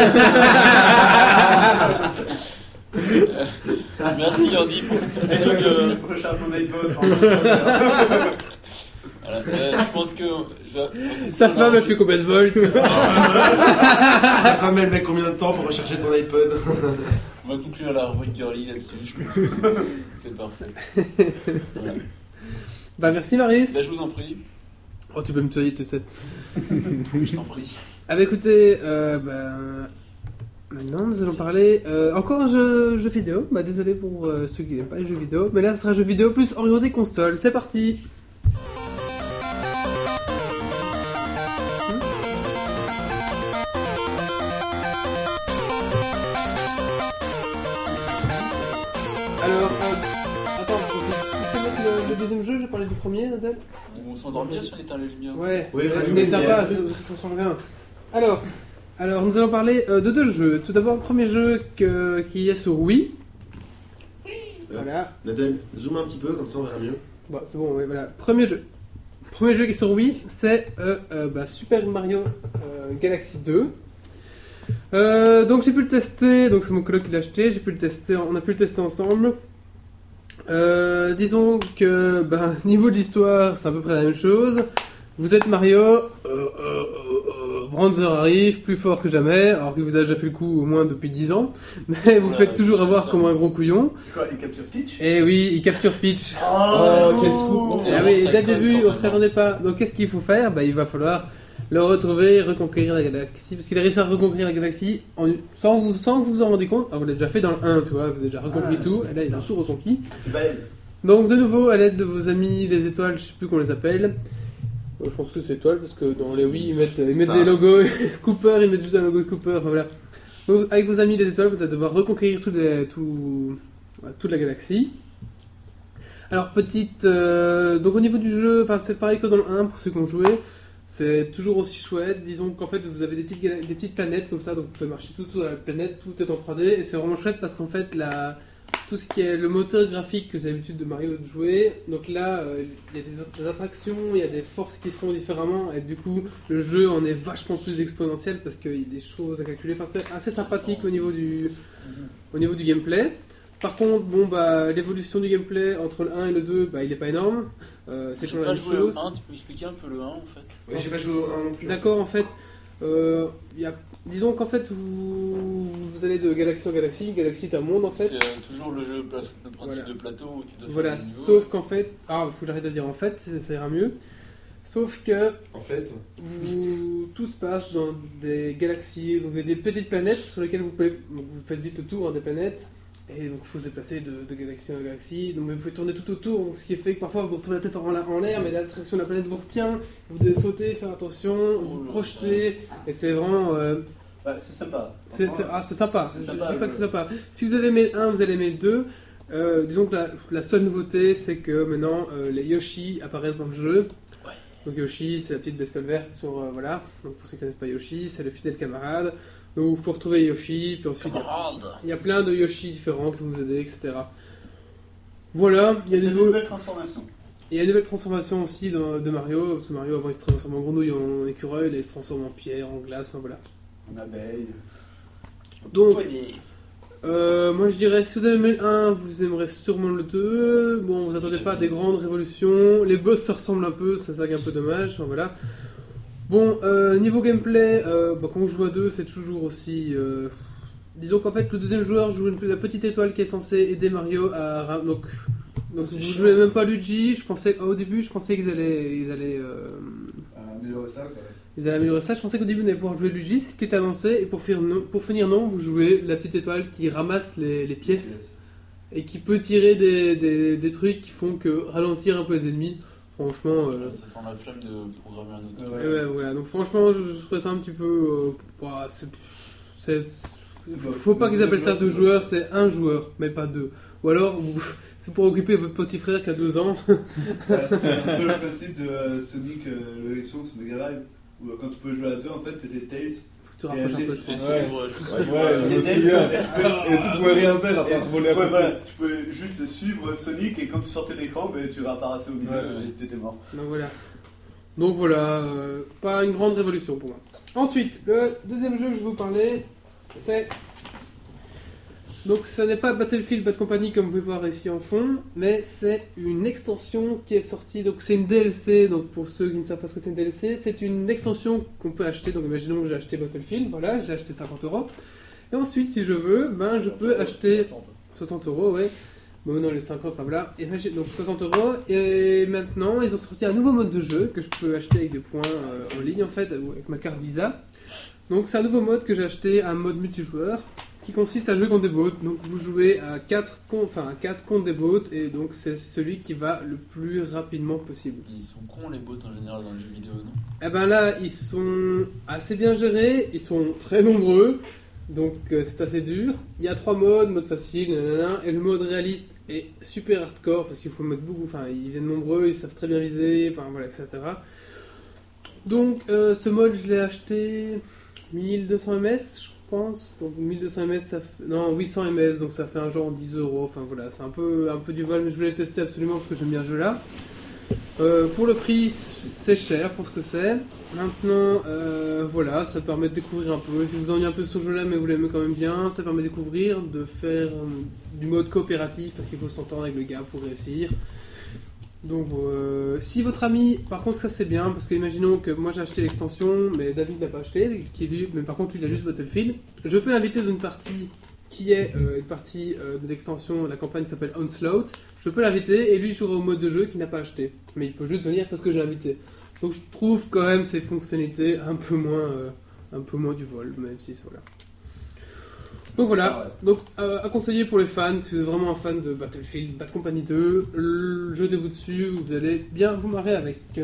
Merci Yandy pour cette Et conclusion. donc, euh, je recharge mon iPod. Voilà, euh, je pense que je vais- Ta femme, elle fait combien de volts? Ta femme, elle met combien de temps pour rechercher ton iPod? On va conclure la rubrique girly là-dessus. Je pense que c'est parfait. Voilà. Bah, merci Marius. Bah, je vous en prie. Oh, tu peux me tuer, tu sais. Je t'en prie. Ah bah écoutez, euh, bah, maintenant nous allons parler euh, encore un jeu, jeu vidéo. Bah désolé pour euh, ceux qui n'aiment pas les jeux vidéo, mais là ce sera un jeu vidéo plus orienté console. C'est parti. Alors, euh, attends, tu sais mettre le, le deuxième jeu, j'ai parlé du premier, Nadal. On s'endormir si on éteint les lumières. Ouais, Oui, euh, rallume mais les t'as lumières. pas, ça, ça change rien. Alors, alors, nous allons parler euh, de deux jeux. Tout d'abord, le premier jeu que, qui est sur Wii. Voilà. Nadal, zoom un petit peu, comme ça on verra mieux. Bon, c'est bon, ouais, voilà. Premier jeu. Premier jeu qui est sur Wii, c'est euh, euh, bah, Super Mario euh, Galaxy deux. Euh, donc j'ai pu le tester, donc c'est mon coloc qui l'a acheté, j'ai pu le tester, on a pu le tester ensemble. Euh, disons que bah, niveau de l'histoire, c'est à peu près la même chose. Vous êtes Mario, euh, euh, euh, euh, Bronzer arrive, plus fort que jamais, alors qu'il vous a déjà fait le coup au moins depuis dix ans, mais vous Voilà, faites toujours c'est avoir ça. comme un gros couillon. Quoi, il capture Peach? Et oui, il capture Peach. Oh, quel scoop! Ah Ah, oui, ça dès le colle début, quand on même, s'y attendait pas. Donc qu'est-ce qu'il faut faire? Bah, il va falloir le retrouver, reconquérir la galaxie, parce qu'il a réussi à reconquérir la galaxie en- sans, vous, sans que vous vous en rendez compte. Alors, vous l'avez déjà fait dans le un, tu vois, vous avez déjà reconquis Ah, tout, et là il a tout reconquis. Balèze. Donc de nouveau, à l'aide de vos amis, les étoiles, je sais plus comment on les appelle. Euh, Je pense que c'est étoiles, parce que dans les Wii, ils mettent, ils mettent des Stars. logos Cooper, ils mettent juste un logo de Cooper, enfin voilà. Donc, avec vos amis les étoiles, vous allez devoir reconquérir tout les- tout- voilà, toute la galaxie. Alors petite, euh, donc au niveau du jeu, enfin c'est pareil que dans le un pour ceux qui ont joué, c'est toujours aussi chouette. Disons qu'en fait vous avez des petites, gala- des petites planètes comme ça, donc vous pouvez marcher tout autour de la planète, tout est en trois D et c'est vraiment chouette parce qu'en fait la, tout ce qui est le moteur graphique que vous avez l'habitude de Mario de jouer, donc là euh, il y a des, des attractions, il y a des forces qui se font différemment et du coup le jeu en est vachement plus exponentiel parce qu'il y a des choses à calculer. Enfin c'est assez sympathique au niveau du, au niveau du gameplay. Par contre, bon bah l'évolution du gameplay entre le un et le deux, bah il est pas énorme. Euh, c'est J'ai toujours la pas même joué au chose. un, tu peux expliquer un peu le un en fait? Oui, j'ai pas joué au un non plus. D'accord, en fait, euh, il y a, disons qu'en fait vous, vous vous allez de galaxie en galaxie. Galaxie est un monde en fait. C'est euh, toujours le jeu, pla- le principe Voilà. de plateau où tu dois faire Voilà, des niveaux. sauf qu'en fait, ah, faut que j'arrête de dire en fait, ça ça ira mieux. Sauf que En fait, vous, tout se passe dans des galaxies, vous avez des petites planètes sur lesquelles vous pouvez, donc vous faites vite le tour hein, des planètes, et donc il faut se déplacer de, de galaxie en galaxie, donc mais vous pouvez tourner tout autour, donc ce qui fait que parfois vous retrouvez la tête en, la- en l'air, mais l'attraction de la planète vous retient, vous devez sauter, faire attention, vous projeter, et c'est vraiment... euh, Ouais, c'est sympa. c'est, c'est- ah, c'est sympa, C'est c'est sympa, sympa, le que c'est jeu. sympa. Si vous avez aimé le un, vous allez aimer le deux. Euh, disons que la, la seule nouveauté, c'est que maintenant euh, les Yoshi apparaissent dans le jeu. Donc Yoshi, c'est la petite bestiole verte sur euh, voilà. Donc pour ceux qui ne connaissent pas Yoshi, c'est le fidèle camarade. Donc il faut retrouver Yoshi, puis ensuite il y a- Camarade. il y, a plein de Yoshi différents qui vont vous aider, et cetera. Voilà, il y a C'est des une nouveaux- nouvelle transformation. et il y a une nouvelle transformation aussi dans- de Mario, parce que Mario avant il se transforme en grenouille, en écureuil, là il se transforme en pierre, en glace, enfin voilà. En abeille. Donc, euh, moi je dirais, si vous avez aimé le un, vous aimerez sûrement le deux. Bon, vous attendez pas à des grandes révolutions. Les boss se ressemblent un peu, ça c'est un peu dommage. Enfin, voilà. Bon, euh, niveau gameplay, euh, bah, quand on joue à deux, c'est toujours aussi. euh, Disons qu'en fait, le deuxième joueur joue une, la petite étoile qui est censée aider Mario à. ra- Donc, donc C'est vous chiant, jouez ça. même pas Luigi. Je pensais, au début, je pensais qu'ils allaient. Ils allaient euh, Améliorer ça, quoi. Ils allaient améliorer ça. Je pensais qu'au début on allait pouvoir jouer Luigi, c'est ce qui était annoncé. Et pour finir, non, pour finir, non, vous jouez la petite étoile qui ramasse les, les pièces et qui peut tirer des, des, des trucs qui font que ralentir un peu les ennemis. Franchement, euh, Ça sent la flemme de programmer un autre. Ouais. et ouais, voilà. Donc franchement, je, je trouvais ça un petit peu. euh, bah, c'est, c'est- C'est faut, pas- faut pas qu'ils appellent ça c'est deux pas- joueurs, c'est un joueur, mais pas deux. Ou alors, vous- c'est pour occuper votre petit frère qui a deux ans. Ouais, c'est un peu le principe de euh, Sonic, euh, le Hérisson sur Mega Drive, où euh, quand tu peux jouer à deux, en fait, t'étais Tails. Tu te rapproches un peu, je Et pense. suivre, juste Ouais, suivre, ouais, euh, je me Tails, souviens. et tu peux- Et tu pouvais rien faire à Et- part voler à ouais, côté. voilà, tu pouvais juste suivre Sonic et quand tu sortais de l'écran, ben, tu réapparaissais au milieu Ouais, et ouais. t'étais mort. Donc voilà. Donc voilà, euh, pas une grande révolution pour moi. Ensuite, le deuxième jeu que je vais vous parler, c'est... Donc ça n'est pas Battlefield Bad Company comme vous pouvez voir ici en fond, mais c'est une extension qui est sortie, donc c'est une D L C, donc pour ceux qui ne savent pas ce que c'est une D L C, c'est une extension qu'on peut acheter, donc imaginons que j'ai acheté Battlefield, voilà, je l'ai acheté cinquante euros, et ensuite si je veux, ben je peux acheter soixante euros, ouais. Bon, non, les cinquante, enfin voilà. Et j'ai- donc soixante euros. Et maintenant, ils ont sorti un nouveau mode de jeu que je peux acheter avec des points euh, en ligne, en fait, avec ma carte Visa. Donc, c'est un nouveau mode que j'ai acheté, un mode multijoueur, qui consiste à jouer contre des bots. Donc, vous jouez à quatre enfin, à quatre contre des bots, et donc c'est celui qui va le plus rapidement possible. Ils sont cons les bots en général dans le jeu vidéo, non? Eh ben là, ils sont assez bien gérés, ils sont très nombreux, donc euh, c'est assez dur. Il y a trois modes, mode facile, nanana, et le mode réaliste est super hardcore parce qu'il faut mettre beaucoup, enfin ils viennent nombreux, ils savent très bien viser, enfin voilà, et cetera. Donc euh, ce mode je l'ai acheté mille deux cents ms je pense, donc mille deux cents ms ça fait, non huit cents ms, donc ça fait un genre dix euros, enfin voilà, c'est un peu, un peu du vol, mais je voulais le tester absolument parce que j'aime bien ce jeu là. Euh, pour le prix, c'est cher pour ce que c'est. Maintenant, euh, voilà, ça permet de découvrir un peu. Si vous ennuyez un peu ce jeu-là, mais vous l'aimez quand même bien, ça permet de découvrir, de faire euh, du mode coopératif parce qu'il faut s'entendre avec le gars pour réussir. Donc, euh, si votre ami, par contre, ça c'est bien parce que imaginons que moi j'ai acheté l'extension, mais David l'a pas acheté, qui lui, mais par contre lui il a juste Battlefield. Je peux l'inviter dans une partie qui est euh, une partie euh, de l'extension, la campagne s'appelle Onslaught. Je peux l'inviter et lui il jouera au mode de jeu qu'il n'a pas acheté. Mais il peut juste venir parce que j'ai invité. Donc je trouve quand même ces fonctionnalités un peu moins, euh, un peu moins du vol, même si c'est voilà. Donc voilà, donc euh, à conseiller pour les fans, si vous êtes vraiment un fan de Battlefield, Bad Company deux, le- jetez-vous dessus, vous allez bien vous marrer avec. Euh,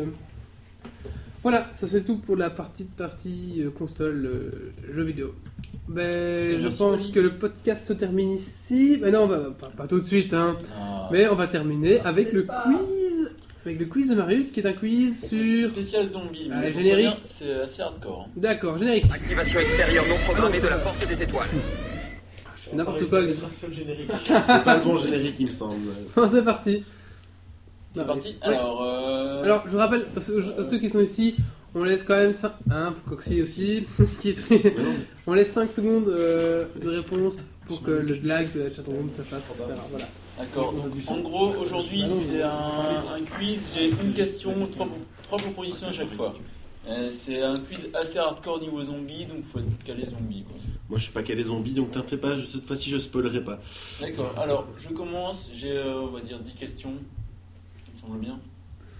Voilà, ça c'est tout pour la partie partie euh, console euh, jeux vidéo. Ben, je Merci, pense Oli. que le podcast se termine ici. Ben non, on va, pas, pas tout de suite, hein. Ah. Mais on va terminer avec le quiz, avec le quiz de Marius, qui est un quiz sur. Spécial zombie, Ah, mais générique. faut pas dire, c'est assez hardcore. hein. D'accord, générique. Activation extérieure non programmée de la porte des étoiles. N'importe quoi. Mettre un seul générique. C'est pas le bon générique, il me semble. Bon, c'est parti. C'est Non, parti. mais- ouais. Alors, euh... Alors, je rappelle, à ceux, à ceux qui sont ici, on laisse quand même cinq, hein, pour Coxy aussi, qui est très- on laisse cinq secondes euh, de réponse pour que le lag de la chatroom se fasse, et cetera. Voilà. D'accord, donc en gros aujourd'hui c'est un, un quiz, j'ai une question, trois, trois propositions à chaque fois. Euh, c'est un quiz assez hardcore niveau zombie, donc faut être calé zombie. Quoi. Moi je suis pas calé zombie, donc t'en fais pas, je- cette fois-ci je spoilerai pas. D'accord, alors je commence, j'ai euh, on va dire dix questions, ça me semble bien.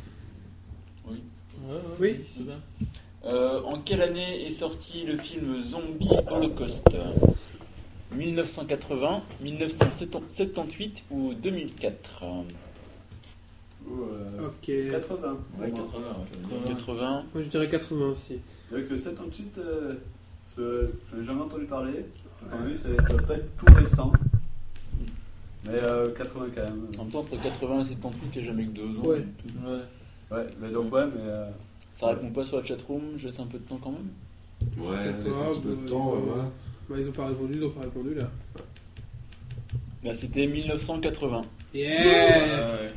Oui. Oui. C'est bien. Euh, en quelle année est sorti le film Zombie Holocaust ? dix-neuf cent quatre-vingts, dix-neuf cent soixante-dix-huit ou deux mille quatre ? Ou, euh, Ok. quatre-vingts. Ouais, quatre-vingts. Ouais, quatre-vingts. Moi je dirais quatre-vingts aussi. Avec le soixante-dix-huit, euh, ce- j'en ai jamais entendu parler. En plus, ça doit pas être tout récent. Mais euh, quatre-vingts quand même. En même temps, entre quatre-vingts et soixante-dix-huit, il n'y a jamais que deux ans. Ouais. Tout- ouais. Ouais, mais donc ouais, mais. Euh, Ça répond pas sur la chatroom, je laisse un peu de temps quand même. Ouais, laisse un Ah, petit peu de bah, temps, ouais. voilà. Bah, ils ont pas répondu, ils ont pas répondu là. Bah, c'était dix-neuf cent quatre-vingts. Yeah. Ouais.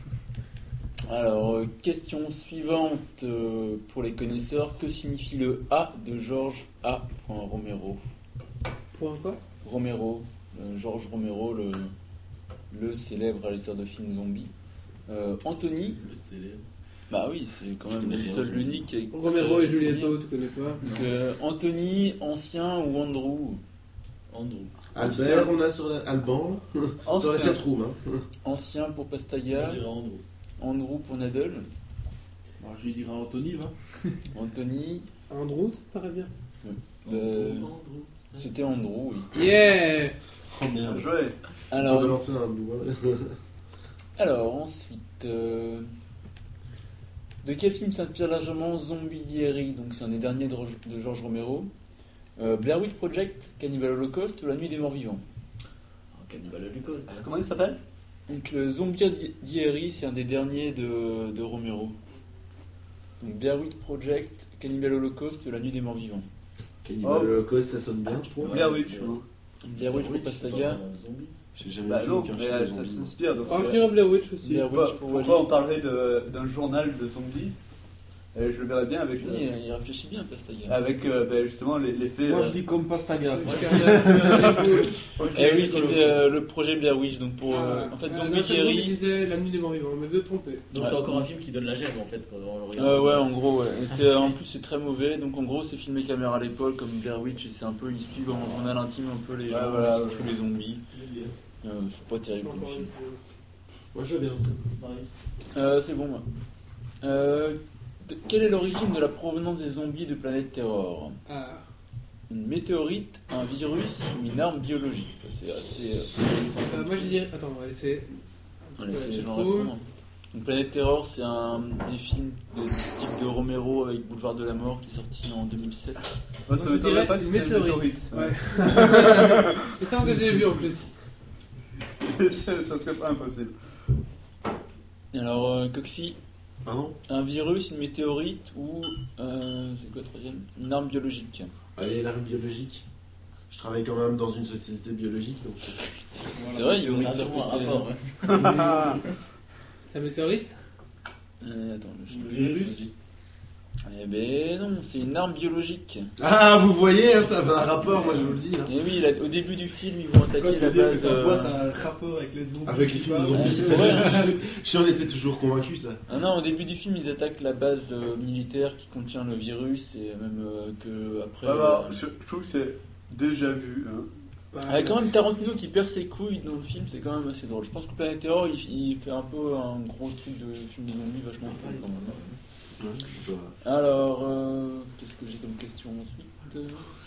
Alors, euh, question suivante euh, pour les connaisseurs. Que signifie le A de George A. Romero ? Pour un quoi ? Romero, euh, George Romero, le, le célèbre réalisateur de films zombies. Euh, Anthony, Le célèbre. bah oui, c'est quand Je même connais le rien, seul, je- l'unique. qui est- Romero et euh, Julietto, tu connais pas ? Donc, euh, Anthony, ancien ou Andrew ? Andrew. Albert, on a sur la... Alban, sur la ancien. chatroom. Hein. Ancien pour Pastaga, Je dirais Andrew. Andrew pour Nadal, Alors, je lui dirais Anthony, va. Anthony, Andrew, ça te paraît bien. euh, Andrew. c'était Andrew, oui. Yeah. Oh Bien merde. joué. On peut Alors, balancer un doigt. alors ensuite, euh, de quel film s'inspire largement Zombie Diary ? Donc c'est un des derniers de, Ro- de George Romero. Euh, Blair Witch Project, Cannibal Holocaust ou La Nuit des Morts Vivants ? Oh, Cannibal Holocaust. Comment il s'appelle? Donc le Zombie Di- Diary, c'est un des derniers de, de Romero. Donc Blair Witch Project, Cannibal Holocaust ou La Nuit des Morts Vivants. Cannibal Oh. Holocaust, ça sonne bien, je trouve. Blair Witch, Ouais, moi. Blair Witch pour c'est Pastaga. pas un zombie. J'ai jamais Bah vu non, aucun mais film euh, de ça zombie. s'inspire. Donc Ah, je c'est- dirais Blair Witch aussi. Blair Pourquoi, Witch pour pourquoi on Wally. parlerait de- d'un journal de zombies? Euh, Je le verrais bien avec, Oui, euh, il réfléchit bien, Pastaga. avec euh, ben, justement les- l'effet. Moi, euh, je dis comme Pastaga. Je dirais- je dirais les boules. Eh oui, c'était euh, le projet Blair Witch. Donc pour, euh, Ah, en fait, euh, Zombie là, c'est le groupe qui Diary. disait La Nuit des Morts Vivants, mais vous êtes trompé. Donc Ouais. c'est encore un film qui donne la gemme en fait quand on le regarde. Euh, ouais, en gros, ouais. Et c'est, en plus, c'est très mauvais. Donc, en gros, c'est filmé caméra à l'épaule comme Blair Witch. Et c'est un peu, ils suivent en journal intime un peu les Ouais, gens voilà, qui ouais. tuent les zombies. Euh, c'est pas terrible comme film. Moi je veux bien ça. Euh, c'est bon, moi. Euh, de- quelle est l'origine de la provenance des zombies de Planète Terror ? Ah. Une météorite, un virus ou une arme biologique ? Ça, c'est assez euh, récent. Euh, moi je dirais. Attends, on va laisser. On va laisser les Ouais, gens je trouve. répondre. Donc, Planète Terror, c'est un des films de type de Romero avec Boulevard de la Mort qui est sorti en deux mille sept. Moi, Moi, ça je m'étonnerait dirais pas si une c'est une météorite. météorite. Ouais. C'est ça que j'ai vu en plus. ça, ça serait pas impossible. Alors, euh, Coxy, Pardon ? un virus, une météorite ou. euh, c'est quoi le troisième ? Une arme biologique. Allez, l'arme biologique. Je travaille quand même dans une société biologique, donc. C'est vrai, ils ont Ça a sûrement un expliqué- rapport. hein. C'est la météorite. Euh, attends, le Le virus. virus. Eh ben non, c'est une arme biologique. Ah, vous voyez, hein, ça avait un rapport, moi je vous le dis. Hein. Et oui, là, au début du film, ils vont attaquer la base. euh, un rapport avec les zombies. Avec les films de Ouais, zombies, c'est ça, vrai. je- j'en étais toujours convaincu, ça. Ah non, au début du film, ils attaquent la base euh, militaire qui contient le virus et même euh, que après. Ah bah, euh, je, je trouve que c'est déjà vu. Hein. Bah, Avec quand même Tarantino qui perd ses couilles dans le film, c'est quand même assez drôle. Je pense que Planet Terror, il, il fait un peu un gros truc de film de zombies vachement cool quand même. Ouais, Alors, euh, qu'est-ce que j'ai comme question ensuite ?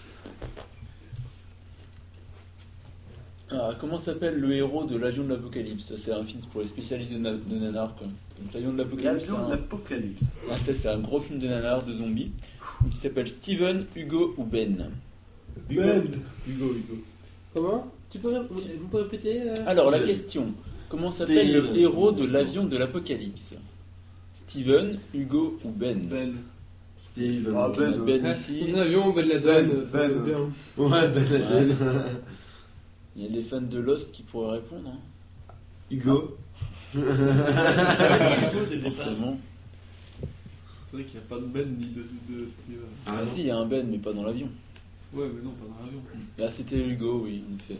Ah, comment s'appelle le héros de l'Avion de l'Apocalypse ? Ça, c'est un film pour les spécialistes de, na- de nanar. Quoi. Donc, l'Avion de l'Apocalypse, c'est L'avion de un... l'apocalypse. Ah, ça, c'est un gros film de nanar, de zombies, qui s'appelle Steven, Hugo ou Ben. Hugo. Hugo, Hugo. Comment tu peux, Vous pouvez répéter euh Alors, la Steven. question. Comment s'appelle le Steven. héros de l'Avion de l'Apocalypse ? Steven, Hugo ou Ben ? Ben. Steve. Ah, On a Ben, Ben Ah, ici. Dans un avion, Ben Laden, Ben, ça Ben. sonne bien. Ouais, Ben Laden. Il y a des fans de Lost qui pourraient répondre. Hein. Hugo. Hugo dès le départ. Forcément. C'est vrai qu'il n'y a pas de Ben ni de, de Steven. Ah, Ah non. si, il y a un Ben, mais pas dans l'avion. Ouais, mais non, pas dans l'avion. Là, c'était Hugo, oui, en effet.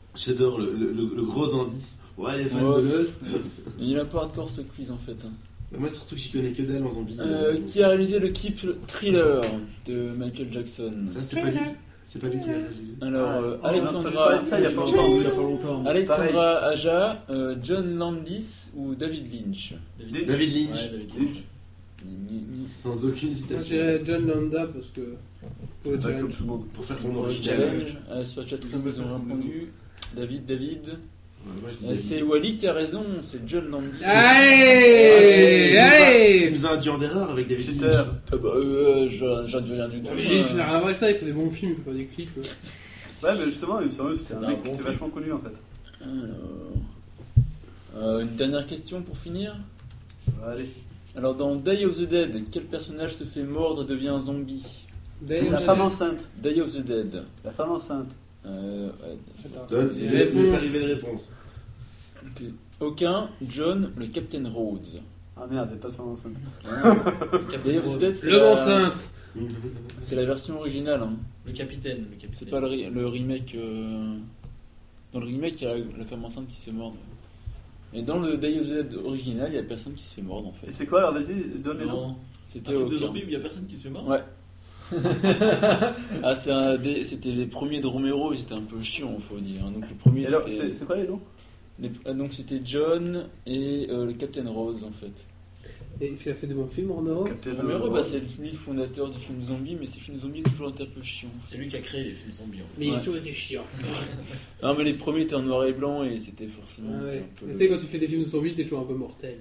J'adore le, le, le- le gros indice. Ouais, les fans Ouais. de Lost. Et il est un peu hardcore ce quiz en fait. Hein. Moi, surtout que j'y connais que dalle en zombie. Euh, qui a réalisé le clip Thriller de Michael Jackson? Ça, c'est pas lui. C'est pas lui qui l'a réalisé. Alors, euh, Ah, on a entendu Alexandra, parler de ça il y a pas longtemps. Il y a pas longtemps. Alexandra Aja, euh, John Landis ou David Lynch? David Lynch. Ouais, David Lynch. Ni- ni- ni- Sans aucune Moi, je hésitation. dirais John Landa parce que. Pour le Pas comme challenge. tout le monde. Pour faire ton Pour le original. challenge, euh, sur la chatroom ils ont répondu. David, David. Ouais, moi, je dis Euh, David. c'est Wally qui a raison, c'est John Landis. Allez Tu Allez nous as induit en erreur avec David Cheater. Lynch. Ah bah, euh, j'en j'en dis rien du tout. Mais Lynch, il n'a rien à voir avec ça, il fait des bons films, il fait pas des clips. Ouais, mais justement, il me semble que c'est un C'est un mec bon qui est film. vachement connu en fait. Alors, euh, une dernière question pour finir. Allez. Alors, dans Day of the Dead, quel personnage se fait mordre et devient un zombie? D'ailleurs, La femme enceinte. Day of the Dead. La femme enceinte. Euh, ouais, Attends. Donne, Il y a laisse des réponses. arriver les réponses. ok. Aucun, John, le Captain Rhodes. Ah merde, il n'y a pas de femme enceinte. Day of the Dead, c'est L'homme la... enceinte. c'est la version originale. Hein. Le capitaine. Le capitaine. C'est pas le, ri- le remake. euh, Dans le remake, il y a la, la femme enceinte qui se fait mordre. Et dans le Day of the Dead original, il y a personne qui se fait mordre en Et fait. c'est quoi alors Vas-y, donne les noms. Non. Un C'était film de aucun. zombies où il y a personne qui se fait mort. Ouais. Ah, c'est un des- c'était les premiers de Romero, et c'était un peu chiant, faut dire. Donc le premier, Et alors, c'était. c'est c'est quoi les noms les- ah, donc c'était John et euh, le Captain Rose en fait. Et est-ce qu'il a fait de bons films, Romero? Captain Romero, Rose. bah, c'est lui le fondateur du film zombie, mais ces films zombies ont toujours été un peu chiants. C'est lui qui a créé les films zombies. En fait. Mais il a Ouais. toujours été chiant. Non, mais les premiers étaient en noir et blanc et c'était forcément. Ah c'était ouais. un peu- Mais tu sais, quand tu fais des films de zombies, t'es toujours un peu mortel.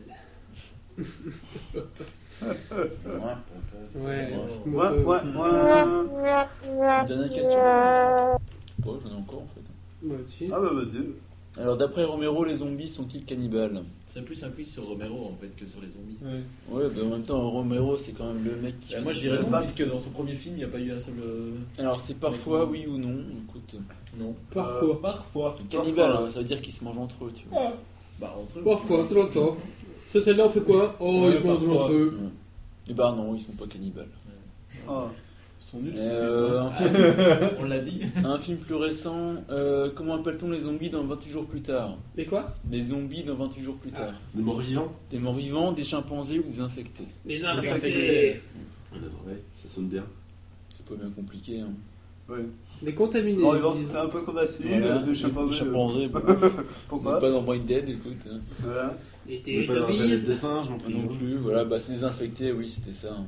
Ouais, je Ouais, me- ouais, ouais. Une dernière question. Ouais, j'en ai encore en fait. Ouais, si. Ah bah vas-y. Alors d'après Romero, les zombies sont-ils cannibales? C'est plus un quiz sur Romero en fait que sur les zombies. Ouais. Ouais, bah en même temps, Romero c'est quand même le mec qui. Bah, fait moi je des dirais choses. non, puisque dans son premier film il n'y a pas eu un seul. euh, Alors c'est parfois oui ou non, écoute. Non. Parfois. Parfois. Cannibale, Parfois. hein, ça veut dire qu'ils se mangent entre eux, tu vois. Bah entre eux. Parfois, c'est longtemps. Ce celle-là, on fait quoi? Oh, Ouais, ils se mangent parfois. entre eux. Et bah non, ils sont pas cannibales. Ah. Ils sont nuls. Euh, un, film, On l'a dit. un film plus récent, euh, comment appelle-t-on les zombies dans vingt-huit jours plus tard? Mais quoi? Les zombies dans vingt-huit jours plus tard. Des morts vivants. Des morts vivants, des chimpanzés ou des infectés? Les infectés. infectés. Ouais, ça sonne bien. C'est pas bien compliqué. Hein. Ouais. Les contaminés. Bon, ils vont ils se disent. faire un peu comme Acide, Voilà. de chimpanzés. Chimpanzés, bon. Pourquoi Pas dans Brain Dead, écoute. Hein. Voilà. Les On n'est pas dans la planète Teletubbies. des singes non Moi plus. non plus, voilà, bah c'est des infectés, oui, c'était ça. hein.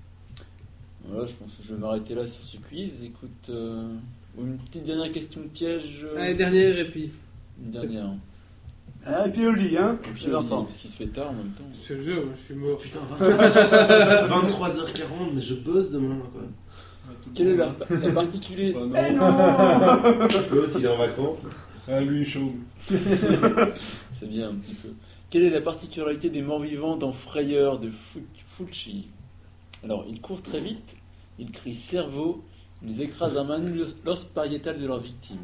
Voilà, je pense que je vais m'arrêter là sur ce quiz. Écoute, euh, une petite dernière question piège. euh, Allez, dernière et puis. Une dernière. hein. Ah, et puis au lit, hein, Et puis, les enfants. parce qu'il se fait tard en même temps. Je te jure, je suis mort. Putain, vingt-trois heures quarante, mais je bosse demain quoi. Quelle est la, la particularité Ah, non. L'autre il est en vacances. Ah, lui, il est chaud. C'est bien un petit peu. Quelle est la particularité des morts-vivants dans Frayeur de Fu- Fulci? Alors, ils courent très vite, ils crient cerveau, ils écrasent à main nue l'os pariétal de leur victime.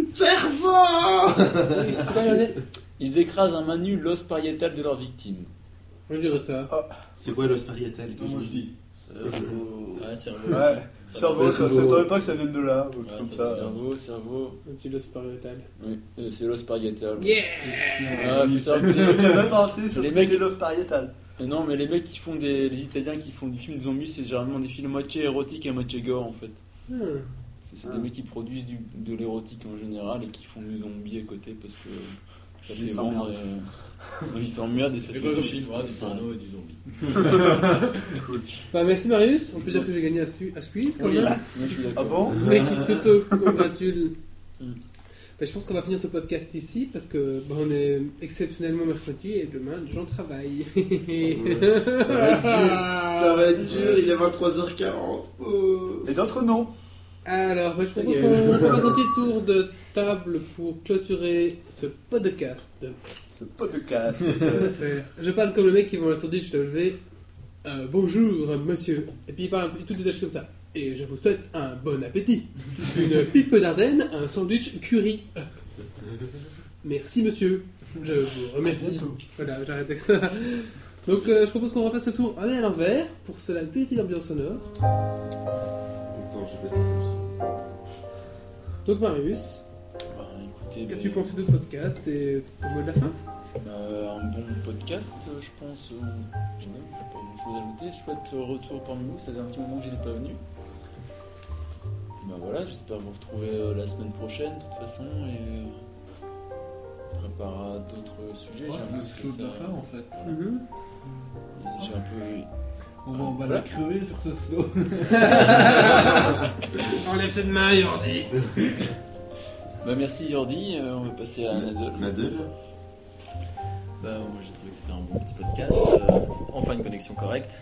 Cerveau. C'est quoi l'année? Ils écrasent à main nue l'os pariétal de leur victime. Moi, je dirais ça. C'est quoi l'os pariétal que Moi, je je dis. Cerveau, Ouais, c'est un Ouais. Cerveau, ça cerveau. s'étonnerait pas que ça vienne de là, ou Ouais, comme c'est ça. cerveau, cerveau. Un petit os pariétal. Oui, euh, c'est l'os pariétal. Yeah! Ah, faut savoir que J'ai les- même pensé, ça Les c'était mecs- l'os pariétal. Et non, mais les mecs qui font des. Les Italiens qui font des films de zombies, c'est généralement des films moitié érotiques et moitié gore en fait. Hmm. C'est c'est Ah. des mecs qui produisent du, de l'érotique en général et qui font du zombie à côté parce que ça Ils fait s'emmerdent. vendre. Et... Ils s'emmerdent et ça Ça fait fait quoi comme chier. film? Ouais, du porno et du zombie. Bah, merci Marius. On peut dire que j'ai gagné à ce à ce quiz quand Oui, même. moi, je suis Ah d'accord. bon Le mec qui s'auto-congratule. Mm. Bah, je pense qu'on va finir ce podcast ici parce que bah, on est exceptionnellement mercredi et demain les gens travaillent. Ça va être dur. Ça va être dur, il est vingt-trois heures quarante. Oh. Et d'autres non. Alors, bah, je propose Ta qu'on gueule. fasse un petit tour de table pour clôturer ce podcast. Ce podcast. Ouais. Je parle comme le mec qui vend le sandwich, là où je vais. Euh, bonjour, monsieur. Et puis il parle un peu, tout détache comme ça. Et je vous souhaite un bon appétit. Une pipe d'Ardenne, un sandwich curry. Merci, monsieur. Je vous remercie. Voilà, j'arrête avec ça. Donc, euh, je propose qu'on refasse le tour à l'envers pour cela une petite ambiance sonore. Attends, je baisse un Donc, Marius, Bah, écoutez, qu'as-tu ben, pensé de ce podcast et au mot de la fin? Euh, un bon podcast, euh, je pense. Euh, je n'ai pas grand chose à ajouter. Chouette le retour parmi vous, ça fait un petit moment que je n'étais pas venu. Bah voilà, j'espère vous retrouver euh, la semaine prochaine de toute façon et on préparera d'autres sujets. Oh, J'ai c'est un le peu slow fait de ça. la fin en fait. Mhm. Et J'ai un peu. On va, on va Voilà. la crever sur ce slow. Enlève cette main, Jordi. Bah merci Jordi, euh, on va passer à Nadal. Nadal. Bah, moi j'ai trouvé que c'était un bon petit podcast. Euh, enfin une connexion correcte.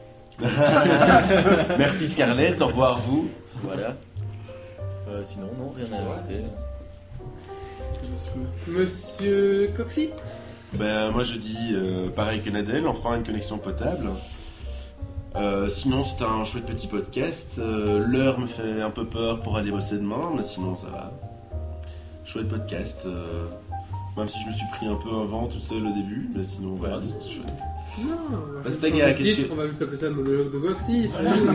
Merci Scarlett, au revoir vous. Voilà. Euh, sinon, non, rien à ajouter. C'est le slow. Monsieur Coxy. Ben moi je dis euh, pareil que Nadal, enfin une connexion potable. Euh, sinon c'est un chouette petit podcast. Euh, l'heure me fait un peu peur pour aller bosser demain, mais sinon ça va. Chouette podcast. Euh, même si je me suis pris un peu un vent tout seul au début, mais sinon voilà, c'est chouette. Non, on va Pastaga, changer de qu'est-ce titre, que- On va juste appeler ça le monologue de Coxy.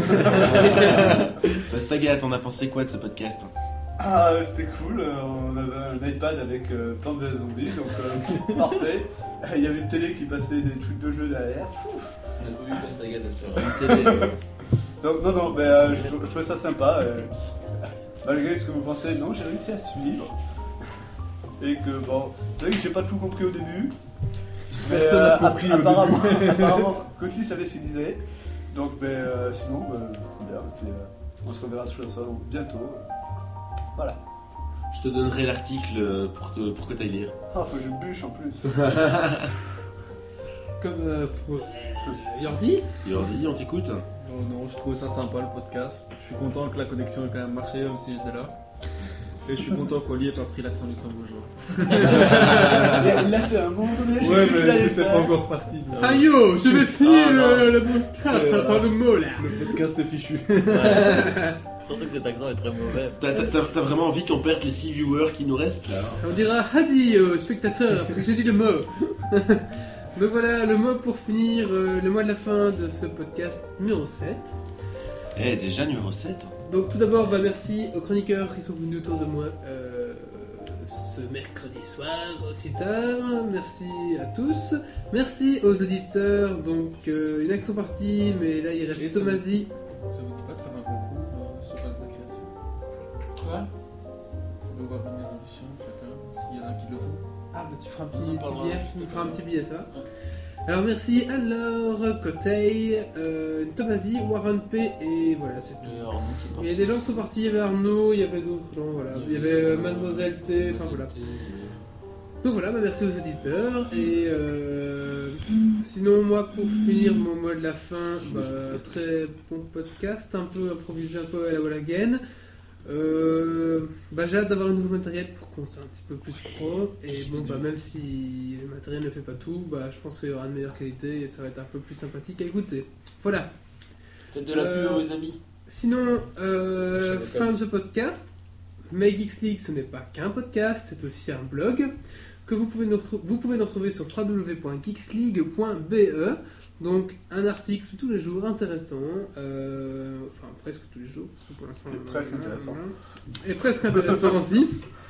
Pastaga, t'en as pensé quoi de ce podcast? Ah, euh, c'était cool. euh, On avait un iPad avec euh, plein de zombies, donc euh, parfait. Euh, Il y avait une télé qui passait des trucs de jeu derrière. Ouf. On a pas vu Pastaga ta soeur. Une télé. euh, Donc, non, non, Sans- mais sans euh, télé. je, je trouvais ça sympa. euh, malgré ce que vous pensez, non, j'ai réussi à suivre. Et que bon, c'est vrai que j'ai pas tout compris au début. Mais Personne n'a euh, compris au apparemment, apparemment, qu'aussi ça laisse disait. Donc, mais euh, sinon, bah, c'est bien. Et puis, euh, on se reverra de toute façon bientôt. Voilà. Je te donnerai l'article pour, te, pour que t'ailles lire. Ah, faut que je bûche en plus. Comme euh, pour euh, Jordi. Jordi, on t'écoute? Oh non, je trouve ça sympa le podcast. Je suis content que la connexion ait quand même marché, même si j'étais là. Et je suis content qu'Oli ait pas pris l'accent luxembourgeois. Il l'a fait à un moment donné. Ouais, j'ai vu mais qu'il allait j'étais faire. pas encore parti. là. Ah yo, je vais finir Ah, non. le, le podcast, Et ça voilà. prend le mot là. Le podcast est fichu. Ouais. Surtout que cet accent est très mauvais. T'as, t'as- t'as- t'as vraiment envie qu'on perde les six viewers qui nous restent là? On dira Hadi aux spectateurs, parce que j'ai dit le mot. Donc voilà, le mot pour finir, euh, le mot de la fin de ce podcast numéro sept. Eh, déjà numéro sept. Donc tout d'abord, bah, merci aux chroniqueurs qui sont venus autour de moi euh, ce mercredi soir aussi tard. Merci à tous. Merci aux auditeurs. Donc euh, une action partie, mais là il Et reste ça Tomasi. Ça vous dit pas de faire un concours euh, sur base de la création? Quoi On peut voir une évolution chacun, s'il y en a qui le font. Ah bah tu feras un On petit, en petit parlera billet, juste tu nous feras un après. petit billet ça. Alors merci à Laure, Cotey, euh, Tomasi, Warren P et voilà c'est tout. Le Arnaud qui est parti. Il y a des gens qui sont partis, il y avait Arnaud, il y avait d'autres gens, voilà. Il y avait euh, Mademoiselle T, enfin voilà. Donc voilà, bah, merci aux auditeurs. Et euh, sinon, moi, pour finir mon mot de la fin, bah, très bon podcast, un peu improvisé, un peu à la wall again. Euh, bah, j'ai hâte d'avoir un nouveau matériel pour qu'on soit un petit peu plus pro. Et bon, bah, même si le matériel ne fait pas tout, bah, je pense qu'il y aura une meilleure qualité et ça va être un peu plus sympathique à écouter. Voilà. Faites de la Euh, pub à vos amis. Sinon, euh, Chaque fin de occasion. ce podcast. Mais Geeks League, ce n'est pas qu'un podcast, c'est aussi un blog que vous pouvez nous, retrou- vous pouvez nous retrouver sur w w w point geeks league point b e. Donc, un article tous les jours intéressant, euh, enfin presque tous les jours, parce que pour l'instant, Et presque intéressant. Et presque intéressant aussi.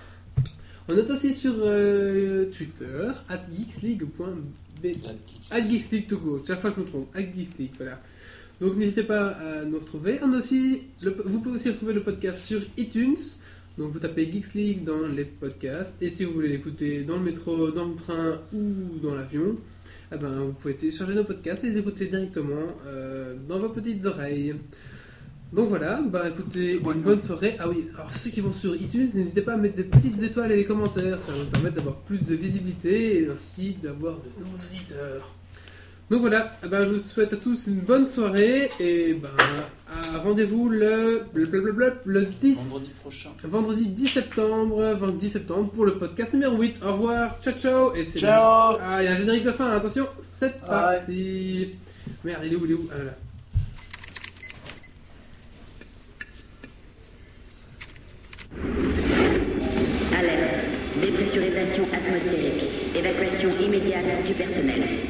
On est aussi sur euh, Twitter, at geeksleague point b e. À Geeks League to go, chaque fois je me trompe, à Geeks League, voilà. Donc n'hésitez pas à nous retrouver. On a aussi, le- vous pouvez aussi retrouver le podcast sur iTunes. Donc vous tapez Geeks League dans les podcasts. Et si vous voulez l'écouter dans le métro, dans le train ou dans l'avion, eh ben, vous pouvez télécharger nos podcasts et les écouter directement euh, dans vos petites oreilles. Donc voilà, bah écoutez, une bonne soirée. Ah oui, alors ceux qui vont sur iTunes, n'hésitez pas à mettre des petites étoiles et des commentaires. Ça va nous permettre d'avoir plus de visibilité et ainsi d'avoir de nouveaux auditeurs. Donc voilà, eh ben, je vous souhaite à tous une bonne soirée et ben, à rendez-vous le, le, le, le, le dix, Vendredi prochain. vendredi dix septembre, vendredi dix septembre pour le podcast numéro huit. Au revoir, ciao ciao et c'est Ciao. Ah, il y a un générique de fin, hein, attention, c'est Ouais. parti. Merde, il est où, il est où? Ah là. Alerte. Dépressurisation atmosphérique. Évacuation immédiate du personnel.